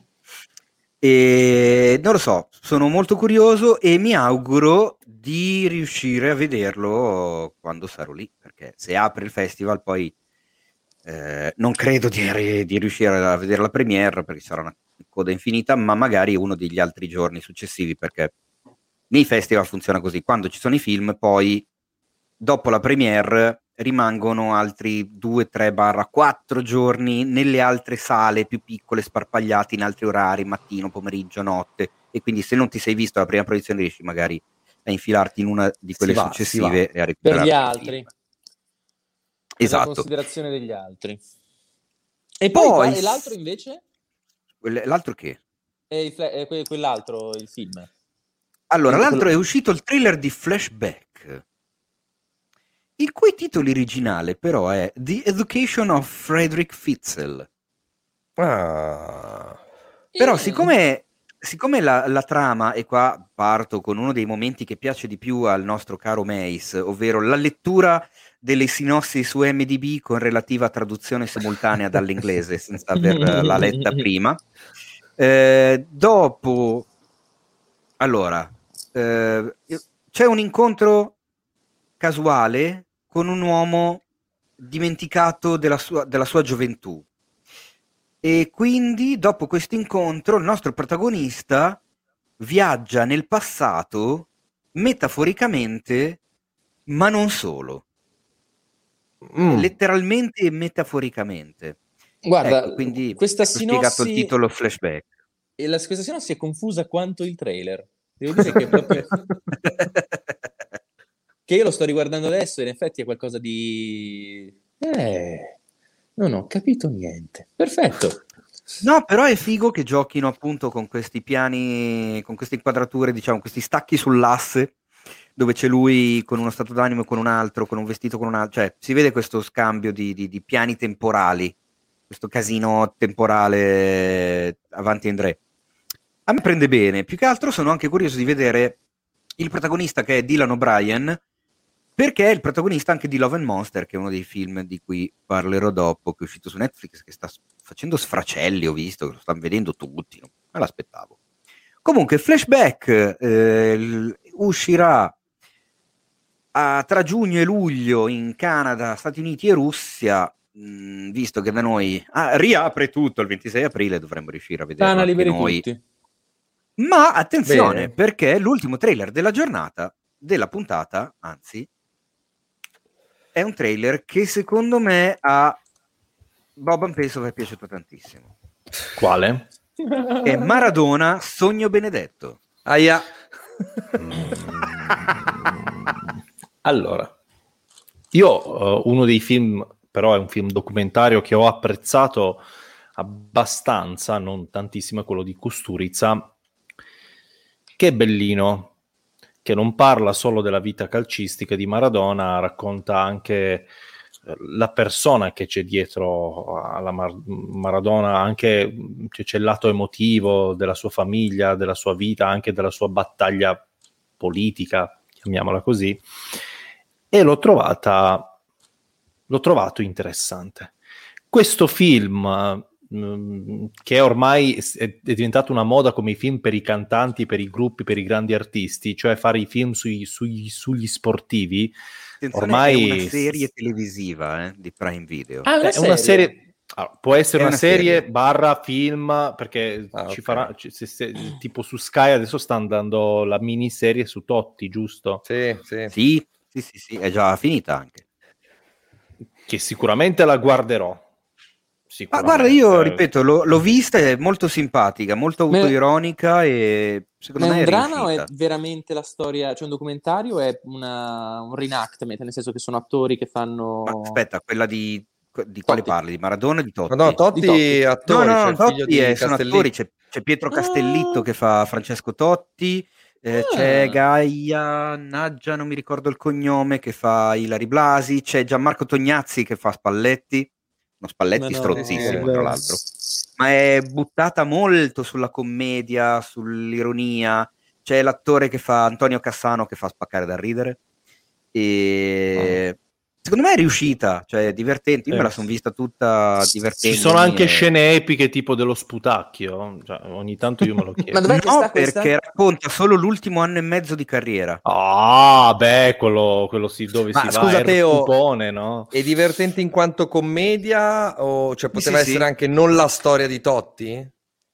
E non lo so, sono molto curioso e mi auguro di riuscire a vederlo quando sarò lì, perché se apre il festival poi eh, non credo di, ri- di riuscire a vedere la premiere perché sarà una coda infinita, ma magari uno degli altri giorni successivi, perché nei festival funziona così, quando ci sono i film poi dopo la premiere rimangono altri due, tre barra quattro giorni nelle altre sale più piccole, sparpagliate in altri orari, mattino, pomeriggio, notte, e quindi se non ti sei visto la prima proiezione riesci magari a infilarti in una di quelle Si va, successive si e a Per recuperare gli il altri, film. per la Esatto. considerazione degli altri. E poi, Poi qua- e l'altro invece? Quel- L'altro che? È il fla- è que- quell'altro, il film. Allora, Quello- l'altro quello- è uscito il trailer di Flashback, il cui titolo originale però è The Education of Frederick Fitzel. Ah. Però Mm. siccome, siccome la, la trama, e qua parto con uno dei momenti che piace di più al nostro caro Mace, ovvero la lettura delle sinossi su M D B con relativa traduzione simultanea dall'inglese senza averla letta prima, eh, dopo... Allora, eh, c'è un incontro casuale con un uomo dimenticato della sua, della sua gioventù. E quindi, dopo questo incontro, il nostro protagonista viaggia nel passato metaforicamente, ma non solo. Mm. Letteralmente e metaforicamente. Guarda, Ecco, quindi questa ecco spiegato il sinossi titolo Flashback. e la questa sinossi è confusa quanto il trailer. Devo dire che proprio che io lo sto riguardando adesso e in effetti è qualcosa di eh non ho capito niente. Perfetto. No, però è figo che giochino appunto con questi piani, con queste inquadrature, diciamo, questi stacchi sull'asse, dove c'è lui con uno stato d'animo e con un altro, con un vestito con un altro, cioè si vede questo scambio di, di, di piani temporali, questo casino temporale avanti e indietro. A me prende bene, più che altro sono anche curioso di vedere il protagonista che è Dylan O'Brien, perché è il protagonista anche di Love and Monster, che è uno dei film di cui parlerò dopo, che è uscito su Netflix, che sta facendo sfracelli, ho visto, che lo stanno vedendo tutti, non me l'aspettavo. Comunque, Flashback eh, uscirà a, tra giugno e luglio in Canada, Stati Uniti e Russia, mh, visto che da noi ah, riapre tutto il ventisei aprile, dovremmo riuscire a vederlo Pana anche liberi noi. tutti. Ma attenzione, Bene. perché l'ultimo trailer della giornata, della puntata, anzi, è un trailer che secondo me a Boban Pesov è piaciuto tantissimo. Quale? È Maradona, Sogno Benedetto. Aia. Allora, io uh, uno dei film, però è un film documentario che ho apprezzato abbastanza, non tantissimo, è quello di Kusturica, che è bellino, che non parla solo della vita calcistica di Maradona, racconta anche la persona che c'è dietro alla Mar- Maradona, anche c'è il lato emotivo della sua famiglia, della sua vita, anche della sua battaglia politica, chiamiamola così, e l'ho trovata l'ho trovato interessante. Questo film mh, che ormai è, è diventato una moda come i film per i cantanti, per i gruppi, per i grandi artisti, cioè fare i film sui, sui, sugli sportivi. Attenzione, Ormai è una serie televisiva eh, di Prime Video. Ah, una è una serie. serie, allora, può essere È una, una serie, serie. barra film, perché Ah, ci ok. farà ci- se- se- tipo su Sky adesso sta andando la miniserie su Totti, giusto? Sì, sì. Sì, sì, sì, sì, è già finita anche. Che sicuramente la guarderò. Ma Sicuramente. guarda, io ripeto, l'ho, l'ho vista, è molto simpatica, molto Ma- autoironica e Ma secondo è me un è drama o è riuscita. veramente la storia, cioè un documentario o è una, un reenactment, nel senso che sono attori che fanno... Ma aspetta, quella di, di quale Totti. parli? Di Maradona o di Totti? Ma no, Totti, Di Totti. No, attore, no, c'è no, il figlio Totti di è- sono Castellitto. attori, c'è, c'è Pietro Castellitto Ah. che fa Francesco Totti, eh, Ah. c'è Gaia Naggia, non mi ricordo il cognome, che fa Ilari Blasi, c'è Gianmarco Tognazzi che fa Spalletti, uno Spalletti Ma no, strozzissimo eh, tra beh. l'altro, ma è buttata molto sulla commedia, sull'ironia, c'è l'attore che fa Antonio Cassano che fa spaccare da ridere e... Secondo me è riuscita, cioè è divertente, io me la sono vista tutta divertente. Ci sono anche scene epiche tipo dello sputacchio, cioè, ogni tanto io me lo chiedo. Ma dov'è che No, sta questa? perché racconta solo l'ultimo anno e mezzo di carriera. Ah, beh, quello, quello sì, dove Ma si scusa, va, è Teo, Pupone, no? È divertente in quanto commedia o cioè, Sì, poteva sì, essere sì. anche non la storia di Totti?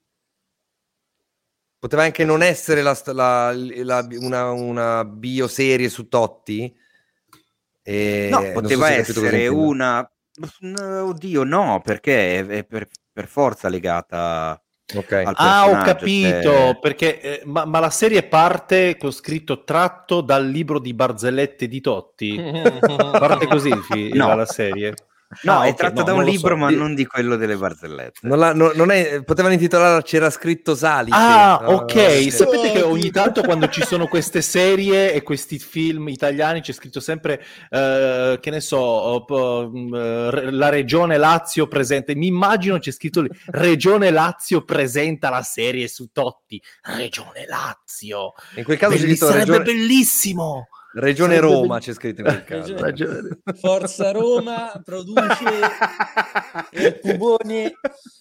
Poteva anche non essere la, st- la- la- una, una bioserie su Totti? E No, non so poteva se hai capito cosa essere intendo. una... no, oddio, no, perché è, è per, per forza legata Ok. al Ah, ho personaggio. capito, cioè- perché eh, ma, ma la serie parte con scritto tratto dal libro di barzellette di Totti. Parte così il fi- No. la, la serie. No, Ah, è ok, tratta no, da un non lo libro, so. ma Di- non di quello delle barzellette. Non la- no- non è- potevano intitolarla C'era scritto Salice. Ah, No, ok. no, no, Sapete che ogni tanto quando ci sono queste serie e questi film italiani c'è scritto sempre, eh, che ne so, oh, po- mh, eh, la Regione Lazio presenta. Mi immagino c'è scritto lì, Regione Lazio presenta la serie su Totti. Regione Lazio. In quel caso c'è Belli- scritto sarebbe Regione, bellissimo. Regione sarebbe Roma, be- c'è scritto in quel caso. Regione- Ragione. Forza Roma produce il Pubone.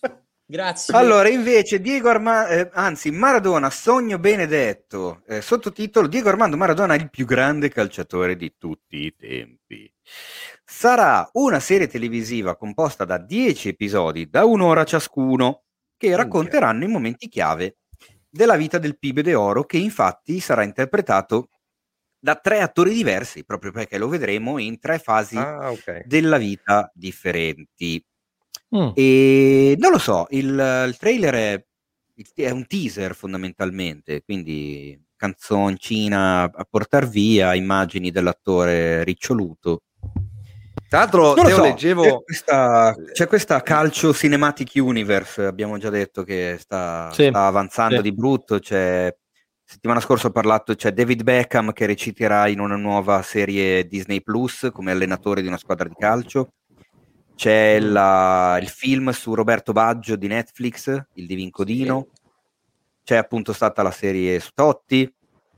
Grazie. Allora, invece, Diego Armando, eh, anzi, Maradona, sogno benedetto, eh, sottotitolo, Diego Armando Maradona, il più grande calciatore di tutti i tempi. Sarà una serie televisiva composta da dieci episodi, da un'ora ciascuno, che racconteranno i momenti chiave della vita del Pibe de Oro, che infatti sarà interpretato da tre attori diversi, proprio perché lo vedremo in tre fasi Ah, ok. della vita differenti. Mm. E non lo so, il, il trailer è, è un teaser fondamentalmente, quindi canzoncina a portar via, immagini dell'attore riccioluto. Tra l'altro, Non lo Teo, so, leggevo... c'è questa, c'è questa calcio cinematic universe, abbiamo già detto che sta, Sì, sta avanzando sì. di brutto. C'è, settimana scorsa ho parlato, c'è David Beckham che reciterà in una nuova serie Disney Plus come allenatore di una squadra di calcio. C'è Mm. la, il film su Roberto Baggio di Netflix, Il Divincodino. C'è appunto stata la serie su Totti.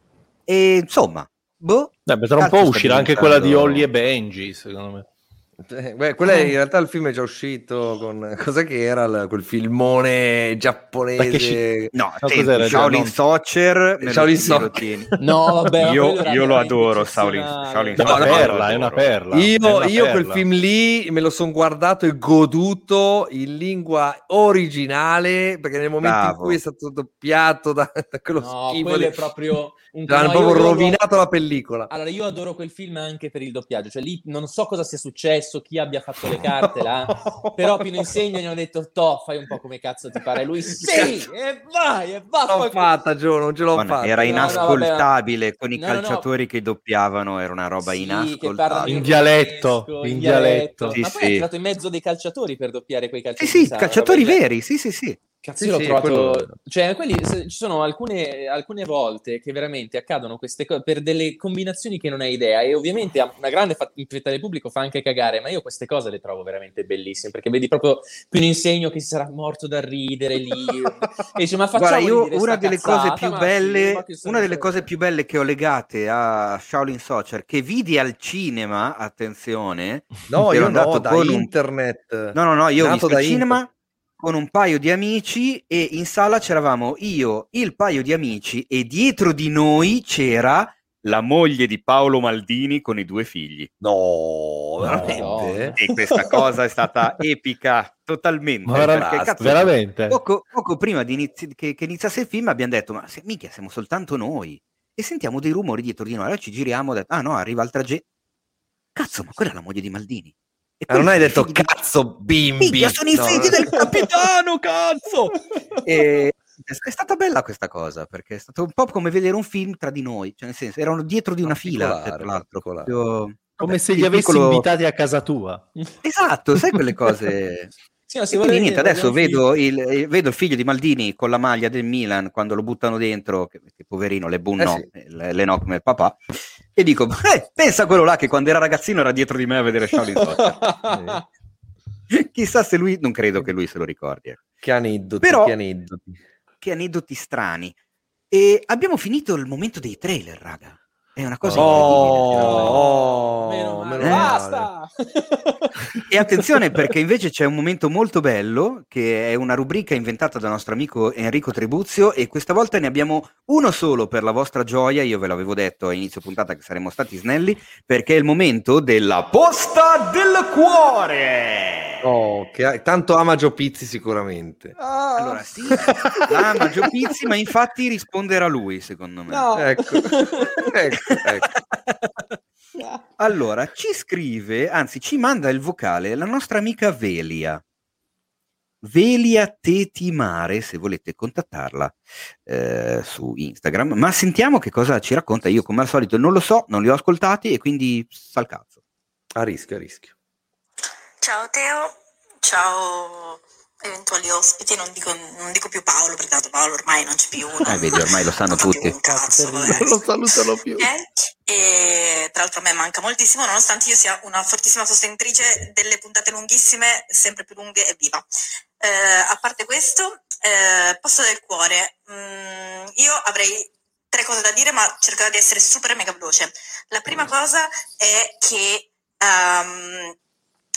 E insomma, boh. Eh, beh, tra un calcio po' sta uscirà anche quella di diventando- Holly e Benji, secondo me. Eh, beh, quella è- in realtà il film è già uscito con... Cos'è che era il- quel filmone giapponese? Takeshi- No, No, senti, cos'era? Shaolin Non- Soccer, me lo- Shaolin me lo Soccer. tieni. No, vabbè, ma io, quello era io lo veramente adoro, Shaolin, eccezionale. Shaolin È una No, Soccer, no, lo perla, è una adoro. perla. è Io, una io quel perla. film lì me lo sono guardato e goduto in lingua originale, perché nel momento Bravo. in cui è stato doppiato da, da quello No, schifo quello lì, è proprio un hanno no, proprio io- io lo- rovinato la pellicola. Allora, io adoro quel film anche per il doppiaggio, cioè lì non so cosa sia successo, chi abbia fatto le carte là, però Pino Insegno gli hanno detto, to, fai un po' come cazzo ti pare, lui sì, e vai, e va. L'ho poi- fatta, Gio, non ce l'ho Guarda, fatta. era No, no, vabbè. inascoltabile con i No, no, no. calciatori che doppiavano, era una roba Sì, che parlano inascoltabile. In dialetto, romanesco, in dialetto. Sì, Ma poi sì. è tirato in mezzo dei calciatori per doppiare quei Sì, calciatori. sì, sa, una calciatori roba del- veri, sì, sì, sì. Cazzo, Sì, io l'ho sì, trovato, quello- cioè quelli, se- ci sono alcune, alcune volte che veramente accadono queste cose per delle combinazioni che non hai idea, e ovviamente a una grande fa- fetta del pubblico fa anche cagare, ma io queste cose le trovo veramente bellissime, perché vedi proprio Pino Insegno che si sarà morto da ridere lì e dice ma facciamo Guarda, io dire una sta delle cazzata, cose più ma belle, sì, ma che se una ne delle frega. cose più belle che ho legate a Shaolin Soccer, che vidi al cinema, attenzione, No, ero io andato no, da con un- internet. no, no, no, io ho Nato visto da il cinema internet. con un paio di amici e in sala c'eravamo io, il paio di amici e dietro di noi c'era la moglie di Paolo Maldini con i due figli. No, Madonna. veramente? E questa cosa è stata epica totalmente, Ma vera- perché cazzo, veramente? poco, poco prima di inizi- che, che iniziasse il film abbiamo detto ma se, minchia siamo soltanto noi e sentiamo dei rumori dietro di noi, allora ci giriamo, ho detto, ah no, arriva altra gente, cazzo, ma quella è la moglie di Maldini. E Ah, non quelli hai sono i detto figli del- cazzo bimbi. minchia, sono i No, figli no. del capitano, cazzo. E è stata bella questa cosa, perché è stato un po' come vedere un film tra di noi, cioè nel senso erano dietro di una fila, Particolare, tra l'altro, particolare. proprio- Come vabbè, se li il avessi piccolo- invitati a casa tua. Esatto, sai quelle cose. Sì, ma se E vuole quindi niente, vedere, adesso vogliamo vedo il, eh, vedo il figlio di Maldini con la maglia del Milan quando lo buttano dentro, che, che poverino, le bunnò, Eh eh, le, le no come il papà, e dico, eh, pensa a quello là che quando era ragazzino era dietro di me a vedere Shaolin Soccer. Chissà se lui, non credo che lui se lo ricordi. ecco. Che aneddoti, Però- che aneddoti. Che aneddoti strani. E abbiamo finito il momento dei trailer, raga. È una cosa Oh, incredibile. oh, Meno male. meno male. Basta! E attenzione perché invece c'è un momento molto bello che è una rubrica inventata dal nostro amico Enrico Tribuzio e questa volta ne abbiamo uno solo per la vostra gioia, io ve l'avevo detto a inizio puntata che saremmo stati snelli, perché è il momento della posta del cuore! Oh, che ha- tanto ama Gio Pizzi sicuramente. Allora sì, ama Gio Pizzi, ma infatti risponderà lui secondo me. No. Ecco, ecco, ecco. Allora, ci scrive, anzi ci manda il vocale la nostra amica Velia. Velia Tetimare, se volete contattarla eh, su Instagram. Ma sentiamo che cosa ci racconta. Io come al solito non lo so, non li ho ascoltati e quindi sal cazzo. A rischio, a rischio. Ciao Teo, ciao eventuali ospiti, non dico, non dico più Paolo perché tanto Paolo ormai non c'è più. Eh, vedi, ormai lo sanno non fa più tutti. un cazzo, vabbè. Non lo salutano più. Eh, E tra l'altro a me manca moltissimo, nonostante io sia una fortissima sostenitrice delle puntate lunghissime, sempre più lunghe e viva. Eh, a parte questo, eh, posto del cuore, mm, io avrei tre cose da dire, ma cercherò di essere super mega veloce. La prima cosa è che um,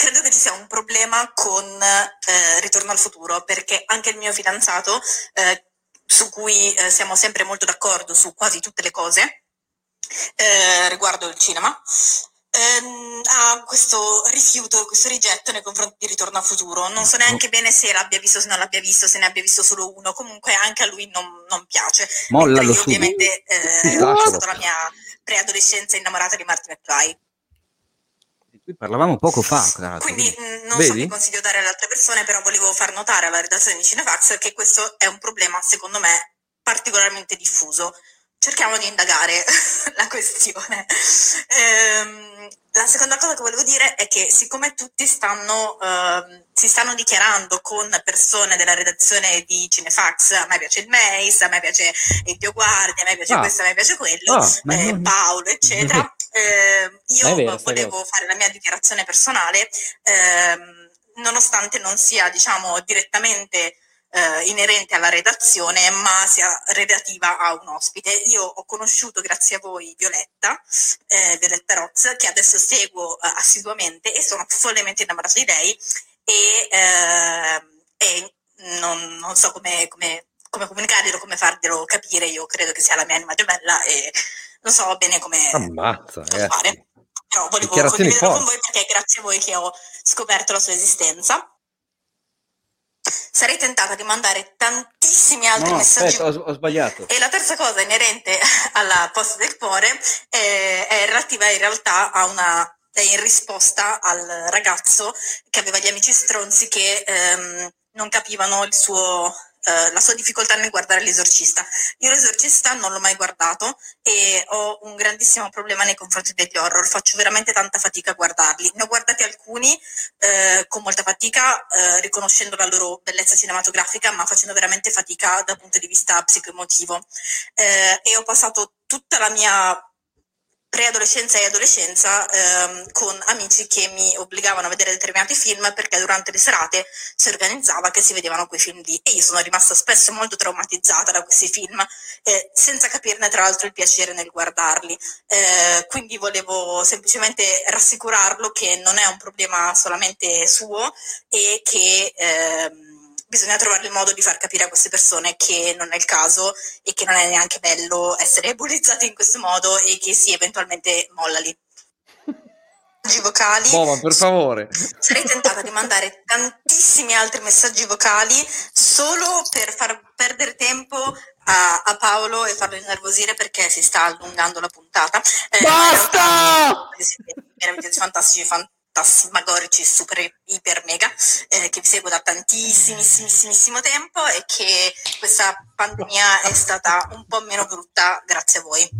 credo che ci sia un problema con eh, Ritorno al futuro, perché anche il mio fidanzato, eh, su cui eh, siamo sempre molto d'accordo su quasi tutte le cose eh, riguardo il cinema, ehm, ha questo rifiuto, questo rigetto nei confronti di Ritorno al futuro. Non so neanche bene se l'abbia visto, se non l'abbia visto, se ne abbia visto solo uno. Comunque anche a lui non, non piace. Mollalo Mentre io su. ovviamente eh, ho passato la mia preadolescenza innamorata di Marty McFly. Di cui parlavamo poco fa. tra l'altro. Quindi mh, non Vedi? so che consiglio dare alle altre persone, però volevo far notare alla redazione di Cinefax che questo è un problema, secondo me, particolarmente diffuso. Cerchiamo di indagare la questione. Ehm, la seconda cosa che volevo dire è che siccome tutti stanno ehm, si stanno dichiarando con persone della redazione di Cinefax, a me piace il Mace, a me piace il Dio Guardia, a me piace Ah. questo, a me piace quello, Ah, ma eh, non- Paolo, eccetera. Eh, io Ma è vero, sta volevo cosa. fare la mia dichiarazione personale, ehm, nonostante non sia, diciamo, direttamente eh, inerente alla redazione, ma sia relativa a un ospite. Io ho conosciuto, grazie a voi, Violetta, eh, Violetta Rox, che adesso seguo eh, assiduamente e sono follemente innamorata di lei e, eh, e non, non so come, come, come comunicarglielo, come farglielo capire. Io credo che sia la mia anima gemella e non so bene come Ammazza, cosa ragazzi. fare. Però volevo Dichiarazioni condividerlo con forti. voi perché è grazie a voi che ho scoperto la sua esistenza. Sarei tentata di mandare tantissimi altri No, messaggi. aspetta, ho, ho sbagliato. E la terza cosa inerente alla posta del cuore eh, è relativa in realtà a una è in risposta al ragazzo che aveva gli amici stronzi che ehm, non capivano il suo eh, la sua difficoltà nel guardare L'Esorcista. Io L'Esorcista non l'ho mai guardato e ho un grandissimo problema nei confronti degli horror, faccio veramente tanta fatica a guardarli. Ne ho guardati alcuni eh, con molta fatica, eh, riconoscendo la loro bellezza cinematografica, ma facendo veramente fatica dal punto di vista psicoemotivo. Eh, e ho passato tutta la mia preadolescenza e adolescenza ehm, con amici che mi obbligavano a vedere determinati film perché durante le serate si organizzava che si vedevano quei film lì e io sono rimasta spesso molto traumatizzata da questi film eh, senza capirne tra l'altro il piacere nel guardarli. Eh, quindi volevo semplicemente rassicurarlo che non è un problema solamente suo e che ehm, bisogna trovare il modo di far capire a queste persone che non è il caso e che non è neanche bello essere bullizzati in questo modo e che si eventualmente mollali. Messaggi vocali. Boh, ma per favore. Sarei tentata di mandare tantissimi altri messaggi vocali solo per far perdere tempo a, a Paolo e farlo innervosire perché si sta allungando la puntata. Eh, Basta! Siete meravigliosi, fantastici, fantasmagorici, super, iper, mega, eh, che vi seguo da tantissimissimissimo tempo e che questa pandemia è stata un po' meno brutta grazie a voi.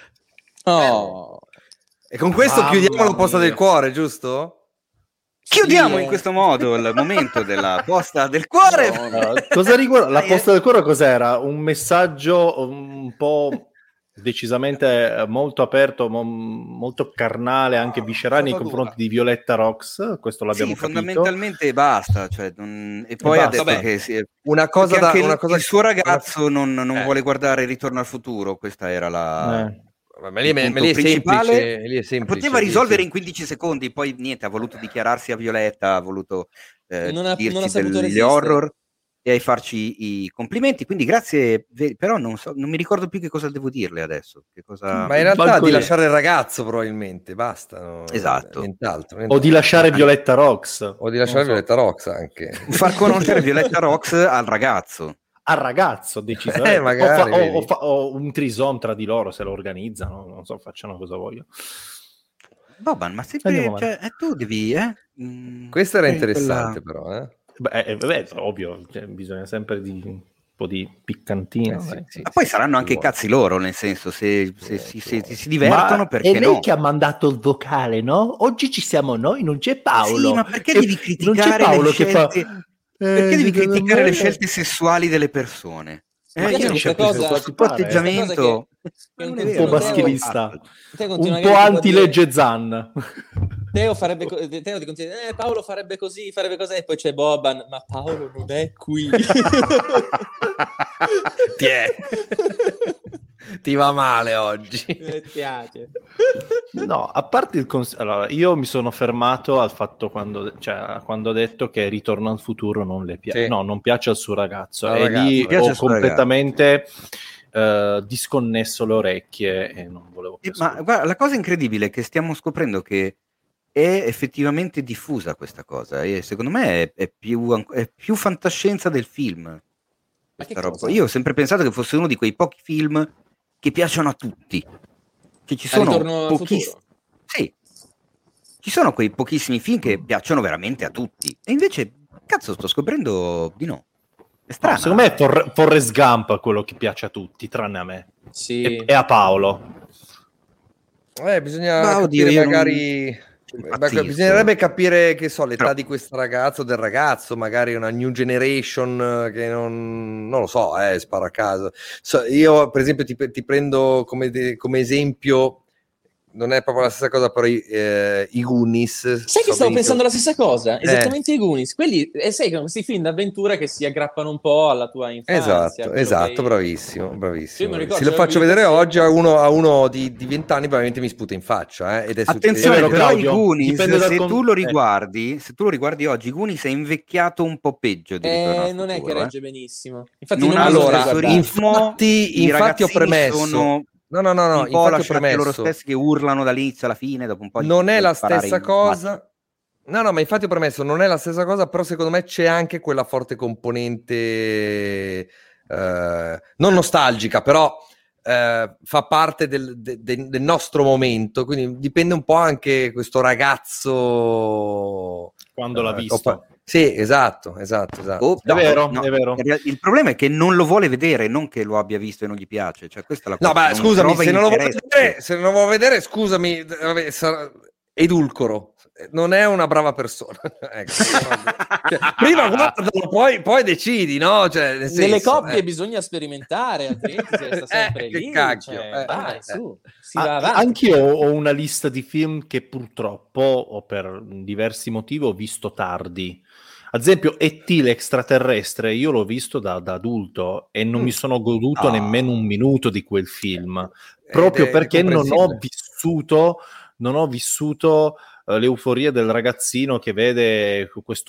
Oh. E con questo Mamma chiudiamo la posta mia. del cuore, giusto? Chiudiamo Sì, in eh. questo modo il momento della posta del cuore. No, no. Uh, cosa riguarda la Dai, posta del cuore? Cos'era? Un messaggio un po' decisamente molto aperto, mo- molto carnale, anche viscerale nei stata confronti dura. di Violetta Rox. Questo l'abbiamo Sì, capito. fondamentalmente basta. Cioè, non- E poi ha basta. detto Vabbè. che sì, Una cosa perché da anche una il, cosa il suo ragazzo non, non Eh. vuole guardare Ritorno al futuro. Questa era la. Eh. Ma lì, il ma punto lì è principale. semplice, lì è semplice, Poteva lì è risolvere in semplice. quindici secondi, poi niente, ha voluto dichiararsi a Violetta, ha voluto eh, Non ha- dirci non ha saputo degli resistere. horror e farci i complimenti. Quindi grazie, ve- però non, so, non mi ricordo più che cosa devo dirle adesso. Che cosa... Ma in realtà Banco di lì. lasciare il ragazzo probabilmente, basta. no? Esatto. Nient'altro, O nient'altro. di lasciare Violetta Rox. O di lasciare Non so. Violetta Rox anche. Far conoscere Violetta Rox al ragazzo. Al ragazzo, decisamente. Eh, magari, o, fa- o- vedi. o fa- o un trisom tra di loro se lo organizzano, non so, facciano cosa vogliono. Boban, ma Andiamo sempre, avanti. cioè, eh, tu devi, eh? Mm, Questo era eh, interessante quella- però, eh? Beh, eh, beh, ovvio, cioè, bisogna sempre di un po' di piccantino. Eh, sì, dai. sì, Ma poi sì, saranno ci anche i vuole. cazzi loro, nel senso, se, se, Eh, si, ci se vuole. si divertono, Ma perché è lei no? che ha mandato il vocale, no? Oggi ci siamo noi, non c'è Paolo. Sì, ma perché E- devi non c'è criticare Paolo le che fa... scelte? Perché Eh, devi secondo criticare me- le scelte sessuali delle persone? Mi Eh, piace io non questa capisco cosa- questo questa atteggiamento. cosa che- Ma non che è un vero, po' Teo- maschilista. Te continui Un magari po' tipo a dire- anti-legge Zan. Teo farebbe co- Teo ti continua eh, Paolo farebbe così, farebbe così, e poi c'è Boban, ma Paolo non è qui. Ti è. Ti va male oggi. Mi piace. No, a parte il cons- allora, io mi sono fermato al fatto quando, cioè, quando ha detto che Ritorno al futuro non le piace, Sì. no, non piace al suo ragazzo. Al E ragazzo, lì piace ho al suo completamente eh, disconnesso le orecchie e non volevo più Eh, Ma ascoltare. guarda, la cosa incredibile è che stiamo scoprendo che è effettivamente diffusa questa cosa e secondo me è, è più, an- è più fantascienza del film. Questa che roba cosa? qua. Io ho sempre pensato che fosse uno di quei pochi film che piacciono a tutti. Che ci A sono Ritorno al pochiss- futuro? Sì, ci sono quei pochissimi film che piacciono veramente a tutti. E invece, cazzo, sto scoprendo di no. È No, strano. secondo me è For- Forrest Gump quello che piace a tutti, tranne a me Sì. e, e a Paolo. Eh, bisogna Ma oddio, capire io non magari... ci Beh, impazzisco. bisognerebbe capire, che so, l'età Però- di questo ragazzo o del ragazzo, magari una new generation che non, non lo so, eh, sparo a caso. So, io, per esempio, ti, ti prendo come, de- come esempio, non è proprio la stessa cosa, però i, eh, i Goonies. Sai che so stavo benissimo- pensando la stessa cosa? Eh. Esattamente i Goonies. Quelli, eh, sai, che questi film d'avventura che si aggrappano un po' alla tua infanzia. Esatto, quello esatto, che hai- bravissimo, bravissimo. Io mi ricordo, Se lo c'era faccio la vedere videocassetta. oggi a uno, a uno di, di venti anni, probabilmente mi sputa in faccia. Eh, ed è su- Attenzione, È vero, però Claudio, i Goonies, dipende dal se con- tu lo eh. riguardi, se tu lo riguardi oggi, i Goonies è invecchiato un po' peggio di Ritorno Eh, al non è che futuro, eh. regge benissimo. Infatti Non non, ha me lo lo sto allora, stesso guardando. ritmo, infatti, i infatti ho ragazzini premesso. sono No, no, no, no, un po' infatti ho lasciati loro premesso. stessi che urlano dall'inizio alla fine, dopo un po' gli Non è puoi la sparare stessa in faccia. cosa. No, no, ma infatti ho premesso, non è la stessa cosa, però secondo me c'è anche quella forte componente eh, non nostalgica, però eh, fa parte del, de- de- del nostro momento, quindi dipende un po' anche questo ragazzo Quando l'ha eh, visto. compa- Sì, esatto, esatto, esatto. Oh, È vero, è vero. in real- Il problema è che non lo vuole vedere, non che lo abbia visto e non gli piace. Cioè, questa è la No, cosa. ma non scusami, trova se non lo vuoi interesse. vedere, se non lo vuoi vedere, scusami, vabbè, sarà- edulcoro. Non è una brava persona. Ecco. Cioè, prima guardalo, poi, poi decidi, no? Cioè, nel Nelle senso, coppie eh. bisogna sperimentare, altrimenti si resta sempre Eh, che lì. cacchio, cioè, eh, dai, eh. su, si Ah, va avanti. anch'io ho una lista di film che purtroppo, o per diversi motivi, ho visto tardi. Ad esempio, E T l'extraterrestre, io l'ho visto da, da adulto e non Mm. mi sono goduto Ah. nemmeno un minuto di quel film, Ed proprio è- perché ed è non ho comprensibile. vissuto, non ho vissuto eh, l'euforia del ragazzino che vede questo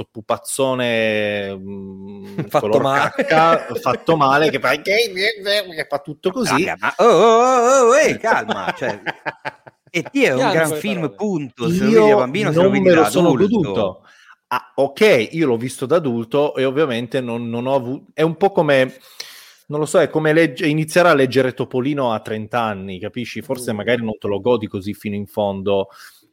pupazzone mh, Fatto color male. cacca, fatto male, che fa, che fa tutto così. Raga, ma oh, oh, oh, oh, ehi, calma. Cioè, E T è un Piano gran con le film, parole. punto. Se lo vedi da Io bambino, se lo non vedi me da lo sono adulto. goduto. Ah, ok, io l'ho visto da adulto e ovviamente non, non ho avuto... È un po' come... Non lo so, è come legge- iniziare a leggere Topolino a trenta anni, capisci? Forse magari non te lo godi così fino in fondo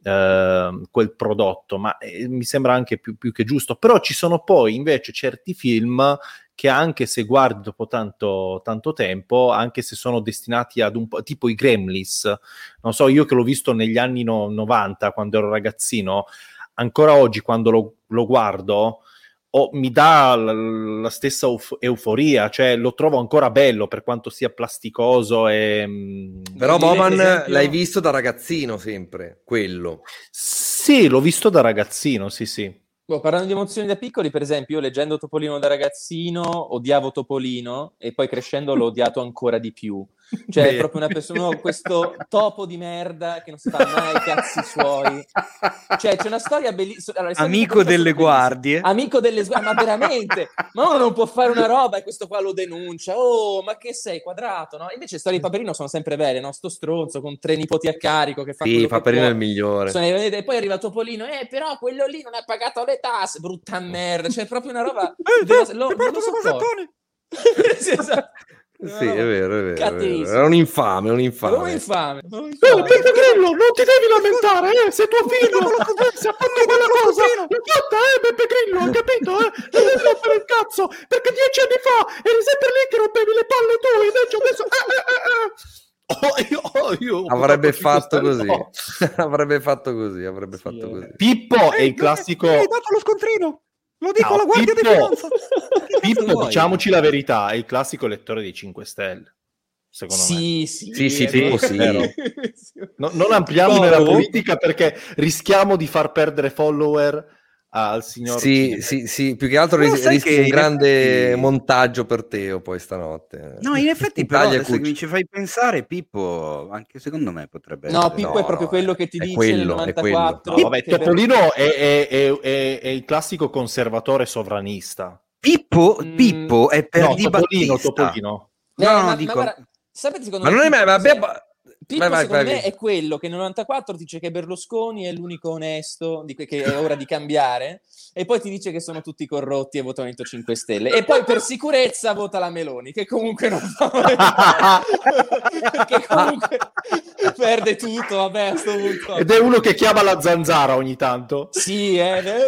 eh, quel prodotto, ma eh, mi sembra anche più, più che giusto. Però ci sono poi invece certi film che anche se guardi dopo tanto, tanto tempo, anche se sono destinati ad un po' tipo i Gremlins, non so, io che l'ho visto negli anni no- novanta quando ero ragazzino, ancora oggi quando lo, lo guardo oh, mi dà l- la stessa euf- euforia, cioè lo trovo ancora bello per quanto sia plasticoso e... mm, Però Direi, Boban per esempio- l'hai visto da ragazzino sempre, quello. sì, l'ho visto da ragazzino, sì sì. Boh, parlando di emozioni da piccoli, per esempio, io leggendo Topolino da ragazzino odiavo Topolino e poi crescendo l'ho odiato ancora di più. Cioè, è Beh. proprio una persona, no, questo topo di merda che non si fa mai i cazzi suoi. Cioè, c'è una storia bellissima. Allora, le storie di Amico Topolino delle sono bellissime. guardie. Amico delle guardie, ma veramente? Ma uno non può fare una roba e questo qua lo denuncia. Oh, ma che sei, quadrato, no? Invece le storie di Paperino sono sempre belle, no? Sto stronzo con tre nipoti a carico che fa Sì, quello che Paperino può. è il migliore. Sono- E poi arriva Topolino, eh, però quello lì non ha pagato le tasse, brutta merda, cioè proprio una roba... della- lo- non lo sopporto. Sì, esatto. Una Sì, è roba vero, è vero, è vero. cattivissima. Era un infame, un È infame. proprio infame, proprio Eh, infame. Peppe Grillo, non ti devi lamentare, eh, se tuo figlio si ha fatto quella cosa, l'ha fatta, eh, Peppe Grillo, hai capito, eh? Non devi rompere il cazzo, perché dieci anni fa eri sempre lì che rompevi le palle tu, invece adesso... Eh, eh, eh, eh. Oh, io, oh, io ho Avrebbe potuto fatto cinque così. stelle, no. avrebbe fatto così, avrebbe Sì, fatto eh. così. Pippo è il classico... dato lo scontrino. Lo dico No, alla guardia Pippo- di finanza. Pippo, vuoi? diciamoci la verità, è il classico elettore dei cinque Stelle, secondo me. Sì, sì, Sì, sì, è Pippo vero. sì. No- non ampliamo Povero. nella politica perché rischiamo di far perdere follower al signor Sì, Cinefx. sì, sì, più che altro Però ris- sai rischi che un in grande effetti- montaggio per Teo poi stanotte. No, in effetti però Taglia adesso che cucci. mi ci fai pensare, Pippo, anche secondo me potrebbe No, essere... Pippo No, è proprio no, quello è- che ti è dice quello, nel è novantaquattro. No, vabbè, che per- Topolino è, è- è- è- è il classico conservatore sovranista. Pippo, Mm, Pippo è per No, Di Topolino, Battista. Topolino. Eh, No, ma, no, ma dico... guarda, sapete secondo Ma me non è Pippo mai... Ma cos'è? abbiamo... Pippo Vai, vai, secondo vai, me vai. è quello che nel novantaquattro dice che Berlusconi è l'unico onesto, di que- che è ora di cambiare, e poi ti dice che sono tutti corrotti e votano Movimento cinque Stelle, e poi per sicurezza vota la Meloni, che comunque non fa perché comunque perde tutto, vabbè, a sto punto. Ed è uno che chiama la zanzara ogni tanto. Sì, eh, eh,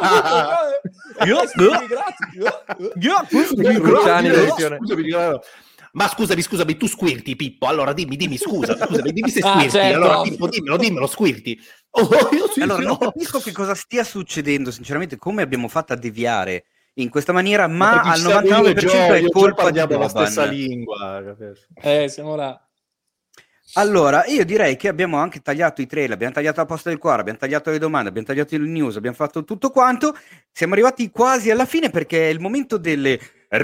Cruciani Eh, versione- scusami, eh, Ma scusami, scusami, tu squirti, Pippo. Allora dimmi, dimmi, scusa, scusami, dimmi se Ah, squirti. certo, allora, ovvio. Pippo, dimmelo, dimmelo, squirti. Oh, io sì, Allora, sì, non no. capisco che cosa stia succedendo, sinceramente, come abbiamo fatto a deviare in questa maniera, Ma ma perché al ci siamo io novantanove e per Gio, cento io è e Gio colpa di parliamo la stessa Boban. lingua, capisci? Eh, siamo là. Allora, io direi che abbiamo anche tagliato i trailer, abbiamo tagliato la posta del cuore, abbiamo tagliato le domande, abbiamo tagliato il news, abbiamo fatto tutto quanto. Siamo arrivati quasi alla fine perché è il momento delle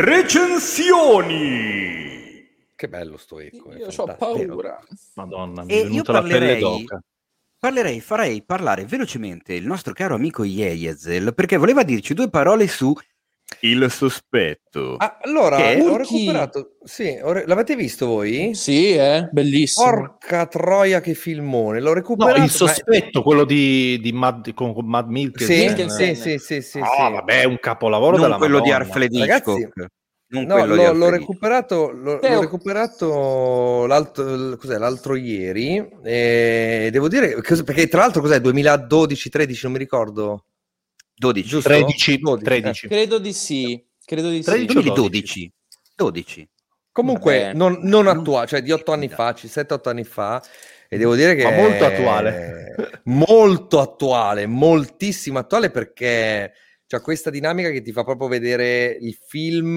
recensioni. Che bello sto eco. è Io ho fantastico. paura. Madonna, mi è E io venuta la pelle parlerei, d'oca. parlerei, farei parlare velocemente il nostro caro amico Yeyezel perché voleva dirci due parole su Il Sospetto. Ah, allora, Che? ho Urchi. recuperato... Sì, ho re- l'avete visto voi? Sì, eh, bellissimo. Porca troia che filmone, l'ho No, recuperato... il ma- sospetto, quello di, di Mad, con, con Mad Mikkelsen. Sì, Mikkelsen. sì, sì, sì, sì, No, sì. vabbè, è un capolavoro Non della quello di Madonna. Alfred Ragazzi, Hitchcock. Non No, quello di l'ho, Alfred l'ho Hitchcock. recuperato, l'ho, Teo. l'ho recuperato l'altro, l- cos'è, l'altro ieri e devo dire, cos- perché tra l'altro cos'è, duemiladodici tredici, non mi ricordo, dodici. giusto? tredici, dodici, tredici. eh. Credo di sì. Credo di tredici sì. o Quindi dodici? dodici. dodici. Comunque Vabbè. non, non Non- attuale, cioè di otto anni fa, sette otto anni fa, e devo dire che Ma molto è attuale. molto attuale, moltissimo attuale perché c'ha questa dinamica che ti fa proprio vedere il film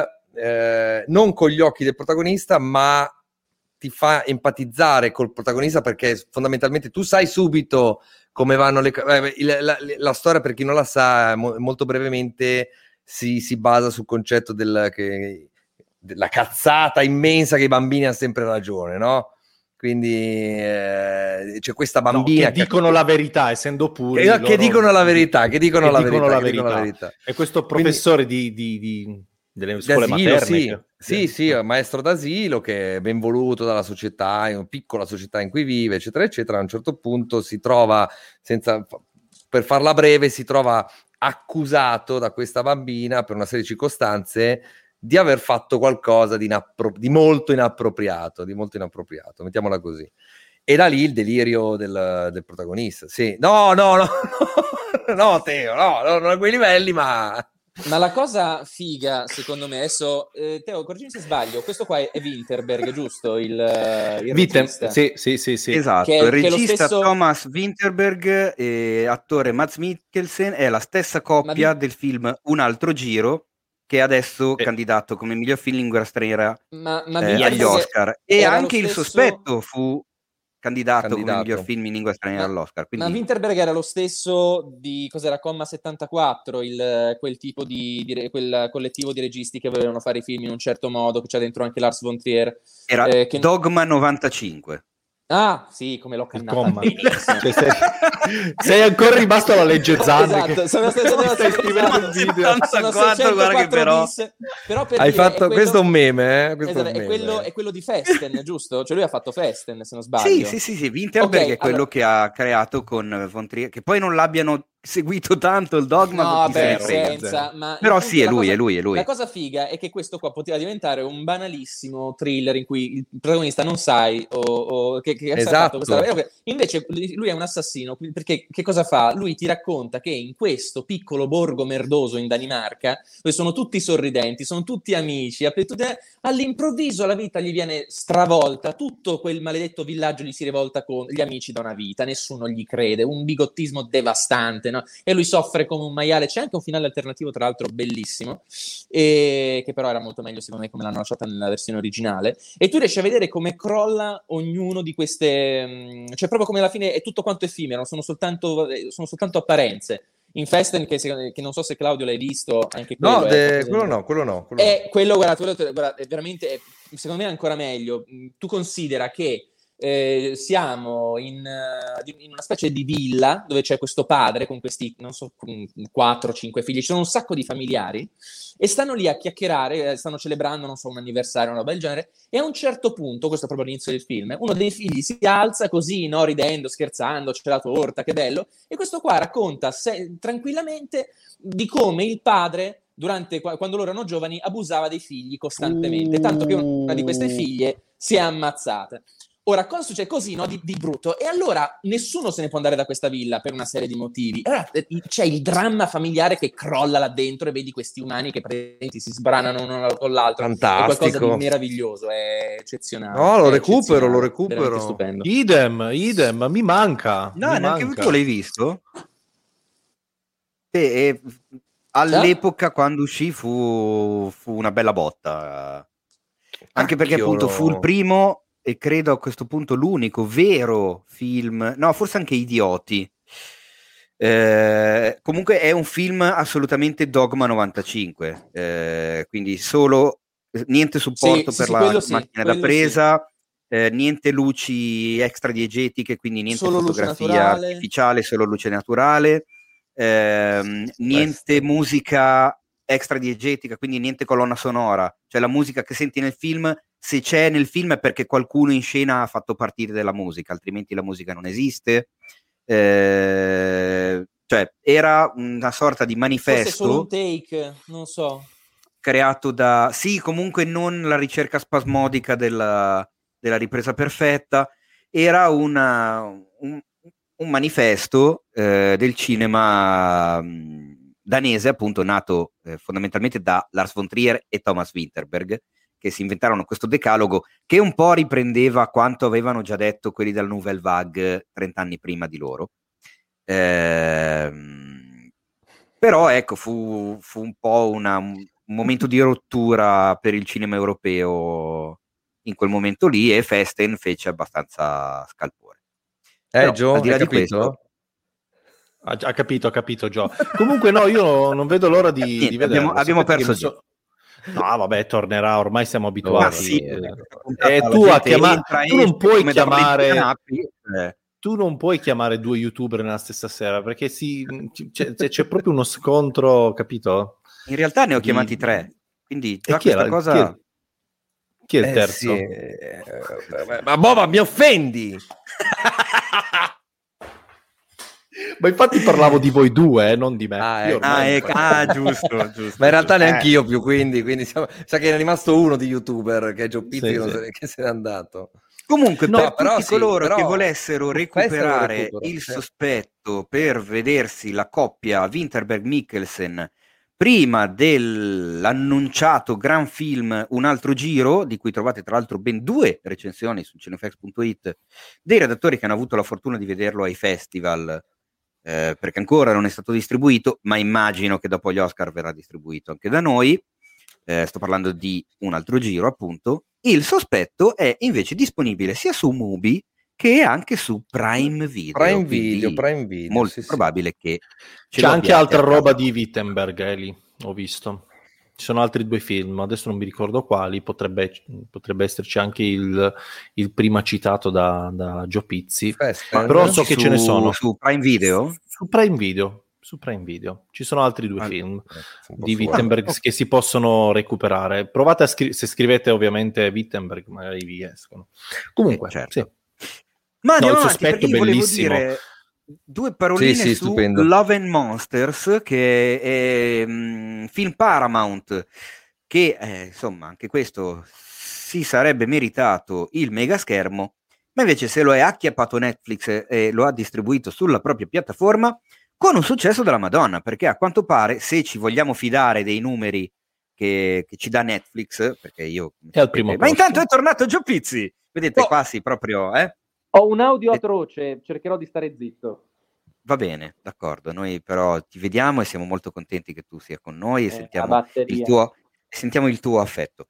eh, non con gli occhi del protagonista, ma ti fa empatizzare col protagonista perché fondamentalmente tu sai subito come vanno le cose. La, la, la storia, per chi non la sa, mo- molto brevemente si, si basa sul concetto del, che, della cazzata immensa che i bambini hanno sempre ragione, no? Quindi eh, c'è questa No, bambina che dicono la verità, essendo puri. che, che loro- dicono la verità, che dicono, che la, dicono verità, la che dicono la verità. verità. E questo Quindi- professore di, di- di- delle scuole D'asilo, materne. sì, che- sì, sì, è un maestro d'asilo che è ben voluto dalla società, in una piccola società in cui vive, eccetera, eccetera. A un certo punto si trova, senza, per farla breve, si trova accusato da questa bambina per una serie di circostanze di aver fatto qualcosa di, inappro- di molto inappropriato, di molto inappropriato, mettiamola così. E da lì il delirio del, del protagonista. Sì, no, no, no, no, no, Teo, no, no, non a quei livelli, ma... Ma la cosa figa, secondo me, adesso, eh, Teo, correggimi se sbaglio, questo qua è Winterberg, giusto? Il, il Witten- regista. sì, sì, sì, sì. Esatto, Che- il che è lo regista stesso- Thomas Winterberg e attore Mads Mikkelsen è la stessa coppia Ma vi- del film Un altro giro, che è adesso Eh. candidato come miglior film in lingua straniera Ma, ma eh, Winterberg agli Oscar. E era lo anche Il stesso- Sospetto fu candidato, come Candidato. miglior film in lingua straniera Ma- all'Oscar. Ma Quindi Winterberg era lo stesso di cos'era Comma settantaquattro, il, quel tipo di, di re- quel collettivo di registi che volevano fare i film in un certo modo, che c'è dentro anche Lars von Trier. era eh, che- Dogma novantacinque. Ah, sì, come l'ho Il cannata comma. benissimo. Cioè, sei, sei ancora rimasto alla legge Zanne. Esatto, che- sono stai, Come stai scrivendo il video? sono settantaquattro, guarda che però- bis, però per Hai dire, fatto, è quello- questo è un meme, eh? Questo esatto, è un è, meme. quello, è quello di Festen, giusto? Cioè lui ha fatto Festen, se non sbaglio. Sì, sì, sì, sì, Winterberg Ok, è quello allora- che ha creato con Von Trier, che poi non l'abbiano seguito tanto il Dogma, No, chi se ne vabbè, frega. senza, ma Però il punto- sì, è la lui, cosa- è lui, è lui. La cosa figa è che questo qua poteva diventare un banalissimo thriller in cui il protagonista non sai o, o che, che Esatto. ha fatto questa roba. Ok, invece lui è un assassino, perché che cosa fa? Lui ti racconta che in questo piccolo borgo merdoso in Danimarca, dove sono tutti sorridenti, sono tutti amici, tutte- all'improvviso la vita gli viene stravolta, tutto quel maledetto villaggio gli si rivolta con gli amici da una vita, nessuno gli crede, un bigottismo devastante, no? E lui soffre come un maiale. C'è anche un finale alternativo, tra l'altro bellissimo, e che però era molto meglio secondo me come l'hanno lasciata nella versione originale, e tu riesci a vedere come crolla ognuno di queste, mh, cioè proprio come alla fine è tutto quanto effimero, sono soltanto, sono soltanto apparenze. in Festen, che, secondo- che non so se Claudio l'hai visto, anche quello No, è de- qualcosa quello di- no, quello no. Quello no. è quello, guarda, quello, guarda, è veramente, è- secondo me è ancora meglio. Mm, Tu considera che eh, siamo in, eh, di- in una specie di villa dove c'è questo padre con questi, non so, quattro cinque figli, ci sono un sacco di familiari e stanno lì a chiacchierare, eh, stanno celebrando, non so, un anniversario, una roba del genere, e a un certo punto, questo è proprio all'inizio del film, uno dei figli si alza così, no, ridendo, scherzando, c'è la torta, che bello, e questo qua racconta se- tranquillamente di come il padre durante, qua- quando loro erano giovani, abusava dei figli costantemente, tanto che una di queste figlie si è ammazzata. Ora, cosa succede così, no, di, di brutto? E allora nessuno se ne può andare da questa villa per una serie di motivi. E allora eh, c'è il dramma familiare che crolla là dentro e vedi questi umani che praticamente si sbranano uno con l'altro. È qualcosa Fantastico. di meraviglioso, è eccezionale. No, lo è recupero, eccezionale, lo veramente recupero. stupendo. Idem, idem, mi manca. No, mi neanche manca. tu l'hai visto? E, e, all'epoca quando uscì fu, fu una bella botta. Anche perché Cacchio, appunto fu no. il primo e credo a questo punto l'unico vero film, no, forse anche Idioti. Eh, comunque è un film assolutamente Dogma novantacinque, eh, quindi solo niente supporto Sì, sì, per sì, la quello sì, macchina da quello presa, eh, niente luci extradiegetiche, quindi niente Solo luce fotografia naturale. artificiale, solo luce naturale, ehm, niente musica extradiegetica, quindi niente colonna sonora, cioè la musica che senti nel film, se c'è nel film è perché qualcuno in scena ha fatto partire della musica, altrimenti la musica non esiste. Eh, cioè era una sorta di Forse solo un manifesto take, non so. creato da, sì, comunque non la ricerca spasmodica della, della ripresa perfetta, era una, un, un manifesto eh, del cinema mh, danese, appunto nato eh, fondamentalmente da Lars von Trier e Thomas Winterberg, che si inventarono questo decalogo che un po' riprendeva quanto avevano già detto quelli della Nouvelle Vague trent'anni prima di loro. Ehm, però ecco, fu, fu un po' una, un momento di rottura per il cinema europeo in quel momento lì, e Festen fece abbastanza scalpore. Eh, Però, Gio, al di là hai di capito? questo, Ha, ha capito, ha capito Gio. Comunque no, io non vedo l'ora di, niente, di vederlo. abbiamo, abbiamo Sapete che perso mi so- No, vabbè, tornerà, ormai siamo abituati. ma sì, Eh, questa puntata e la tu a gente chiamare entra, tu non esce puoi come da chiamare Valentina Nappi, eh. tu non puoi chiamare due youtuber nella stessa sera perché si, c'è, c'è- c'è proprio uno scontro, capito? In realtà ne ho Di- chiamati tre, quindi E già chi è, questa la- cosa... chi è- chi è il Eh, terzo? sì, eh, ma Boba, mi offendi! Ma infatti parlavo di voi due, eh, non di me. Ah, Io ecco. ormai- Ah, ecco. Ah, giusto, giusto. Ma in realtà giusto. neanche Eh. io più, quindi, quindi siamo- sa che è rimasto uno di youtuber, che è Gio Pizzi, Sì, che, non sì. se, che se n'è andato. Comunque, No, per però tutti sì, coloro però che volessero questo lo recuperare recupero, il sì. sospetto per vedersi la coppia Winterberg-Mikkelsen prima dell'annunciato gran film Un altro giro, di cui trovate tra l'altro ben due recensioni su cinefx punto it dei redattori che hanno avuto la fortuna di vederlo ai festival, eh, perché ancora non è stato distribuito, ma immagino che dopo gli Oscar verrà distribuito anche da noi. Eh, sto parlando di Un altro giro, appunto. Il sospetto è invece disponibile sia su Mubi che anche su Prime Video. Prime quindi Video, Prime Video, molto sì, sì. probabile che ce C'è lo anche abbiate altra a casa. roba di Wittenberg, eh, lì, ho visto. Ci sono altri due film, adesso non mi ricordo quali, potrebbe, potrebbe esserci anche il, il prima citato da, da Gio Pizzi, Festen? però so che Su- ce ne sono. su Prime Video? Su Prime Video, su Prime Video. Ci sono altri due Ah, film Un po' di su- Wittenberg Vabbè, che si possono recuperare. Provate a scrivere, se scrivete ovviamente Wittenberg, magari vi escono. Comunque, Eh, certo. sì. Ma andiamo No, il avanti, perché sospetto io volevo bellissimo. dire due paroline Sì, sì, su stupendo. Love and Monsters, che è un film Paramount che eh, insomma anche questo si sarebbe meritato il mega schermo, ma invece se lo è acchiappato Netflix e lo ha distribuito sulla propria piattaforma con un successo della Madonna, perché a quanto pare, se ci vogliamo fidare dei numeri che, che ci dà Netflix, perché io È al primo ma posto. intanto è tornato Gio Pizzi, vedete Oh. qua sì proprio eh Ho un audio E- atroce, cercherò di stare zitto. Va bene, d'accordo, noi però ti vediamo e siamo molto contenti che tu sia con noi e Eh, la sentiamo batteria. il tuo, sentiamo il tuo affetto.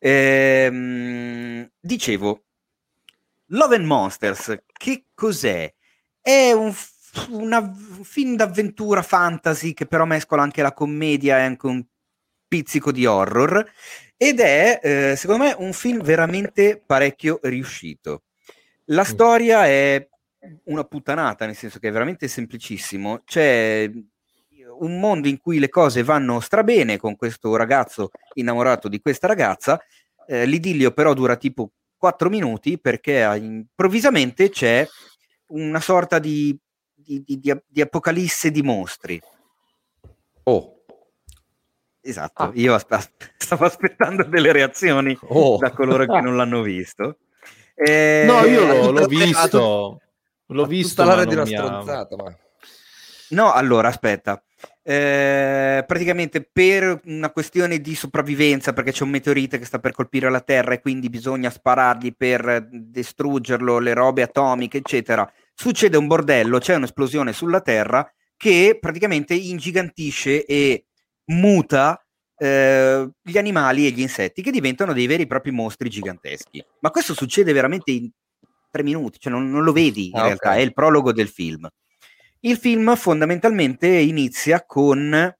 Ehm, dicevo, Love and Monsters, che cos'è? È un una, un film d'avventura fantasy che però mescola anche la commedia e anche un pizzico di horror, ed è eh, secondo me un film veramente parecchio riuscito. La storia è una puttanata, nel senso che è veramente semplicissimo. C'è un mondo in cui le cose vanno strabene con questo ragazzo innamorato di questa ragazza, eh, l'idillio però dura tipo quattro minuti perché improvvisamente c'è una sorta di, di, di, di, di apocalisse di mostri. Oh. Esatto, Ah. io asp- stavo aspettando delle reazioni Oh. da coloro che non l'hanno visto. Eh, No, io a l'ho, tutta- l'ho a visto, l'ho tutta visto, l'area ma di non una mi ha... stronzata, ma... No, allora aspetta. Eh, praticamente per una questione di sopravvivenza, perché c'è un meteorite che sta per colpire la Terra e quindi bisogna sparargli per distruggerlo, le robe atomiche, eccetera. Succede un bordello, c'è un'esplosione sulla Terra che praticamente ingigantisce e muta eh, gli animali e gli insetti, che diventano dei veri e propri mostri giganteschi. Ma questo succede veramente in tre minuti, cioè non, non lo vedi in Ah, realtà, ok. è il prologo del film. Il film fondamentalmente inizia con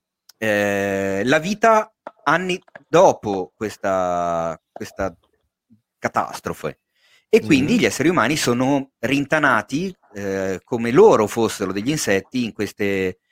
eh, la vita anni dopo questa, questa catastrofe, e quindi Mhm. gli esseri umani sono rintanati eh, come loro fossero degli insetti in queste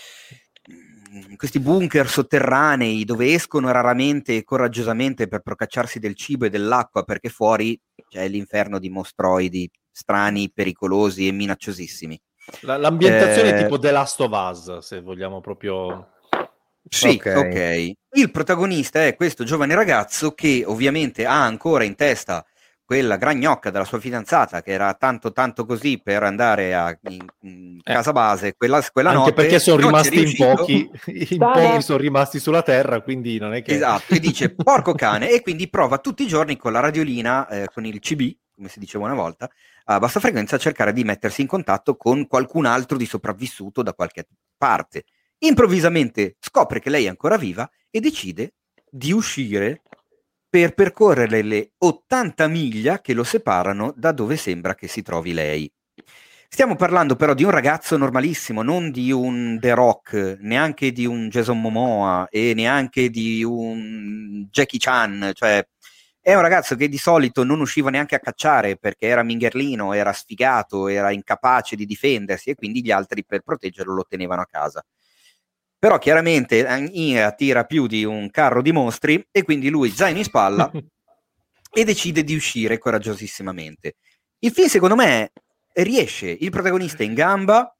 in questi bunker sotterranei dove escono raramente e coraggiosamente per procacciarsi del cibo e dell'acqua, perché fuori c'è l'inferno di mostroidi strani, pericolosi e minacciosissimi. La- l'ambientazione è Eh, tipo The Last of Us, se vogliamo proprio... Sì, Ok. ok. Il protagonista è questo giovane ragazzo che ovviamente ha ancora in testa quella gran gnocca della sua fidanzata che era tanto tanto così per andare a in, in Eh. casa base quella, quella Anche notte. perché sono non c'è rimasti in riuscito. pochi, in Tada! pochi sono rimasti sulla Terra, quindi non è che... Esatto, e dice porco cane, e quindi prova tutti i giorni con la radiolina, eh, con il C B, come si diceva una volta, a bassa frequenza a cercare di mettersi in contatto con qualcun altro di sopravvissuto da qualche parte. Improvvisamente scopre che lei è ancora viva e decide di uscire per percorrere le ottanta miglia che lo separano da dove sembra che si trovi lei. Stiamo parlando però di un ragazzo normalissimo, non di un The Rock, neanche di un Jason Momoa e neanche di un Jackie Chan, cioè è un ragazzo che di solito non usciva neanche a cacciare perché era mingherlino, era sfigato, era incapace di difendersi e quindi gli altri per proteggerlo lo tenevano a casa. Però chiaramente eh, attira più di un carro di mostri e quindi lui zaino in spalla e decide di uscire coraggiosissimamente. Il film secondo me riesce, il protagonista è in gamba,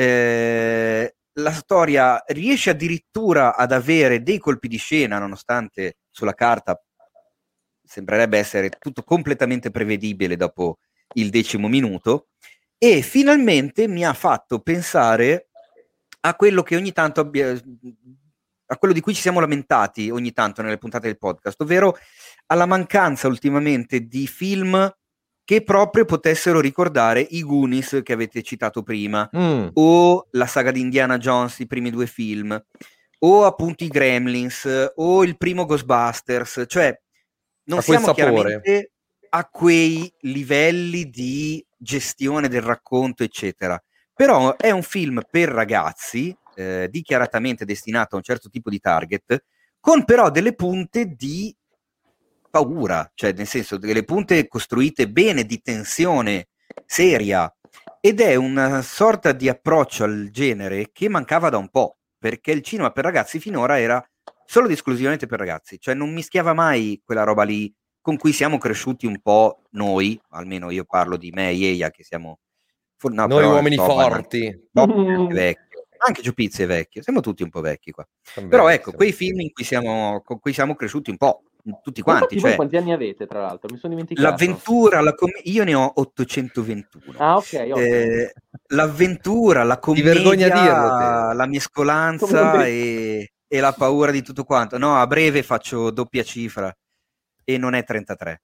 eh, la storia riesce addirittura ad avere dei colpi di scena nonostante sulla carta sembrerebbe essere tutto completamente prevedibile dopo il decimo minuto, e finalmente mi ha fatto pensare a quello che ogni tanto abbia, a quello di cui ci siamo lamentati ogni tanto nelle puntate del podcast, ovvero alla mancanza ultimamente di film che proprio potessero ricordare i Goonies che avete citato prima, Mm. o la saga di Indiana Jones, i primi due film, o appunto i Gremlins, o il primo Ghostbusters, cioè non A quel siamo sapore. chiaramente a quei livelli di gestione del racconto, eccetera. Però è un film per ragazzi, eh, dichiaratamente destinato a un certo tipo di target, con però delle punte di paura, cioè nel senso delle punte costruite bene, di tensione seria, ed è una sorta di approccio al genere che mancava da un po', perché il cinema per ragazzi finora era solo ed esclusivamente per ragazzi, cioè non mischiava mai quella roba lì con cui siamo cresciuti un po' noi, almeno io parlo di me e Eia che siamo... No, Noi però, uomini insomma, forti. Bobby è anche vecchio, anche Giupizzi è vecchio, siamo tutti un po' vecchi qua. Vabbè, Però ecco, siamo- quei film in cui siamo, con cui siamo cresciuti un po', tutti Ma quanti, infatti voi cioè quanti anni avete, tra l'altro? Mi sono dimenticato. l'avventura, la com- io ne ho ottocentoventuno. Ah, ok, ottimo. Eh, l'avventura, la Ti vergogna a dirlo, commedia, te. la mescolanza Come me. e, e la paura di tutto quanto. No, a breve faccio doppia cifra e non è trentatré.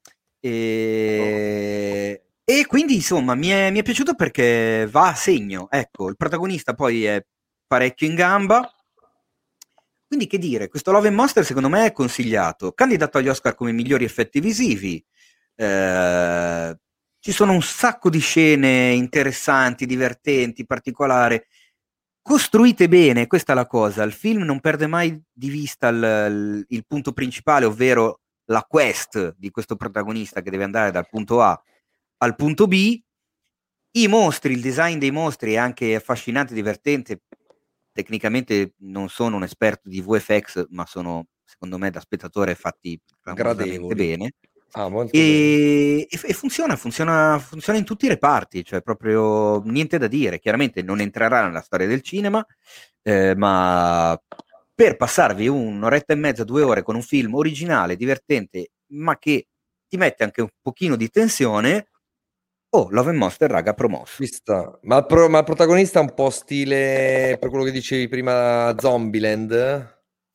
E, e quindi insomma mi è, mi è piaciuto perché va a segno. Ecco, il protagonista poi è parecchio in gamba. Quindi che dire, questo Love and Monster secondo me è consigliato, candidato agli Oscar come migliori effetti visivi, eh, ci sono un sacco di scene interessanti, divertenti, particolari, costruite bene, questa è la cosa. Il film non perde mai di vista il, il, il punto principale, ovvero la quest di questo protagonista che deve andare dal punto A al punto B. I mostri, il design dei mostri è anche affascinante, divertente. Tecnicamente non sono un esperto di V F X, ma sono, secondo me, da spettatore fatti gradevoli bene. Ah, molto e, e, e funziona, funziona, funziona in tutti i reparti, cioè proprio niente da dire. Chiaramente non entrerà nella storia del cinema, eh, ma per passarvi un'oretta e mezza, due ore con un film originale, divertente, ma che ti mette anche un pochino di tensione. Oh, Love and Monster, raga, promosso. Vista. Ma, il pro, ma il protagonista è un po' stile, per quello che dicevi prima, Zombieland?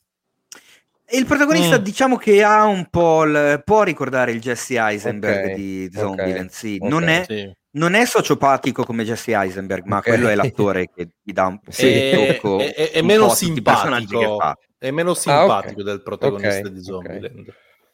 E il protagonista, Mm. diciamo che ha un po' il, può ricordare il Jesse Eisenberg Ok, di ok, Zombieland, sì. ok, Non è, sì. non è sociopatico come Jesse Eisenberg, ma Ok. quello è l'attore che gli dà un, Sì. È, tocco è- è- è un meno po' a tutti i personaggi che simpatico, fa. è meno Ah, ok. simpatico del protagonista Ok, di ok. Zombieland.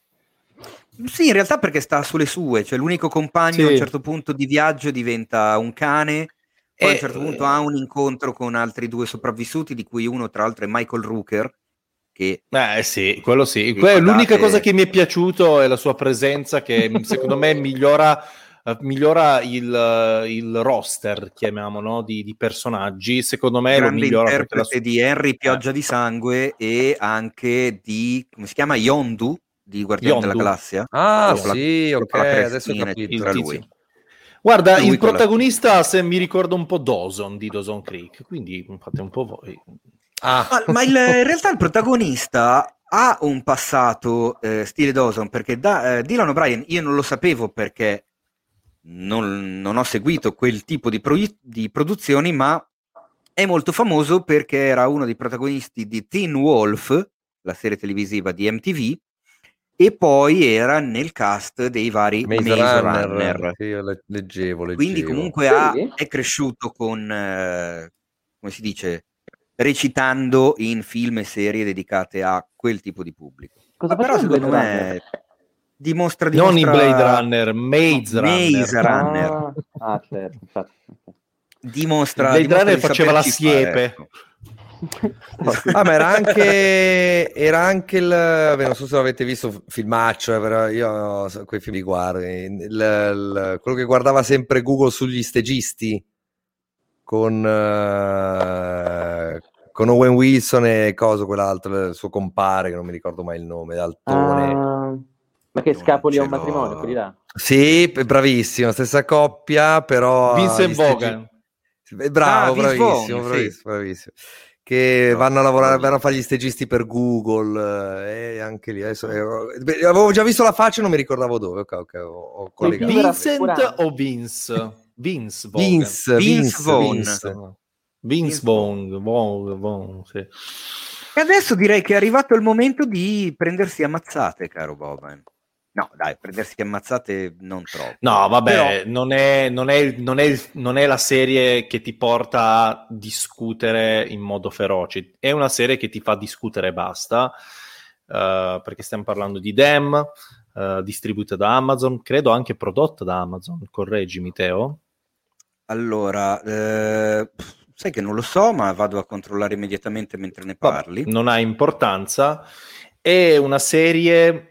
Sì, in realtà perché sta sulle sue, cioè l'unico compagno a un Sì. certo punto di viaggio diventa un cane, poi a un E- certo punto ha un incontro con altri due sopravvissuti, di cui uno tra l'altro è Michael Rooker, che Eh sì, quello sì. vi Que- L'unica ricordate- cosa che mi è piaciuto è la sua presenza che secondo me migliora, eh, migliora il, eh, il roster, chiamiamo, no? di, di personaggi. Secondo me lo grande migliora perché la interprete su- di Henry Pioggia Eh. di Sangue e anche di, come si chiama, Yondu di Guardiani Yondu. della Galassia. Ah, Quello con la- sì, quello ok, con la adesso ho crestina, capito. il eccetera, tizio. lui. Guarda, Lui il con la- protagonista se mi ricorda un po' Dawson di Dawson Creek, quindi fate un po' voi. Ah, Ma, ma il- in realtà il protagonista ha un passato eh, stile Dawson, perché da, eh, Dylan O'Brien io non lo sapevo perché non, non ho seguito quel tipo di, pro- di produzioni, ma è molto famoso perché era uno dei protagonisti di Teen Wolf, la serie televisiva di M T V, e poi era nel cast dei vari Maze, Maze Runner, Runner. Sì, io le- leggevo, leggevo. Quindi comunque ha- è cresciuto con, eh, come si dice, recitando in film e serie dedicate a quel tipo di pubblico. Cosa Ma però faceva in secondo Blade me Runner? dimostra, Non in dimostra Blade Runner, Maze no, Maze Runner. Runner. Ah, ah, certo, infatti. dimostra, Blade dimostra Runner di faceva la saperci fare, siepe. ecco. Ah, ma era anche, era anche il, vabbè, non so se l'avete visto, filmaccio, eh, però io so- quei film li guardo, il- il- quello che guardava sempre Google sugli stagisti con, eh, con Owen Wilson e coso, quell'altro, il suo compare, che non mi ricordo mai il nome, Altone. Ah, ma che Non scapoli a ce un l'ho. matrimonio, quelli là. Sì, bravissimo, stessa coppia, però Vincent gli stagi- Vaughan. Bravo, Ah, Vince bravissimo, Vaughn, sì. bravissimo, bravissimo. Che No, vanno a lavorare, non l'ho vanno a fare gli stagisti per Google, eh, e anche lì adesso eh, beh, avevo già visto la faccia e non mi ricordavo dove. Ok, ok, ho, ho collegato. film era Vincent rassicurante. o Vince? Vince Vaughan. Vince, Vince Vince, Vaughn. Vince. Vince Vince Vaughn, Vaughn, Vaughn, sì. E adesso direi che è arrivato il momento di prendersi ammazzate, caro Boban. No, dai, prendersi ammazzate non troppo. No, vabbè, Però- non, è, non, è, non, è, non è la serie che ti porta a discutere in modo feroce, è una serie che ti fa discutere e basta, uh, perché stiamo parlando di Them, uh, distribuita da Amazon, credo anche prodotta da Amazon, correggimi Teo. Allora, eh, sai che non lo so, ma vado a controllare immediatamente mentre ne Vabbè, parli. non ha importanza, è una serie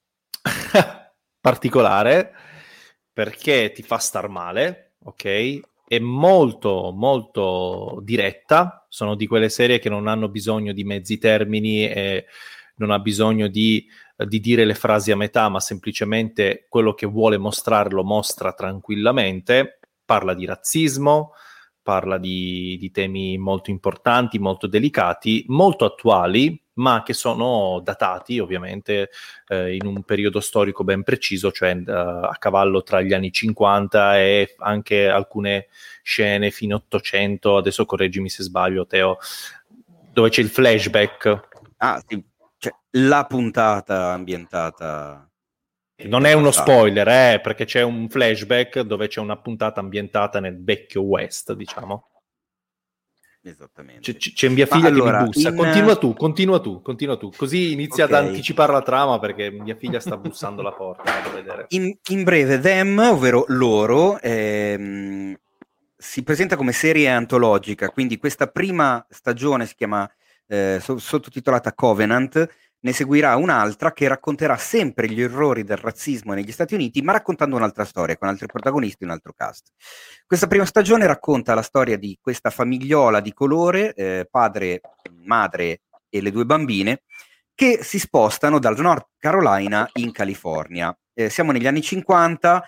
particolare perché ti fa star male, ok? È molto molto diretta, sono di quelle serie che non hanno bisogno di mezzi termini e non ha bisogno di, di dire le frasi a metà, ma semplicemente quello che vuole mostrare lo mostra tranquillamente. Parla di razzismo, parla di, di temi molto importanti, molto delicati, molto attuali, ma che sono datati ovviamente eh, in un periodo storico ben preciso, cioè eh, a cavallo tra gli anni cinquanta e anche alcune scene fino ottocento, adesso correggimi se sbaglio Teo, dove c'è il flashback. Ah, sì, cioè, la puntata ambientata... Non è uno spoiler, eh, perché c'è un flashback dove c'è una puntata ambientata nel vecchio West, diciamo. Esattamente. C- c'è mia figlia allora, che mi bussa. in... Continua tu, continua tu, continua tu. Così inizia okay. ad anticipare la trama perché mia figlia sta bussando alla porta. Vado a vedere. In, in breve, Them, ovvero loro, ehm, si presenta come serie antologica, quindi questa prima stagione si chiama eh, so- sottotitolata Covenant, ne seguirà un'altra che racconterà sempre gli errori del razzismo negli Stati Uniti, ma raccontando un'altra storia, con altri protagonisti e un altro cast. Questa prima stagione racconta la storia di questa famigliola di colore, eh, padre, madre e le due bambine, che si spostano dal North Carolina in California. Eh, siamo negli anni cinquanta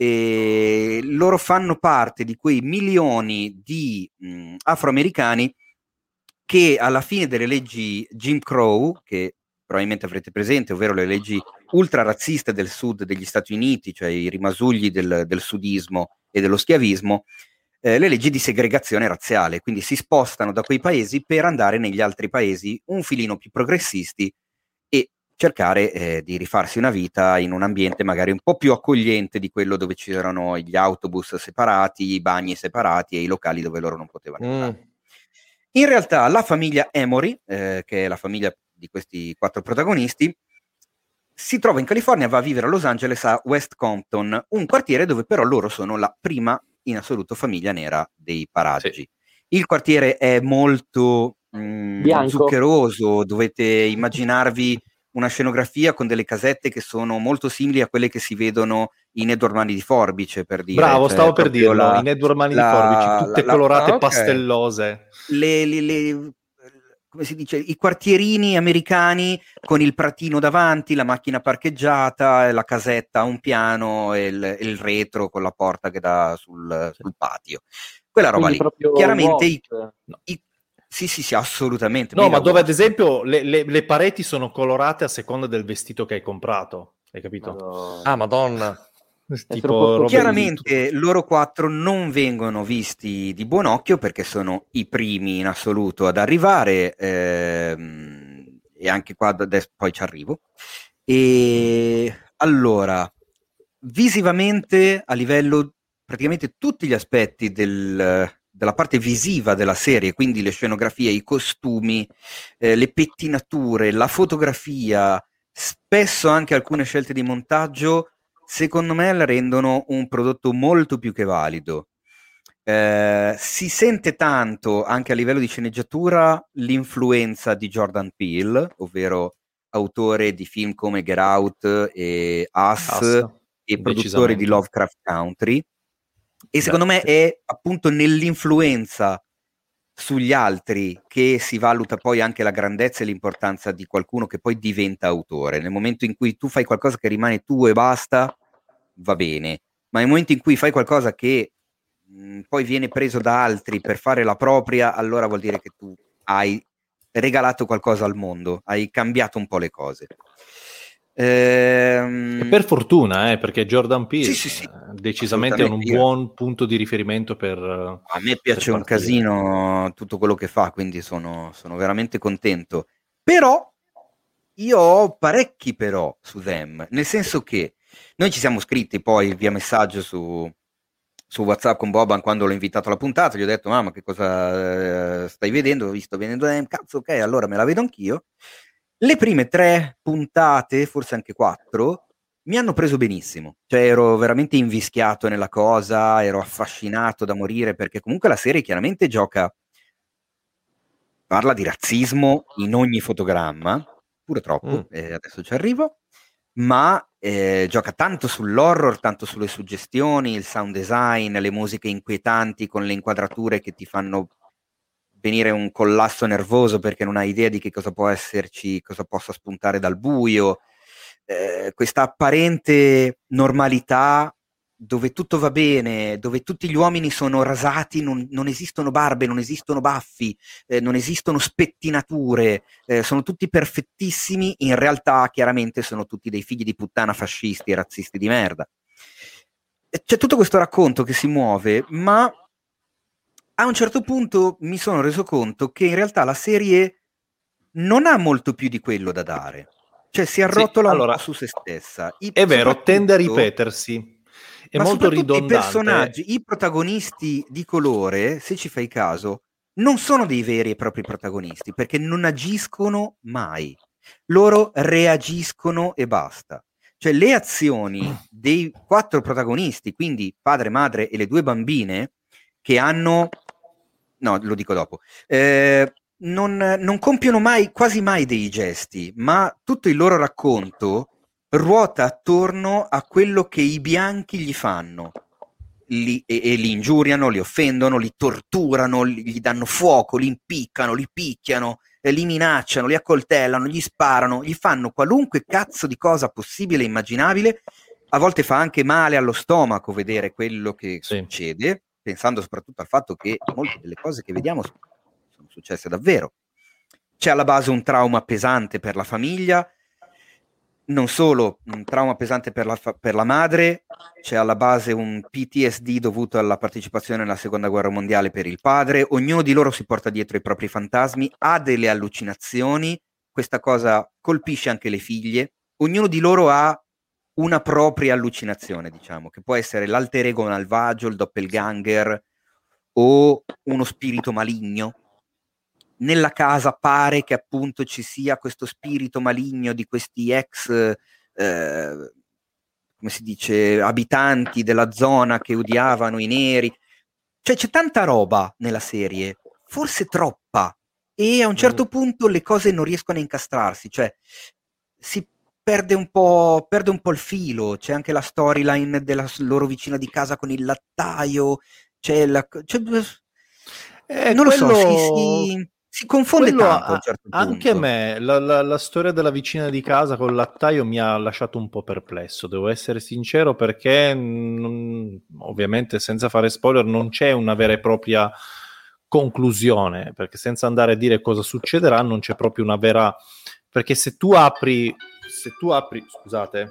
e loro fanno parte di quei milioni di mh, afroamericani che alla fine delle leggi Jim Crow, che probabilmente avrete presente, ovvero le leggi ultra razziste del sud degli Stati Uniti, cioè i rimasugli del, del sudismo e dello schiavismo, eh, le leggi di segregazione razziale, quindi si spostano da quei paesi per andare negli altri paesi un filino più progressisti e cercare eh, di rifarsi una vita in un ambiente magari un po' più accogliente di quello dove c'erano gli autobus separati, i bagni separati e i locali dove loro non potevano andare. Mm. In realtà la famiglia Emory, eh, che è la famiglia di questi quattro protagonisti, si trova in California, va a vivere a Los Angeles, a West Compton, un quartiere dove però loro sono la prima in assoluto famiglia nera dei paraggi. Sì. Il quartiere è molto mh, zuccheroso, dovete immaginarvi una scenografia con delle casette che sono molto simili a quelle che si vedono in Edward Mani di Forbice, per dire. Bravo, cioè, stavo per dirlo, la, in Edward Mani la, di Forbice, tutte la, colorate la, okay. pastellose. Le, le, le, come si dice, i quartierini americani con il pratino davanti, la macchina parcheggiata, la casetta a un piano e il, il retro con la porta che dà sul, sul patio. Quella roba Quindi lì. Chiaramente i, i, sì, sì, sì, assolutamente. No, ma dove ad esempio le, le, le pareti sono colorate a seconda del vestito che hai comprato, hai capito? Madonna. Ah, Madonna. Tipo, chiaramente loro quattro non vengono visti di buon occhio perché sono i primi in assoluto ad arrivare, ehm, e anche qua adesso poi ci arrivo. E allora, visivamente, a livello praticamente tutti gli aspetti del, della parte visiva della serie, quindi le scenografie, i costumi, eh, le pettinature, la fotografia, spesso anche alcune scelte di montaggio, secondo me la rendono un prodotto molto più che valido. Eh, si sente tanto anche a livello di sceneggiatura l'influenza di Jordan Peele, ovvero autore di film come Get Out e Us, Us e produttore di Lovecraft Country, e secondo Beh, me è appunto nell'influenza sugli altri che si valuta poi anche la grandezza e l'importanza di qualcuno che poi diventa autore. Nel momento in cui tu fai qualcosa che rimane tuo e basta, va bene, ma nel momento in cui fai qualcosa che mh, poi viene preso da altri per fare la propria, allora vuol dire che tu hai regalato qualcosa al mondo, hai cambiato un po' le cose. Ehm... E per fortuna, eh, perché Jordan Peele sì, sì, sì, decisamente è un buon punto di riferimento per... A me piace un casino tutto quello che fa, quindi sono, sono veramente contento. Però io ho parecchi però su Them, nel senso che noi ci siamo scritti poi via messaggio su, su WhatsApp con Boban quando l'ho invitato alla puntata, gli ho detto mamma che cosa eh, stai vedendo, ho visto venendo Them, cazzo ok, allora me la vedo anch'io. Le prime tre puntate, forse anche quattro, mi hanno preso benissimo, cioè ero veramente invischiato nella cosa, ero affascinato da morire, perché comunque la serie chiaramente gioca, parla di razzismo in ogni fotogramma, pure troppo, mm. eh, adesso ci arrivo, ma eh, gioca tanto sull'horror, tanto sulle suggestioni, il sound design, le musiche inquietanti con le inquadrature che ti fanno venire un collasso nervoso perché non hai idea di che cosa può esserci, cosa possa spuntare dal buio, eh, questa apparente normalità dove tutto va bene, dove tutti gli uomini sono rasati, non, non esistono barbe, non esistono baffi, eh, non esistono spettinature, eh, sono tutti perfettissimi, in realtà chiaramente sono tutti dei figli di puttana fascisti e razzisti di merda. C'è tutto questo racconto che si muove, ma a un certo punto mi sono reso conto che in realtà la serie non ha molto più di quello da dare, cioè si arrotola sì, allora, un po' su se stessa. I, è vero, tende a ripetersi, è molto ridondante. I personaggi, i protagonisti di colore, se ci fai caso, non sono dei veri e propri protagonisti, perché non agiscono mai. Loro reagiscono e basta. Cioè le azioni dei quattro protagonisti, quindi padre, madre e le due bambine, che hanno... No, lo dico dopo. Eh, non, non compiono mai, quasi mai dei gesti, ma tutto il loro racconto ruota attorno a quello che i bianchi gli fanno. Li, e, e li ingiuriano, li offendono, li torturano, li, gli danno fuoco, li impiccano, li picchiano, eh, li minacciano, li accoltellano, gli sparano, gli fanno qualunque cazzo di cosa possibile e immaginabile. A volte fa anche male allo stomaco vedere quello che Sì. succede, pensando soprattutto al fatto che molte delle cose che vediamo sono successe davvero. C'è alla base un trauma pesante per la famiglia, non solo un trauma pesante per la, fa- per la madre, c'è alla base un P T S D dovuto alla partecipazione alla seconda guerra mondiale per il padre, ognuno di loro si porta dietro i propri fantasmi, ha delle allucinazioni, questa cosa colpisce anche le figlie, ognuno di loro ha una propria allucinazione, diciamo, che può essere l'alter ego malvagio, il doppelganger o uno spirito maligno. Nella casa pare che appunto ci sia questo spirito maligno di questi ex, eh, come si dice, abitanti della zona che odiavano i neri. Cioè c'è tanta roba nella serie, forse troppa, e a un certo mm. punto le cose non riescono a incastrarsi, cioè si perde un po', perde un po' il filo. C'è anche la storyline della loro vicina di casa con il lattaio, c'è la... C'è, eh, non quello... lo so, si... si... Si confonde Quello tanto a un a, certo punto. Anche a me, la, la, la storia della vicina di casa col lattaio mi ha lasciato un po' perplesso, devo essere sincero, perché non, ovviamente senza fare spoiler non c'è una vera e propria conclusione, perché senza andare a dire cosa succederà non c'è proprio una vera... Perché se tu apri... Se tu apri... Scusate...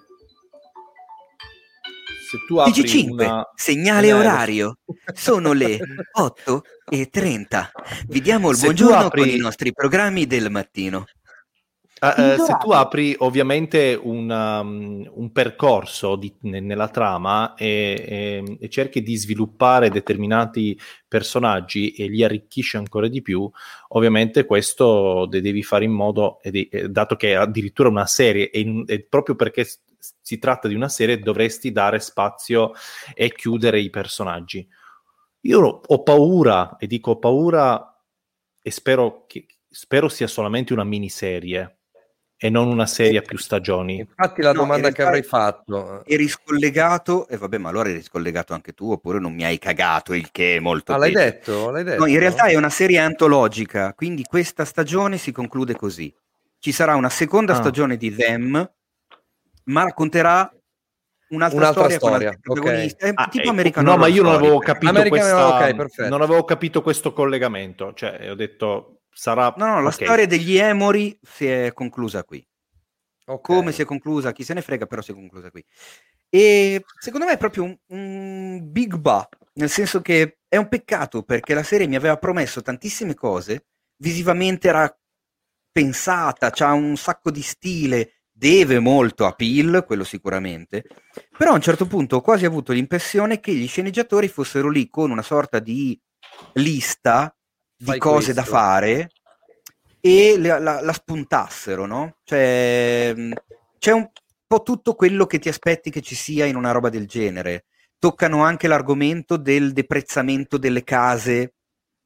Se tu apri T G cinque, una... segnale eh, orario, sono le otto e trenta. Vi diamo il se buongiorno apri... con i nostri programmi del mattino. Uh, uh, se tu apri ovviamente un, um, un percorso di, ne, nella trama e, e, e cerchi di sviluppare determinati personaggi e li arricchisci ancora di più, ovviamente questo de- devi fare in modo, e de- eh, dato che è addirittura una serie e, in, e proprio perché s- si tratta di una serie dovresti dare spazio e chiudere i personaggi. Io ho paura, e dico ho paura e spero, che, spero sia solamente una miniserie e non una serie a più stagioni. Infatti la No, domanda in che avrei fatto... Eri scollegato, e vabbè, ma allora eri scollegato anche tu, oppure non mi hai cagato, il che è molto Ah, l'hai peggio. detto? L'hai detto? No, in realtà è una serie antologica, quindi questa stagione si conclude così. Ci sarà una seconda Ah. stagione di Them, ma racconterà un'altra, Un'altra storia, storia, con altri protagonisti. È Ah, tipo ecco, American no, Horror ma io non Story, avevo per capito American- questa, ok, perfetto. non avevo capito questo collegamento, cioè ho detto sarà... No, no, la okay. storia degli Emory si è conclusa qui. Ok. Come si è conclusa, chi se ne frega, però si è conclusa qui. E secondo me è proprio un, un big ba, nel senso che è un peccato perché la serie mi aveva promesso tantissime cose, visivamente era pensata, c'ha un sacco di stile, deve molto a Peele, quello sicuramente, però a un certo punto ho quasi avuto l'impressione che gli sceneggiatori fossero lì con una sorta di lista di Fai cose questo. da fare e la, la, la spuntassero, no? Cioè, mh, c'è un po' tutto quello che ti aspetti che ci sia in una roba del genere. Toccano anche l'argomento del deprezzamento delle case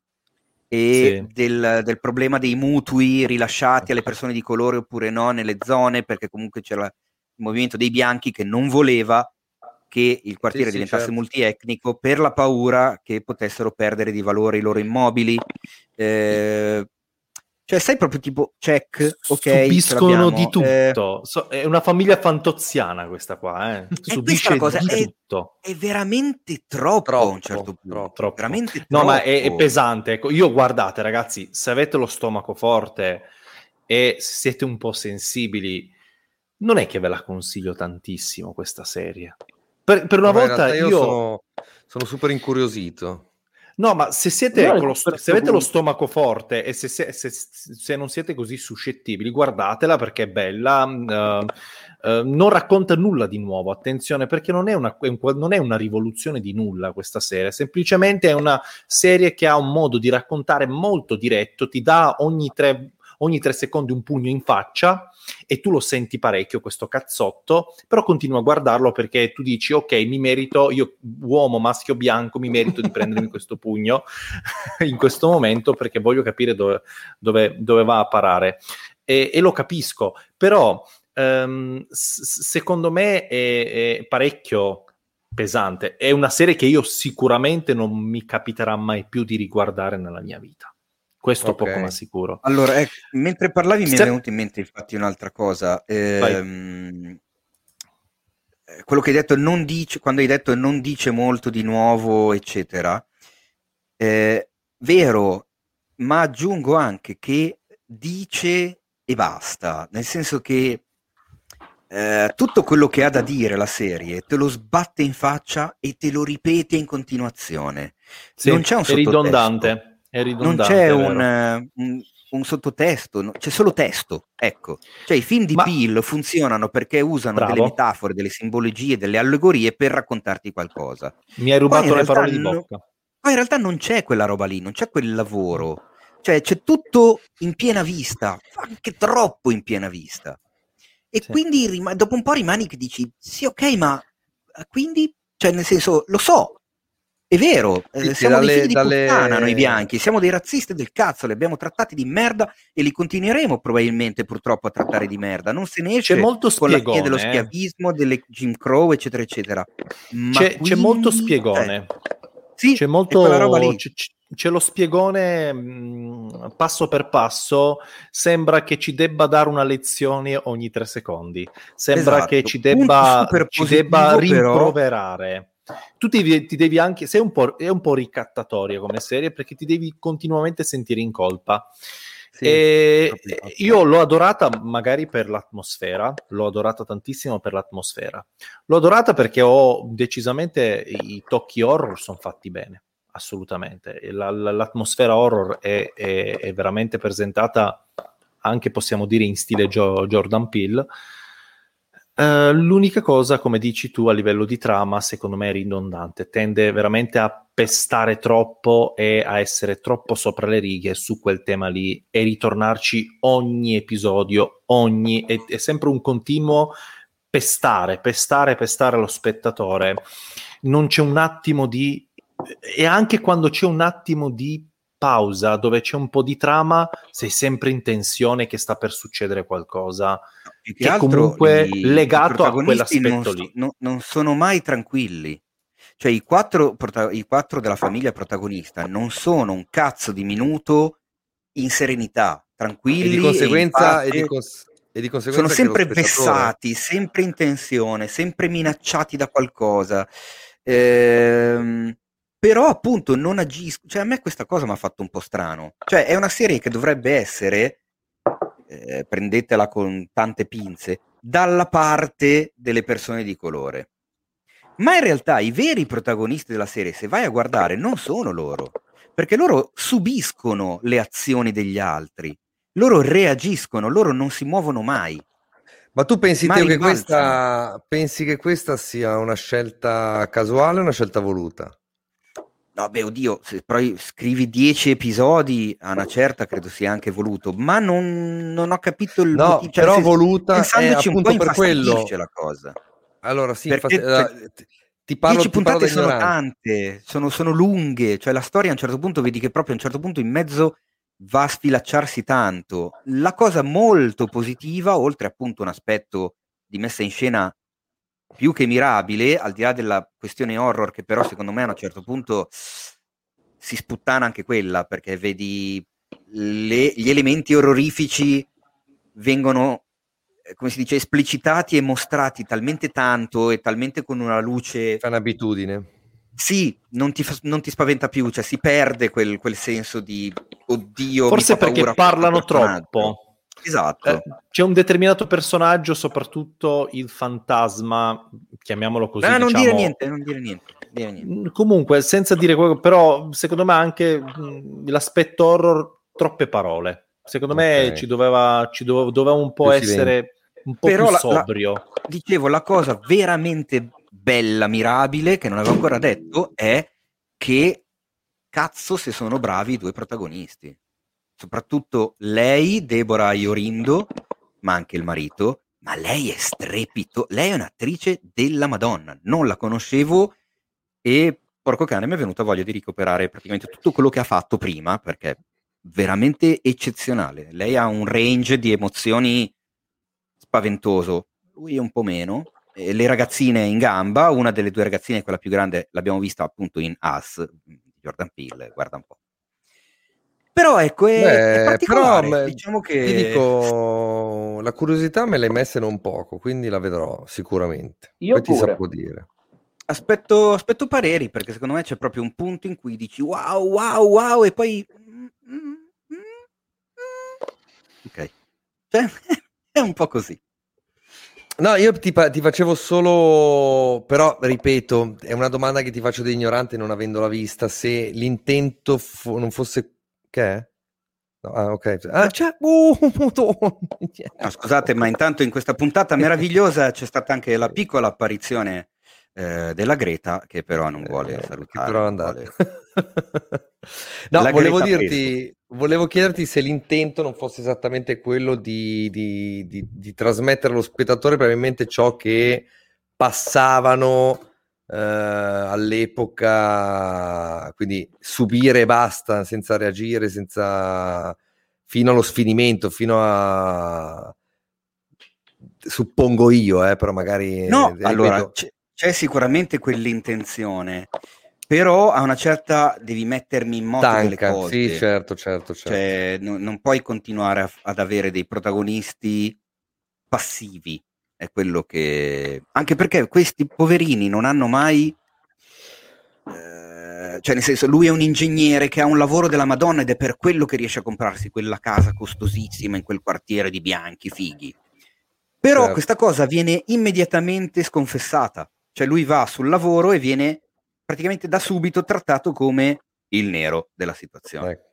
e Sì. del, del problema dei mutui rilasciati alle persone di colore oppure no nelle zone, perché comunque c'era il movimento dei bianchi che non voleva che il quartiere Sì, sì, diventasse certo. multietnico per la paura che potessero perdere di valore i loro immobili. Eh, cioè sai proprio tipo check, ok, ce Subiscono l'abbiamo. di Eh, tutto. So- è una famiglia fantoziana questa qua, eh. questa Subisce è la cosa, di è- tutto. è veramente troppo, a un Troppo, certo punto. troppo, troppo. Veramente No, troppo. ma è, è pesante. Ecco, io guardate, ragazzi, se avete lo stomaco forte e siete un po' sensibili, non è che ve la consiglio tantissimo questa serie. Per, per una No, in volta realtà io, io sono, sono super incuriosito. No, ma se siete No, con lo st- se avete lo punto. stomaco forte e se, se- se- se non siete così suscettibili, guardatela perché è bella. eh, eh, non racconta nulla di nuovo, attenzione, perché non è, una, è un- non è una rivoluzione di nulla questa serie, semplicemente è una serie che ha un modo di raccontare molto diretto, ti dà ogni tre, ogni tre secondi un pugno in faccia e tu lo senti parecchio questo cazzotto, però continua a guardarlo perché tu dici ok, mi merito, io uomo maschio bianco mi merito di prendermi questo pugno in questo momento perché voglio capire dove, dove, dove va a parare e, e lo capisco, però ehm, s- secondo me è, è parecchio pesante, è una serie che io sicuramente non mi capiterà mai più di riguardare nella mia vita, questo Ok. poco ma sicuro. Allora, ecco, mentre parlavi mi è Se- venuto in mente infatti un'altra cosa. Ehm, eh, quello che hai detto non dice, quando hai detto non dice molto di nuovo, eccetera. Eh, vero, ma aggiungo anche che dice e basta, nel senso che eh, tutto quello che ha da dire la serie te lo sbatte in faccia e te lo ripete in continuazione. Sì, Non c'è un è sottotesto. ridondante, è Non ridondante, c'è è un, vero. eh, un- un sottotesto, no- c'è solo testo, ecco. Cioè i film di Ma- Peele funzionano perché usano delle Bravo. metafore, delle simbologie, delle allegorie per raccontarti qualcosa. Mi hai Qua rubato in le realtà parole di no- bocca. Qua in realtà non c'è quella roba lì, non c'è quel lavoro. Cioè c'è tutto in piena vista, anche troppo in piena vista. E Sì. quindi rima- dopo un po' rimani che dici, sì ok, ma eh, quindi, cioè nel senso, lo so, è vero, eh, Sì, sì, siamo dalle- dei figli di dalle- puttana noi bianchi, siamo dei razzisti del cazzo, li abbiamo trattati di merda e li continueremo probabilmente purtroppo a trattare di merda. Non se ne C'è esce molto con la fine dello spiegone, eh. schiavismo, delle Jim Crow, eccetera, eccetera. Ma C'è, c'è molto quindi, spiegone. cioè, sì, C'è è quella roba molto lì. c'è, c'è lo spiegone mh, passo per passo, sembra che ci debba dare una lezione ogni tre secondi, sembra Esatto. che ci Punto debba, super ci debba positivo, però. rimproverare. Tu ti, devi- ti devi anche, sei un po', è un po' ricattatoria come serie perché ti devi continuamente sentire in colpa. Sì, E proprio in colpa. io l'ho adorata magari per l'atmosfera, l'ho adorata tantissimo per l'atmosfera. L'ho adorata perché ho decisamente i tocchi horror sono fatti bene, assolutamente. E la- la- l'atmosfera horror è, è- è veramente presentata anche, possiamo dire, in stile Gio- Jordan Peele. Eh, l'unica cosa, come dici tu, a livello di trama, secondo me è ridondante, tende veramente a pestare troppo e a essere troppo sopra le righe su quel tema lì e ritornarci ogni episodio, ogni, è, è sempre un continuo pestare, pestare, pestare lo spettatore. Non c'è un attimo di... e anche quando c'è un attimo di pausa, dove c'è un po' di trama, sei sempre in tensione che sta per succedere qualcosa, Più che che altro comunque i, i legato a protagonisti non, quell'aspetto so- lì. no- non sono mai tranquilli. Cioè i quattro, prota- i quattro della famiglia protagonista non sono un cazzo di minuto in serenità, tranquilli E di e in conseguenza, e di pace. cons- e di Sono conseguenza che sempre lo spettatore... vessati, sempre in tensione, sempre minacciati da qualcosa. Ehm, però appunto non agiscono. Cioè a me questa cosa mi ha fatto un po' strano. Cioè è una serie che dovrebbe essere, eh, prendetela con tante pinze, dalla parte delle persone di colore. Ma in realtà i veri protagonisti della serie, se vai a guardare, non sono loro, perché loro subiscono le azioni degli altri, loro reagiscono, loro non si muovono mai. Ma tu pensi, Ma Teo, che rimbalzano. questa, pensi che questa sia una scelta casuale o una scelta voluta? No, beh, oddio, se poi scrivi dieci episodi, a una certa credo sia anche voluto, ma non, non ho capito il No, motivo. Cioè, però nel senso, voluta è pensandoci un po' appunto per quello. infastidisce la cosa. Allora sì, Perché, infatti, cioè, allora, ti- ti parlo, dieci ti parlo puntate da sono ignorante. tante, sono, sono lunghe, cioè la storia a un certo punto vedi che proprio a un certo punto in mezzo va a sfilacciarsi tanto. La cosa molto positiva, oltre appunto un aspetto di messa in scena più che mirabile, al di là della questione horror, che però secondo me a un certo punto si sputtana anche quella, perché vedi le- gli elementi orrorifici vengono, eh, come si dice, esplicitati e mostrati talmente tanto e talmente con una luce... Fa un'abitudine. Sì, non ti, fa- non ti spaventa più, cioè si perde quel, quel senso di oddio, Forse mi fa perché paura questo parlano personaggio. troppo. Esatto. Eh, c'è un determinato personaggio, soprattutto il fantasma, chiamiamolo così, Ah, non diciamo, dire niente, non dire niente. Niente, Vieni. Comunque, senza dire quello, però secondo me anche mh, l'aspetto horror, troppe parole. Secondo me Ok. ci doveva, ci dove- doveva un po' Più silenzio. essere un po' Però più la- la- sobrio. Dicevo, la cosa veramente bella, mirabile, che non avevo ancora detto, è che cazzo se sono bravi i due protagonisti. Soprattutto lei, Deborah Iorindo, ma anche il marito, ma lei è strepito, lei è un'attrice della Madonna, non la conoscevo e porco cane mi è venuta voglia di recuperare praticamente tutto quello che ha fatto prima, perché è veramente eccezionale. Lei ha un range di emozioni spaventoso, lui un po' meno. E le ragazzine in gamba, una delle due ragazzine, quella più grande, l'abbiamo vista appunto in Us di Jordan Peele, guarda un po'. Però ecco, è, Beh, è particolare, però, me- diciamo ti che dico, la curiosità me l'hai messa non poco, quindi la vedrò sicuramente. Io Poi ti pure. saprò dire. aspetto, aspetto pareri, perché secondo me c'è proprio un punto in cui dici wow, wow, wow, e poi mm, mm, mm, mm. ok, cioè, è un po' così. No, io ti, pa- ti facevo solo, però ripeto, è una domanda che ti faccio da ignorante non avendola vista, se l'intento fo- non fosse... Che è? No, ah, ok. Ah, c'è... Oh, Madonna. No, scusate, ma intanto in questa puntata meravigliosa c'è stata anche la piccola apparizione eh, della Greta, che però non vuole Eh, che salutare. però è non andata. vuole- No, La volevo Greta dirti, volevo chiederti se l'intento non fosse esattamente quello di, di- di- di trasmettere allo spettatore probabilmente ciò che passavano eh, all'epoca, quindi subire e basta, senza reagire, senza fino allo sfinimento, fino a suppongo io, eh, però magari No, ripeto, allora c'è, c'è sicuramente quell'intenzione, però a una certa devi mettermi in moto delle stanca. cose. Sì, certo, certo, certo. Cioè, no- non puoi continuare a- ad avere dei protagonisti passivi, è quello che... Anche perché questi poverini non hanno mai... eh, cioè, nel senso, lui è un ingegnere che ha un lavoro della Madonna ed è per quello che riesce a comprarsi quella casa costosissima in quel quartiere di bianchi fighi. Però Certo. questa cosa viene immediatamente sconfessata. Cioè, lui va sul lavoro e viene praticamente da subito trattato come il nero della situazione. Ecco.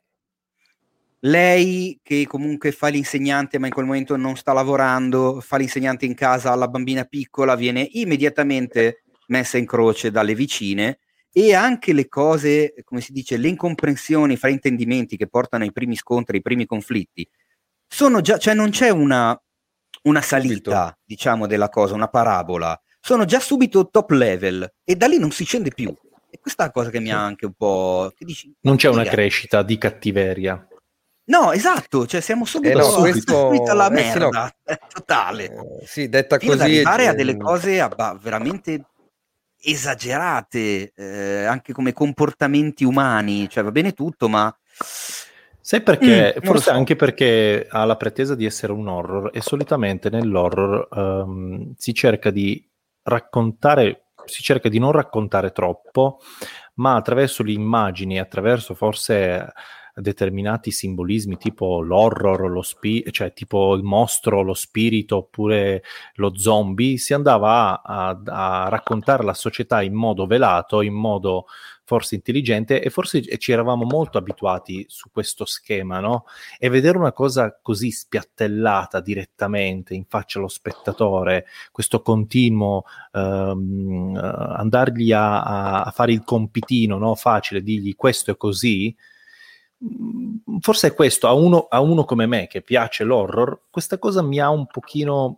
Lei che comunque fa l'insegnante ma in quel momento non sta lavorando, fa l'insegnante in casa alla bambina piccola, viene immediatamente messa in croce dalle vicine, e anche le cose, come si dice, le incomprensioni, fraintendimenti che portano ai primi scontri, ai primi conflitti, sono già, cioè non c'è una, una salita, Subito. diciamo, della cosa, una parabola, sono già subito top level e da lì non si scende più. E questa è la cosa che mi ha anche un po'... Che dici, Non c'è una figa. crescita di cattiveria. No, esatto, cioè siamo subito, Eh no, subito questo- alla eh sì, no. merda, totale. Eh, sì, detta Fino ad così arrivare a eh, delle cose abba- veramente esagerate, eh, anche come comportamenti umani, cioè va bene tutto, ma... Sai perché? Mm, non lo Forse so. anche perché ha la pretesa di essere un horror e solitamente nell'horror ehm, si cerca di raccontare, si cerca di non raccontare troppo, ma attraverso le immagini, attraverso forse determinati simbolismi tipo l'horror, lo spi- cioè tipo il mostro, lo spirito oppure lo zombie, si andava a, a, a raccontare la società in modo velato, in modo forse intelligente, e forse ci eravamo molto abituati su questo schema, no? E vedere una cosa così spiattellata direttamente in faccia allo spettatore, questo continuo ehm, andargli a, a, a fare il compitino, no? Facile, dirgli questo è così. Forse è questo, a uno, a uno come me che piace l'horror, questa cosa mi ha un pochino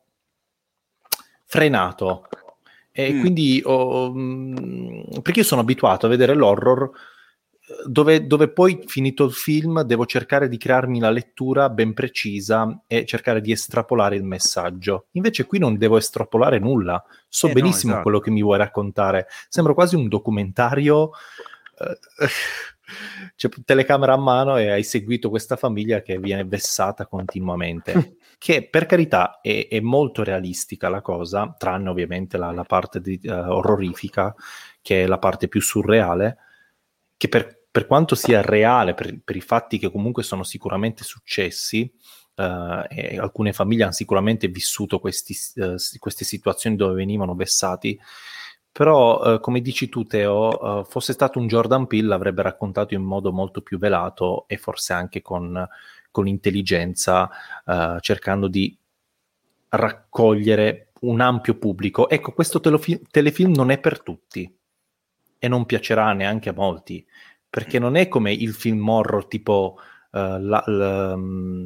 frenato. E Mm. quindi ho, mh, perché io sono abituato a vedere l'horror dove, dove poi finito il film devo cercare di crearmi la lettura ben precisa e cercare di estrapolare il messaggio. Invece qui non devo estrapolare nulla, so Eh no, benissimo esatto. quello che mi vuoi raccontare. Sembra quasi un documentario, eh, c'è telecamera a mano e hai seguito questa famiglia che viene vessata continuamente. Che per carità è, è molto realistica la cosa, tranne ovviamente la, la parte di, uh, orrorifica, che è la parte più surreale, che per, per quanto sia reale, per, per i fatti che comunque sono sicuramente successi, uh, e alcune famiglie hanno sicuramente vissuto questi, uh, queste situazioni dove venivano vessati, Però, eh, come dici tu, Teo, eh, fosse stato un Jordan Peele l'avrebbe raccontato in modo molto più velato e forse anche con, con intelligenza, eh, cercando di raccogliere un ampio pubblico. Ecco, questo telefilm, telefilm non è per tutti e non piacerà neanche a molti, perché non è come il film horror tipo uh, la, la,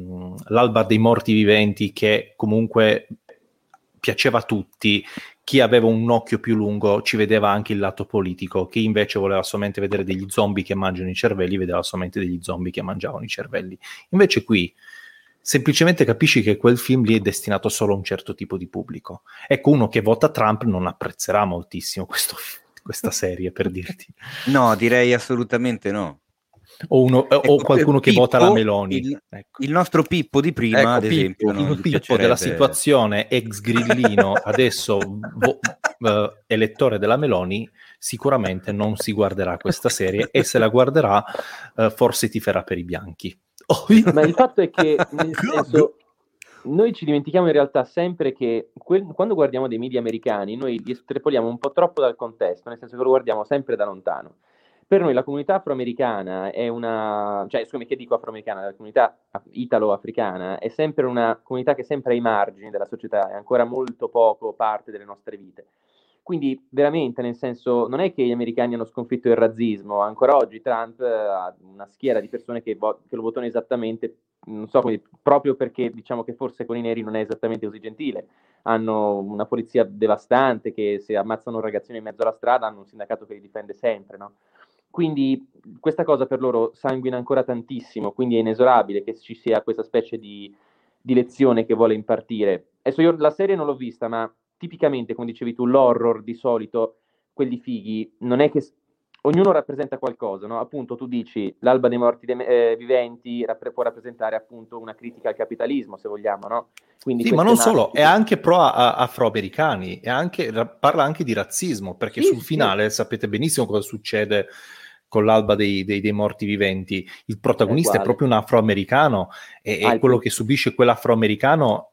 l'Alba dei morti viventi, che comunque piaceva a tutti. Chi aveva un occhio più lungo ci vedeva anche il lato politico, chi invece voleva solamente vedere degli zombie che mangiano i cervelli vedeva solamente degli zombie che mangiavano i cervelli. Invece qui semplicemente capisci che quel film lì è destinato solo a un certo tipo di pubblico. Ecco, uno che vota Trump non apprezzerà moltissimo questo, questa serie, per dirti. No, direi assolutamente no. O, uno, ecco, o qualcuno Pippo, che vota la Meloni. Il, ecco. il nostro Pippo di prima, ecco, ad Pippo, esempio. Non il Pippo piacerebbe... della situazione, ex grillino, adesso vo, uh, elettore della Meloni, sicuramente non si guarderà questa serie, e se la guarderà uh, forse tiferà per i bianchi. Oh, ma il fatto è che, nel senso, noi ci dimentichiamo in realtà sempre che quel, quando guardiamo dei media americani noi li estrapoliamo un po' troppo dal contesto, nel senso che lo guardiamo sempre da lontano. Per noi la comunità afroamericana è una, cioè scusami che dico afroamericana, la comunità italo-africana è sempre una comunità che è sempre ai margini della società, è ancora molto poco parte delle nostre vite. Quindi veramente, nel senso, non è che gli americani hanno sconfitto il razzismo, ancora oggi Trump ha una schiera di persone che, vo- che lo votano esattamente, non so, quindi, proprio perché diciamo che forse con i neri non è esattamente così gentile. Hanno una polizia devastante che se ammazzano un ragazzino in mezzo alla strada hanno un sindacato che li difende sempre, no? Quindi questa cosa per loro sanguina ancora tantissimo, quindi è inesorabile che ci sia questa specie di, di lezione che vuole impartire. Adesso io la serie non l'ho vista, ma tipicamente, come dicevi tu, l'horror di solito, quelli fighi, non è che ognuno rappresenta qualcosa, no? Appunto tu dici l'Alba dei morti de- eh, viventi rapp- può rappresentare appunto una critica al capitalismo, se vogliamo, no? Quindi sì, ma non solo, è anche pro a- a- afroamericani, è anche, parla anche di razzismo, perché sì, sul finale sì. Sapete benissimo cosa succede con l'Alba dei, dei, dei morti viventi. Il protagonista è, è proprio un afroamericano e, ah, e quello che subisce quell'afroamericano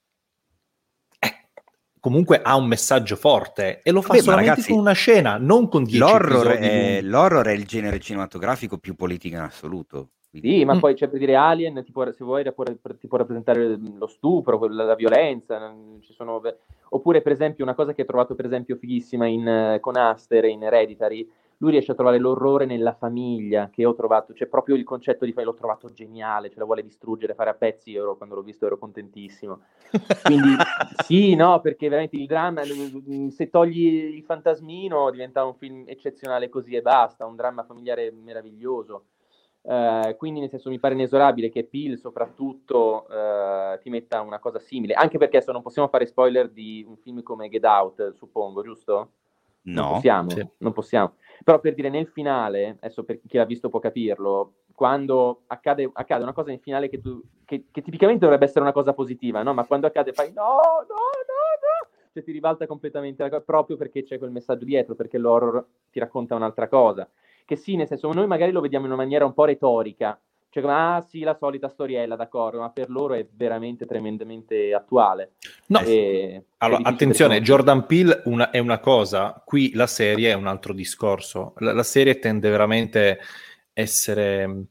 comunque ha un messaggio forte e lo fa Vabbè, solamente ragazzi, con una scena, non con dieci l'horror episodi è, l'horror è il genere cinematografico più politico in assoluto. Quindi. Sì, ma mm. poi c'è per dire Alien, ti può, se vuoi, ti può rappresentare lo stupro, la, la violenza, ci sono... oppure per esempio una cosa che ho trovato per esempio fighissima in, con Aster in Hereditary, lui riesce a trovare l'orrore nella famiglia, che ho trovato, cioè proprio il concetto di l'ho trovato geniale, ce la vuole distruggere, fare a pezzi, io ero, quando l'ho visto ero contentissimo. Quindi sì, no, perché veramente il dramma, se togli il fantasmino diventa un film eccezionale così e basta, un dramma familiare meraviglioso. Uh, quindi nel senso mi pare inesorabile che Peele soprattutto uh, ti metta una cosa simile, anche perché adesso non possiamo fare spoiler di un film come Get Out, suppongo, giusto? No, non possiamo, sì. non possiamo. Però per dire nel finale, adesso per chi l'ha visto può capirlo, quando accade, accade una cosa nel finale che, tu, che, che tipicamente dovrebbe essere una cosa positiva, no? Ma quando accade fai no, no, no, no, cioè ti ribalta completamente la cosa, proprio perché c'è quel messaggio dietro, perché l'horror ti racconta un'altra cosa. Che sì, nel senso, noi magari lo vediamo in una maniera un po' retorica, cioè ah sì, la solita storiella, d'accordo, ma per loro è veramente tremendamente attuale. No, e, allora attenzione, Jordan Peele una, è una cosa, qui la serie è un altro discorso. La, la serie tende veramente a essere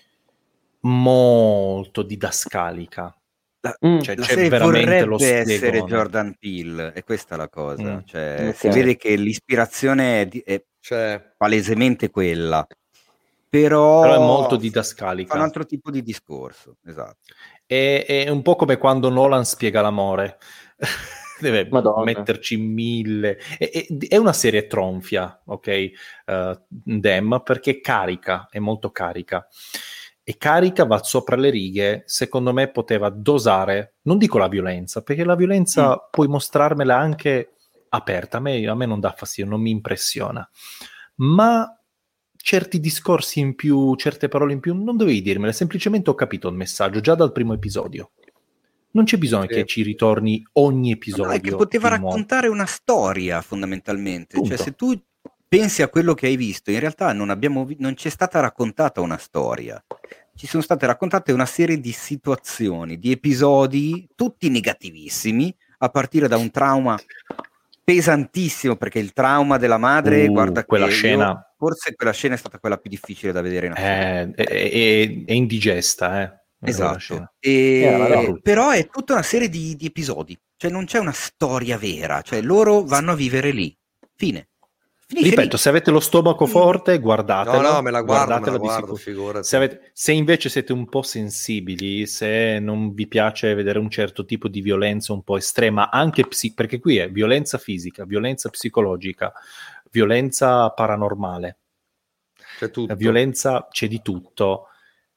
molto didascalica. La, mm, cioè, la c'è serie veramente lo spiegone. Essere Jordan Peele, è questa la cosa. Mm. Cioè, okay. Si vede che l'ispirazione è, di, è cioè, palesemente quella. Però, Però è molto didascalica. Fa un altro tipo di discorso, esatto. È, è un po' come quando Nolan spiega l'amore. Deve Madonna. metterci mille. È, è, è una serie tronfia, ok? Uh, Dem, perché è carica, è molto carica. E carica, va sopra le righe, secondo me poteva dosare, non dico la violenza, perché la violenza mm. puoi mostrarmela anche aperta, a me, a me non dà fastidio, non mi impressiona. Ma certi discorsi in più, certe parole in più, non dovevi dirmele, semplicemente ho capito il messaggio già dal primo episodio. Non c'è bisogno sì. che ci ritorni ogni episodio. No, è che poteva raccontare una storia, fondamentalmente. Punto. Cioè, se tu pensi a quello che hai visto, in realtà non, abbiamo, non c'è stata raccontata una storia. Ci sono state raccontate una serie di situazioni, di episodi, tutti negativissimi, a partire da un trauma pesantissimo, perché il trauma della madre, Uh, guarda, quella che scena- io- forse quella scena è stata quella più difficile da vedere in assoluto. È, è- è- è indigesta, eh. quella Esatto. scena. E- Eh, ma no. però è tutta una serie di, di episodi, cioè non c'è una storia vera, cioè loro vanno a vivere lì. Fine. Finisce Ripeto, lì. se avete lo stomaco forte, guardatelo. No, no, me la guardo, guardatela me la di guardo, sicuro. figurati. Se, avete- se invece siete un po' sensibili, se non vi piace vedere un certo tipo di violenza un po' estrema, anche psi- perché qui è violenza fisica, violenza psicologica, violenza paranormale, C'è tutto. la violenza, c'è di tutto,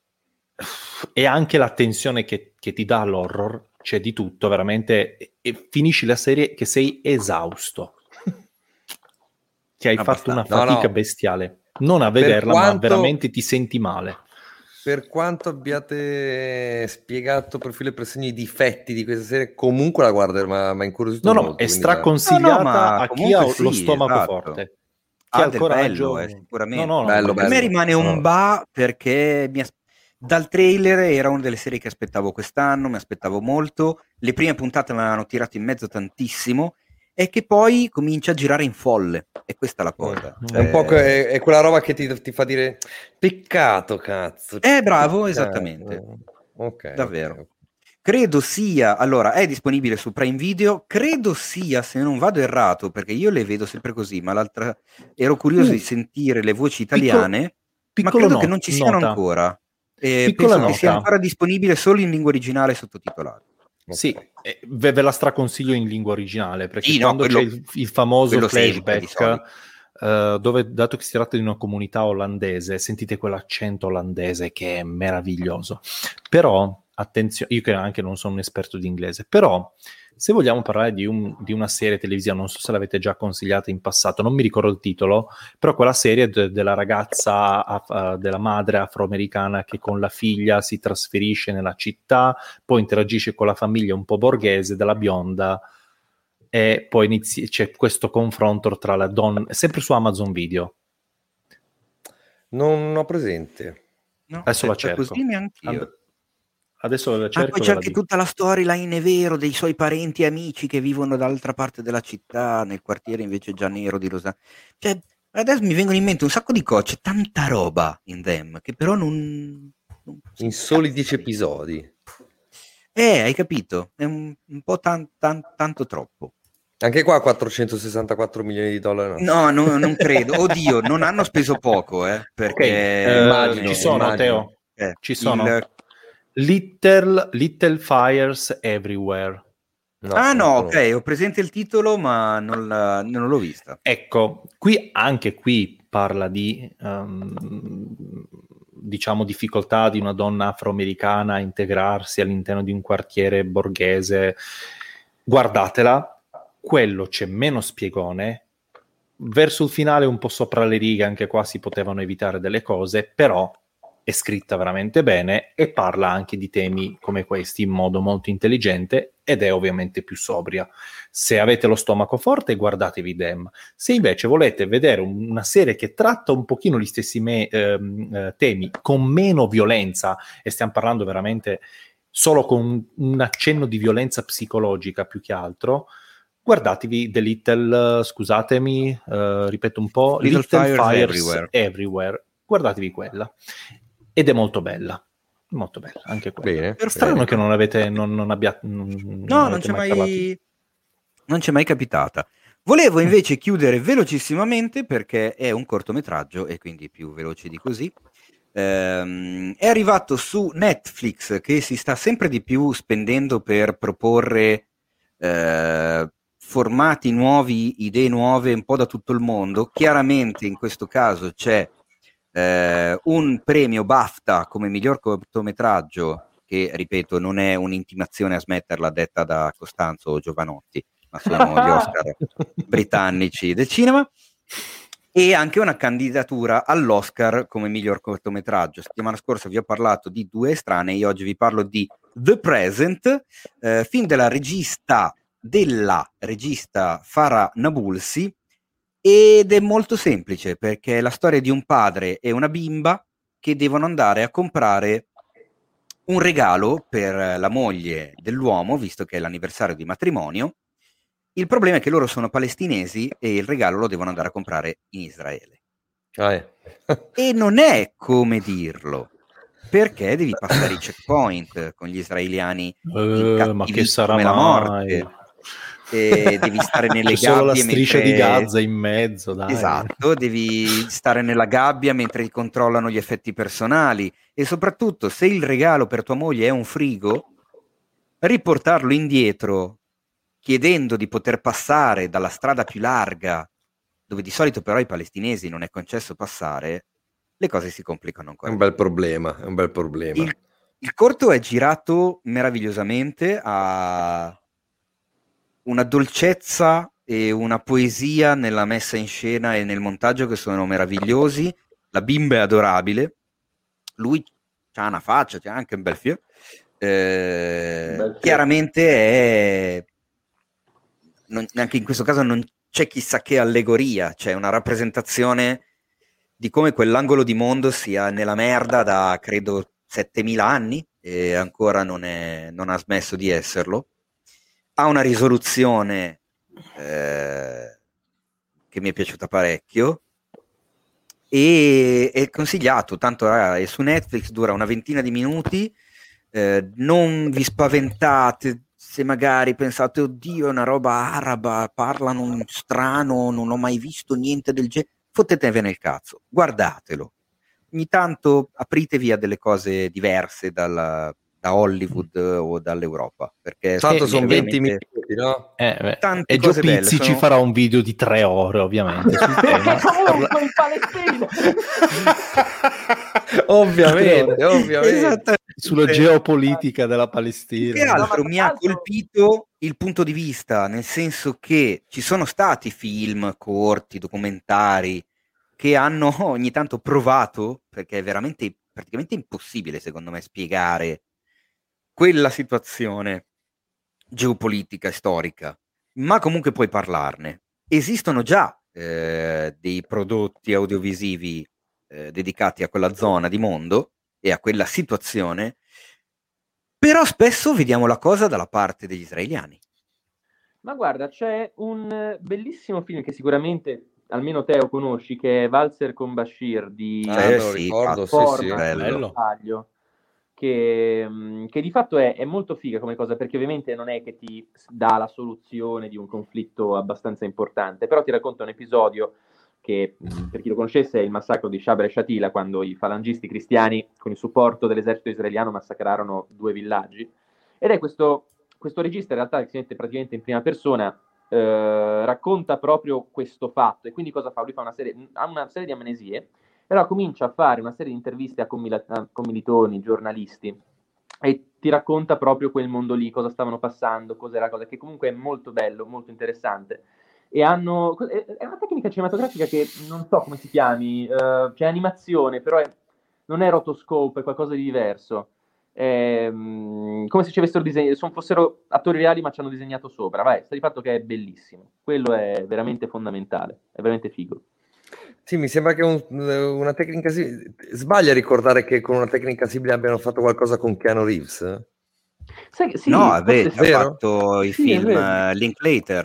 e anche la tensione che, che ti dà l'horror, c'è di tutto, veramente, e, e finisci la serie che sei esausto, che hai fatto una Abbastanza. No, fatica no. bestiale, non a vederla, ma quanto- veramente ti senti male. Per quanto abbiate spiegato per filo e per segno i difetti di questa serie, comunque la guardo, ma mi ha incuriosito No, no, molto. è quindi la- straconsigliata No, no, ma a chi comunque ha lo sì, stomaco esatto. forte. Chi Ha ha il del coraggio, bello, eh, sicuramente. No, no, no, Bello, ma- A me bello. rimane No, un no. ba perché mi as- dal trailer era una delle serie che aspettavo quest'anno, mi aspettavo molto, le prime puntate mi avevano tirato in mezzo tantissimo, e che poi comincia a girare in folle, e questa è la cosa. Mm. È un po' Cioè- que- è, è quella roba che ti, ti fa dire peccato, cazzo. Eh, bravo, Peccato. esattamente. Ok. Davvero. ok. Credo sia, allora, è disponibile su Prime Video, credo sia, se non vado errato, perché io le vedo sempre così, ma l'altra ero curioso Uh, di sentire le voci piccolo- italiane, ma piccolo credo no- che non ci siano nota. ancora. E Piccola penso che sia nota. ancora disponibile solo in lingua originale sottotitolato. Sì, eh, ve, ve la straconsiglio in lingua originale, perché Sì, no, quando quello- c'è il, il famoso quello sempre, di flashback, eh, dove, dato che si tratta di una comunità olandese, sentite quell'accento olandese che è meraviglioso. Però, attenzione, io che anche non sono un esperto di inglese, però se vogliamo parlare di, un- di una serie televisiva, non so se l'avete già consigliata in passato, non mi ricordo il titolo, però quella serie de- della ragazza, af- eh, della madre afroamericana che con la figlia si trasferisce nella città, poi interagisce con la famiglia un po' borghese della bionda, e poi inizi- c'è questo confronto tra la donna, sempre su Amazon Video. Non ho presente. No, Adesso la aspetta, cerco. così neanch'io. And- Adesso la Ah, cerco. poi e c'è ve la anche dico. tutta la storyline vero dei suoi parenti e amici che vivono dall'altra parte della città, nel quartiere invece già nero di Los Angeles. Cioè, adesso mi vengono in mente un sacco di cose, c'è tanta roba in Them, che però non... non si In soli incazza dieci di- episodi. Eh, hai capito? È un, un po' tan- tan- tanto troppo. Anche qua quattrocentosessantaquattro milioni di dollari. No, no, non credo. Oddio, non hanno speso poco, eh, perché... Ok, eh, immagino, ci sono, immagino. Teo. eh, Ci sono. il- Little, Little Fires Everywhere. No, ah no, non conosco. ok, ho presente il titolo, ma non, la- non l'ho vista. Ecco, qui anche qui parla di ehm, diciamo difficoltà di una donna afroamericana a integrarsi all'interno di un quartiere borghese. Guardatela, quello c'è meno spiegone. Verso il finale un po' sopra le righe, anche qua si potevano evitare delle cose, però è scritta veramente bene e parla anche di temi come questi in modo molto intelligente, ed è ovviamente più sobria. Se avete lo stomaco forte, guardatevi Them. Se invece volete vedere un- una serie che tratta un pochino gli stessi me- ehm, eh, temi con meno violenza, e stiamo parlando veramente solo con un accenno di violenza psicologica più che altro, guardatevi The Little, eh, scusatemi, eh, ripeto un po', Little Little, Fires Fires, Everywhere. Everywhere. Guardatevi quella. Ed è molto bella. Molto bella, anche quella. Bene. Perfetto. Strano bene. che non avete, non, non abbiate... Non, No, non avete c'è mai, parlato. non c'è mai capitata. Volevo invece chiudere velocissimamente perché è un cortometraggio e quindi più veloce di così. Ehm, è arrivato su Netflix, che si sta sempre di più spendendo per proporre eh, formati nuovi, idee nuove un po' da tutto il mondo. Chiaramente in questo caso c'è eh, un premio BAFTA come miglior cortometraggio, che ripeto non è un'intimazione a smetterla detta da Costanzo o Giovanotti, ma sono gli Oscar britannici del cinema, e anche una candidatura all'Oscar come miglior cortometraggio. Settimana scorsa vi ho parlato di Due estranei, oggi vi parlo di The Present, eh, film della regista della regista Farah Nabulsi, ed è molto semplice perché è la storia di un padre e una bimba che devono andare a comprare un regalo per la moglie dell'uomo, visto che è l'anniversario di matrimonio. Il problema è che loro sono palestinesi e il regalo lo devono andare a comprare in Israele. Ah, eh. E non è come dirlo, perché devi passare i checkpoint con gli israeliani Eh, ma che sarà come la mai? morte. E devi stare nelle C'è solo la gabbie striscia mentre... di Gaza in mezzo, dai. Esatto, devi stare nella gabbia mentre ti controllano gli effetti personali e soprattutto se il regalo per tua moglie è un frigo, riportarlo indietro chiedendo di poter passare dalla strada più larga, dove di solito però ai palestinesi non è concesso passare, le cose si complicano È ancora. un bel problema, è un bel problema. Il, il corto è girato meravigliosamente, ha una dolcezza e una poesia nella messa in scena e nel montaggio che sono meravigliosi. La bimba è adorabile, lui ha una faccia, c'ha anche un bel fiore. Eh, Bel fiore. chiaramente è non, anche in questo caso non c'è chissà che allegoria, c'è una rappresentazione di come quell'angolo di mondo sia nella merda da credo settemila anni e ancora non, è, non ha smesso di esserlo. Ha una risoluzione eh, che mi è piaciuta parecchio e è consigliato, tanto eh, è su Netflix, dura una ventina di minuti, eh, non vi spaventate se magari pensate oddio è una roba araba, parlano un strano, non ho mai visto niente del genere, fottetevene il cazzo, guardatelo, ogni tanto apritevi a delle cose diverse dalla, da Hollywood o dall'Europa, perché Tanto sono veramente... venti minuti, no? Eh, beh. Tante e Gio cose belle, Pizzi sono- ci farà un video di tre ore, ovviamente. sul Perché tema. comunque in Palestina. Ovviamente, ovviamente. Esattamente. Sulla geopolitica della Più che Palestina. altro No, ma tra mi ha l'altro- colpito il punto di vista, nel senso che ci sono stati film corti, documentari, che hanno ogni tanto provato, perché è veramente praticamente impossibile secondo me spiegare quella situazione geopolitica e storica, ma comunque puoi parlarne. Esistono già eh, dei prodotti audiovisivi eh, dedicati a quella zona di mondo e a quella situazione, però spesso vediamo la cosa dalla parte degli israeliani. Ma guarda, c'è un eh, bellissimo film che sicuramente almeno Teo conosci, che è Valzer con Bashir di Ah, Eh, me lo sì, ricordo, sì, Forman, sì. se bello. non Bello. sbaglio, che, mh, che di fatto è, è molto figa come cosa, perché ovviamente non è che ti dà la soluzione di un conflitto abbastanza importante, però ti racconta un episodio che, mh, per chi lo conoscesse, è il massacro di Shabra e Shatila, quando i falangisti cristiani, con il supporto dell'esercito israeliano, massacrarono due villaggi. Ed è questo, questo regista, in realtà, che si mette praticamente in prima persona, eh, racconta proprio questo fatto. E quindi cosa fa? Lui fa una serie, ha una serie di amnesie, e allora comincia a fare una serie di interviste a, commila- a commilitoni, giornalisti, e ti racconta proprio quel mondo lì, cosa stavano passando, cos'era la cosa, che comunque è molto bello, molto interessante. E hanno, è è una tecnica cinematografica che non so come si chiami, eh, c'è animazione, però è- non è rotoscope, è qualcosa di diverso. È, mm, come se ci avessero disegnato, sono fossero attori reali ma ci hanno disegnato sopra. Vai, sta di fatto che è bellissimo. Quello è veramente fondamentale, è veramente figo. Sì, mi sembra che un- una tecnica simile... Sbaglia a ricordare che con una tecnica simile abbiano fatto qualcosa con Keanu Reeves? Sai che- sì, no, forse vabbè, sì. ha vero? fatto i Sì, è film vero. eh, Linklater.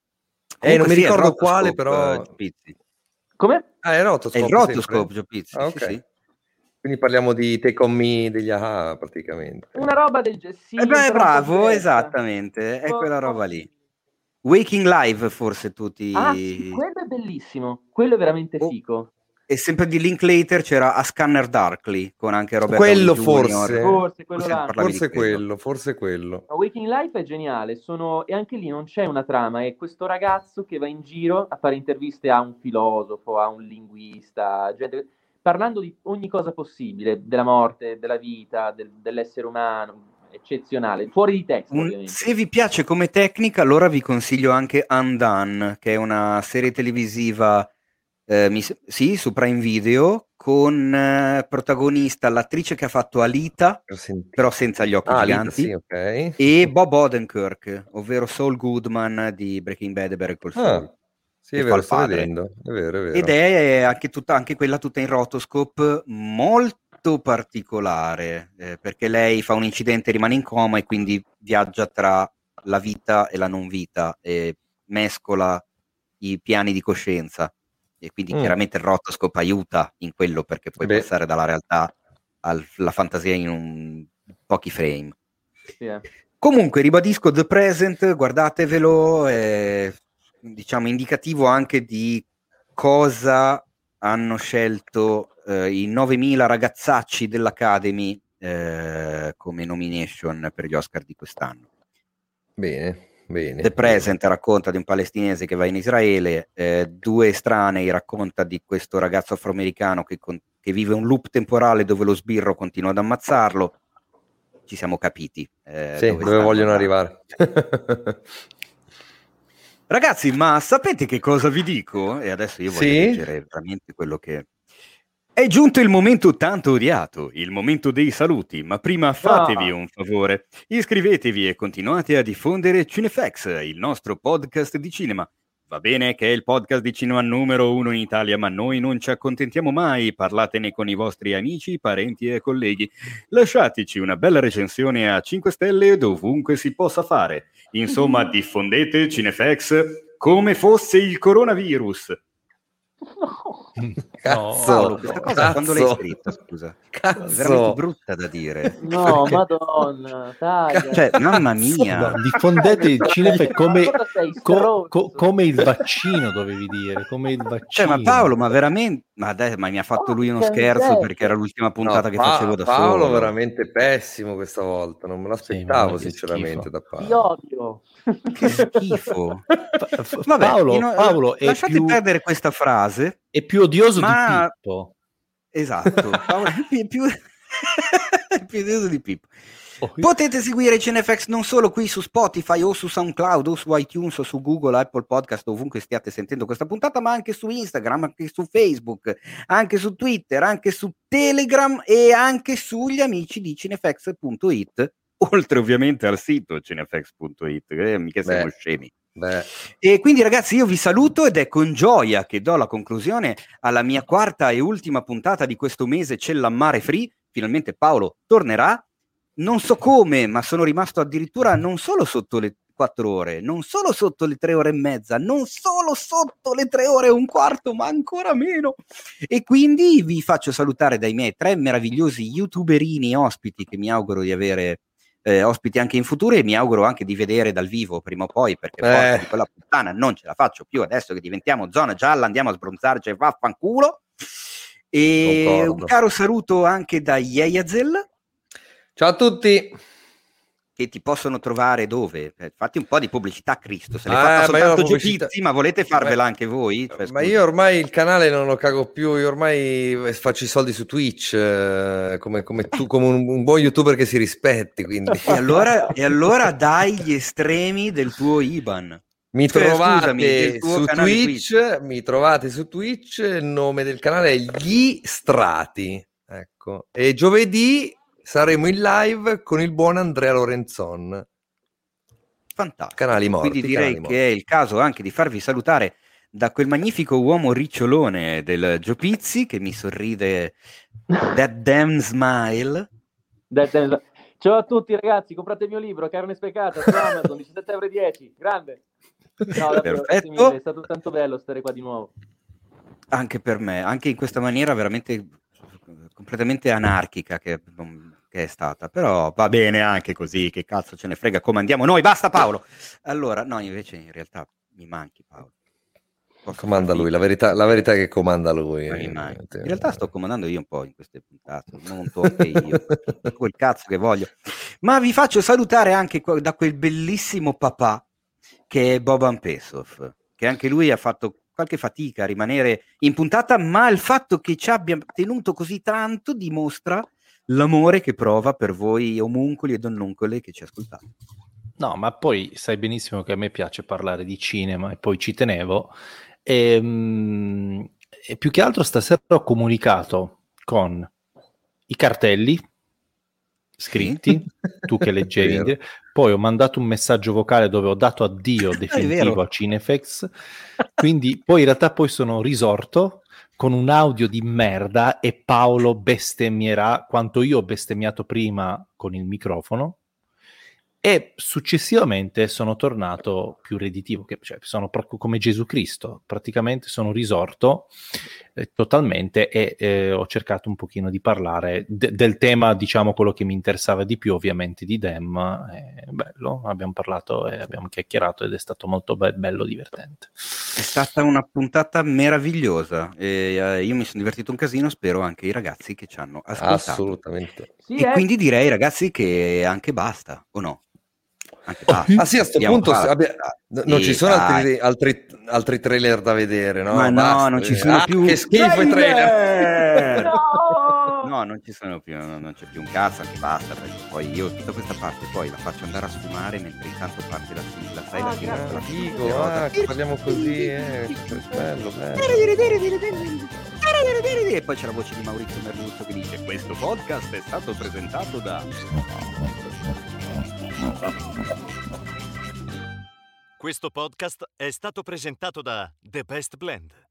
Eh, non Comunque mi sì, è il ricordo quale, rotoscope, però... eh, Gio Pizzi. Come? Ah, è È rotoscope il sempre? rotoscope, Gio Pizzi, Ah, sì, ok. sì. Quindi parliamo di Take On Me degli A H praticamente. Una roba del genere, sì, Eh beh, però un po' bravo, diversa. esattamente, è Un po'- quella un po' roba sì. lì. Waking Live forse tutti... Ah sì, quello è bellissimo, quello è veramente Oh, figo. e sempre di Linklater c'era A Scanner Darkly con anche Robert Quello Downey junior forse, Forse quello Forse là. parlavi forse di quello. quello, forse quello. Ma Waking Life è geniale, sono... e anche lì non c'è una trama, è questo ragazzo che va in giro a fare interviste a un filosofo, a un linguista, gente... parlando di ogni cosa possibile, della morte, della vita, del- dell'essere umano, eccezionale, fuori di testa Un- ovviamente. se vi piace come tecnica, allora vi consiglio anche Undone, che è una serie televisiva eh, mi s- sì, su Prime Video, con eh, protagonista l'attrice che ha fatto Alita, Per sentire. però senza gli occhi Ah, Alita, giganti, sì, ok. e Bob Odenkirk, ovvero Saul Goodman di Breaking Bad e Better Call Saul, Ah, sì, che è fa vero, il sto padre. vedendo. È vero, è vero. Ed è anche, tutta, anche quella tutta in rotoscope, molto particolare, eh, perché lei fa un incidente e rimane in coma e quindi viaggia tra la vita e la non vita e mescola i piani di coscienza, e quindi Mm. chiaramente il rotoscope aiuta in quello, perché puoi Beh. passare dalla realtà alla fantasia in un, pochi frame. Sì, eh. Comunque ribadisco The Present, guardatevelo, è diciamo indicativo anche di cosa hanno scelto eh, i novemila ragazzacci dell'Academy eh, come nomination per gli Oscar di quest'anno. Bene, bene. The Present racconta di un palestinese che va in Israele, eh, Due estranei racconta di questo ragazzo afroamericano che, con- che vive un loop temporale dove lo sbirro continua ad ammazzarlo. Ci siamo capiti eh, Sì, dove, stanno vogliono andando. arrivare. Ragazzi, ma sapete che cosa vi dico? E adesso io voglio Sì? leggere veramente quello che... È giunto il momento tanto odiato, il momento dei saluti, ma prima fatevi Ah. un favore. Iscrivetevi e continuate a diffondere Cinefax, il nostro podcast di cinema. Va bene che è il podcast di cinema numero uno in Italia, ma noi non ci accontentiamo mai. Parlatene con i vostri amici, parenti e colleghi. Lasciateci una bella recensione a cinque stelle dovunque si possa fare. Insomma, diffondete Cinefax come fosse il coronavirus. Cazzo, Paolo, questa cosa cazzo. quando l'hai scritta, scusa? È veramente Cazzo. brutta da dire. No, Perché? madonna, taglia. Cioè, mamma mia. No, diffondete il cinema come, Cosa sei, co- stronzo? co- come il vaccino, dovevi dire, come il vaccino. Cioè, ma Paolo, ma veramente... Ma, dai, ma mi ha fatto lui uno Porca scherzo miseria. perché era l'ultima puntata No, che Pa- facevo da Paolo solo. veramente pessimo questa volta, non me l'aspettavo Sì, ma che sinceramente schifo. da Ti Paolo. odio. Che schifo. Pa- f- Vabbè, Paolo, io no- Paolo è, lasciate più, perdere questa frase. è più odioso Ma- di Pippo. Esatto, Paolo è più, più... è più odioso di Pippo. Oh, Potete seguire Cinefax non solo qui su Spotify o su SoundCloud o su iTunes o su Google, Apple Podcast, ovunque stiate sentendo questa puntata, ma anche su Instagram, anche su Facebook, anche su Twitter, anche su Telegram e anche sugli amici di cinefax punto it, oltre ovviamente al sito cinefax punto it, eh, mica siamo Beh. scemi. Beh, E quindi ragazzi io vi saluto ed è con gioia che do la conclusione alla mia quarta e ultima puntata di questo mese Cellammare Free. Finalmente Paolo tornerà. Non so come, ma sono rimasto addirittura non solo sotto le quattro ore, non solo sotto le tre ore e mezza, non solo sotto le tre ore e un quarto, ma ancora meno. E quindi vi faccio salutare dai miei tre meravigliosi youtuberini ospiti che mi auguro di avere eh, ospiti anche in futuro e mi auguro anche di vedere dal vivo prima o poi, perché porca Eh. di quella puttana non ce la faccio più adesso che diventiamo zona gialla, andiamo a sbronzarci, vaffanculo. E Concordo. un caro saluto anche da Yeyazel, ciao a tutti. che ti possono trovare dove? Eh, fatti un po' di pubblicità, Cristo, se l'hai Eh, fatta ma io soltanto la pubblicità- Giopizzi, ma volete farvela Ma- anche voi? Cioè, Ma scusa. io ormai il canale non lo cago più, io ormai faccio i soldi su Twitch, eh, come, come tu, come un, un buon youtuber che si rispetti, quindi E allora, e allora dai gli estremi del tuo I B A N. mi Cioè, trovate scusami, del tuo su canale Twitch, mi trovate su Twitch, il nome del canale è Gli Strati, ecco, e giovedì saremo in live con il buon Andrea Lorenzon. Fantastico. Canali morti, Quindi direi canali che è il caso anche di farvi salutare da quel magnifico uomo ricciolone del Giopizzi che mi sorride that damn smile. That damn- Ciao a tutti ragazzi, comprate il mio libro, Carne Sprecata, su Amazon, diciassette euro e dieci, grande. No, davvero, grazie Perfetto. mille, è stato tanto bello stare qua di nuovo. Anche per me, anche in questa maniera veramente completamente anarchica che, che è stata, però va bene anche così, che cazzo ce ne frega, comandiamo noi, basta Paolo. Allora, no, invece in realtà mi manchi Paolo. Posso Comanda far lui, la finta? verità, la verità è che comanda lui. Ma mi manchi. eh, In realtà sto comandando io un po' in queste puntate, non tocche io, faccio quel cazzo che voglio. Ma vi faccio salutare anche que- da quel bellissimo papà che è Boban Pesov, che anche lui ha fatto qualche fatica a rimanere in puntata, ma il fatto che ci abbia tenuto così tanto dimostra l'amore che prova per voi omuncoli e donnuncole che ci ascoltate. No, ma poi sai benissimo che a me piace parlare di cinema e poi ci tenevo. E, mm, e più che altro stasera ho comunicato con i cartelli scritti, tu che leggevi, Vero. poi ho mandato un messaggio vocale dove ho dato addio definitivo vero. a Cinefax, quindi poi in realtà poi sono risorto con un audio di merda e Paolo bestemmierà quanto io ho bestemmiato prima con il microfono. e successivamente sono tornato più reditivo, che, cioè, sono proprio come Gesù Cristo, praticamente sono risorto eh, totalmente e eh, ho cercato un pochino di parlare de- del tema, diciamo quello che mi interessava di più, ovviamente di Dem. È bello, abbiamo parlato e abbiamo chiacchierato ed è stato molto be- bello, divertente. È stata una puntata meravigliosa e eh, io mi sono divertito un casino, spero anche i ragazzi che ci hanno ascoltato. Assolutamente. Sì, E eh. quindi direi, ragazzi, che anche basta, o no? Anche basta. Ah sì, a sto Abbiamo punto fatto. abbia- Sì, non ci sono dai. altri, altri, altri trailer da vedere, no? Ma no, Basta. non ci sono Ah, più. che schifo i trailer. No! No, non ci sono più, no, non c'è più un cazzo, anche basta, perché poi io tutta questa parte poi la faccio andare a sfumare mentre intanto parte la sigla, sai, la Ah, sigla Ah, la figo, ah, che parliamo così, eh. Bello, bello. E poi c'è la voce di Maurizio Merluzzo che dice: questo podcast è stato presentato da... Questo podcast è stato presentato da The Best Blend.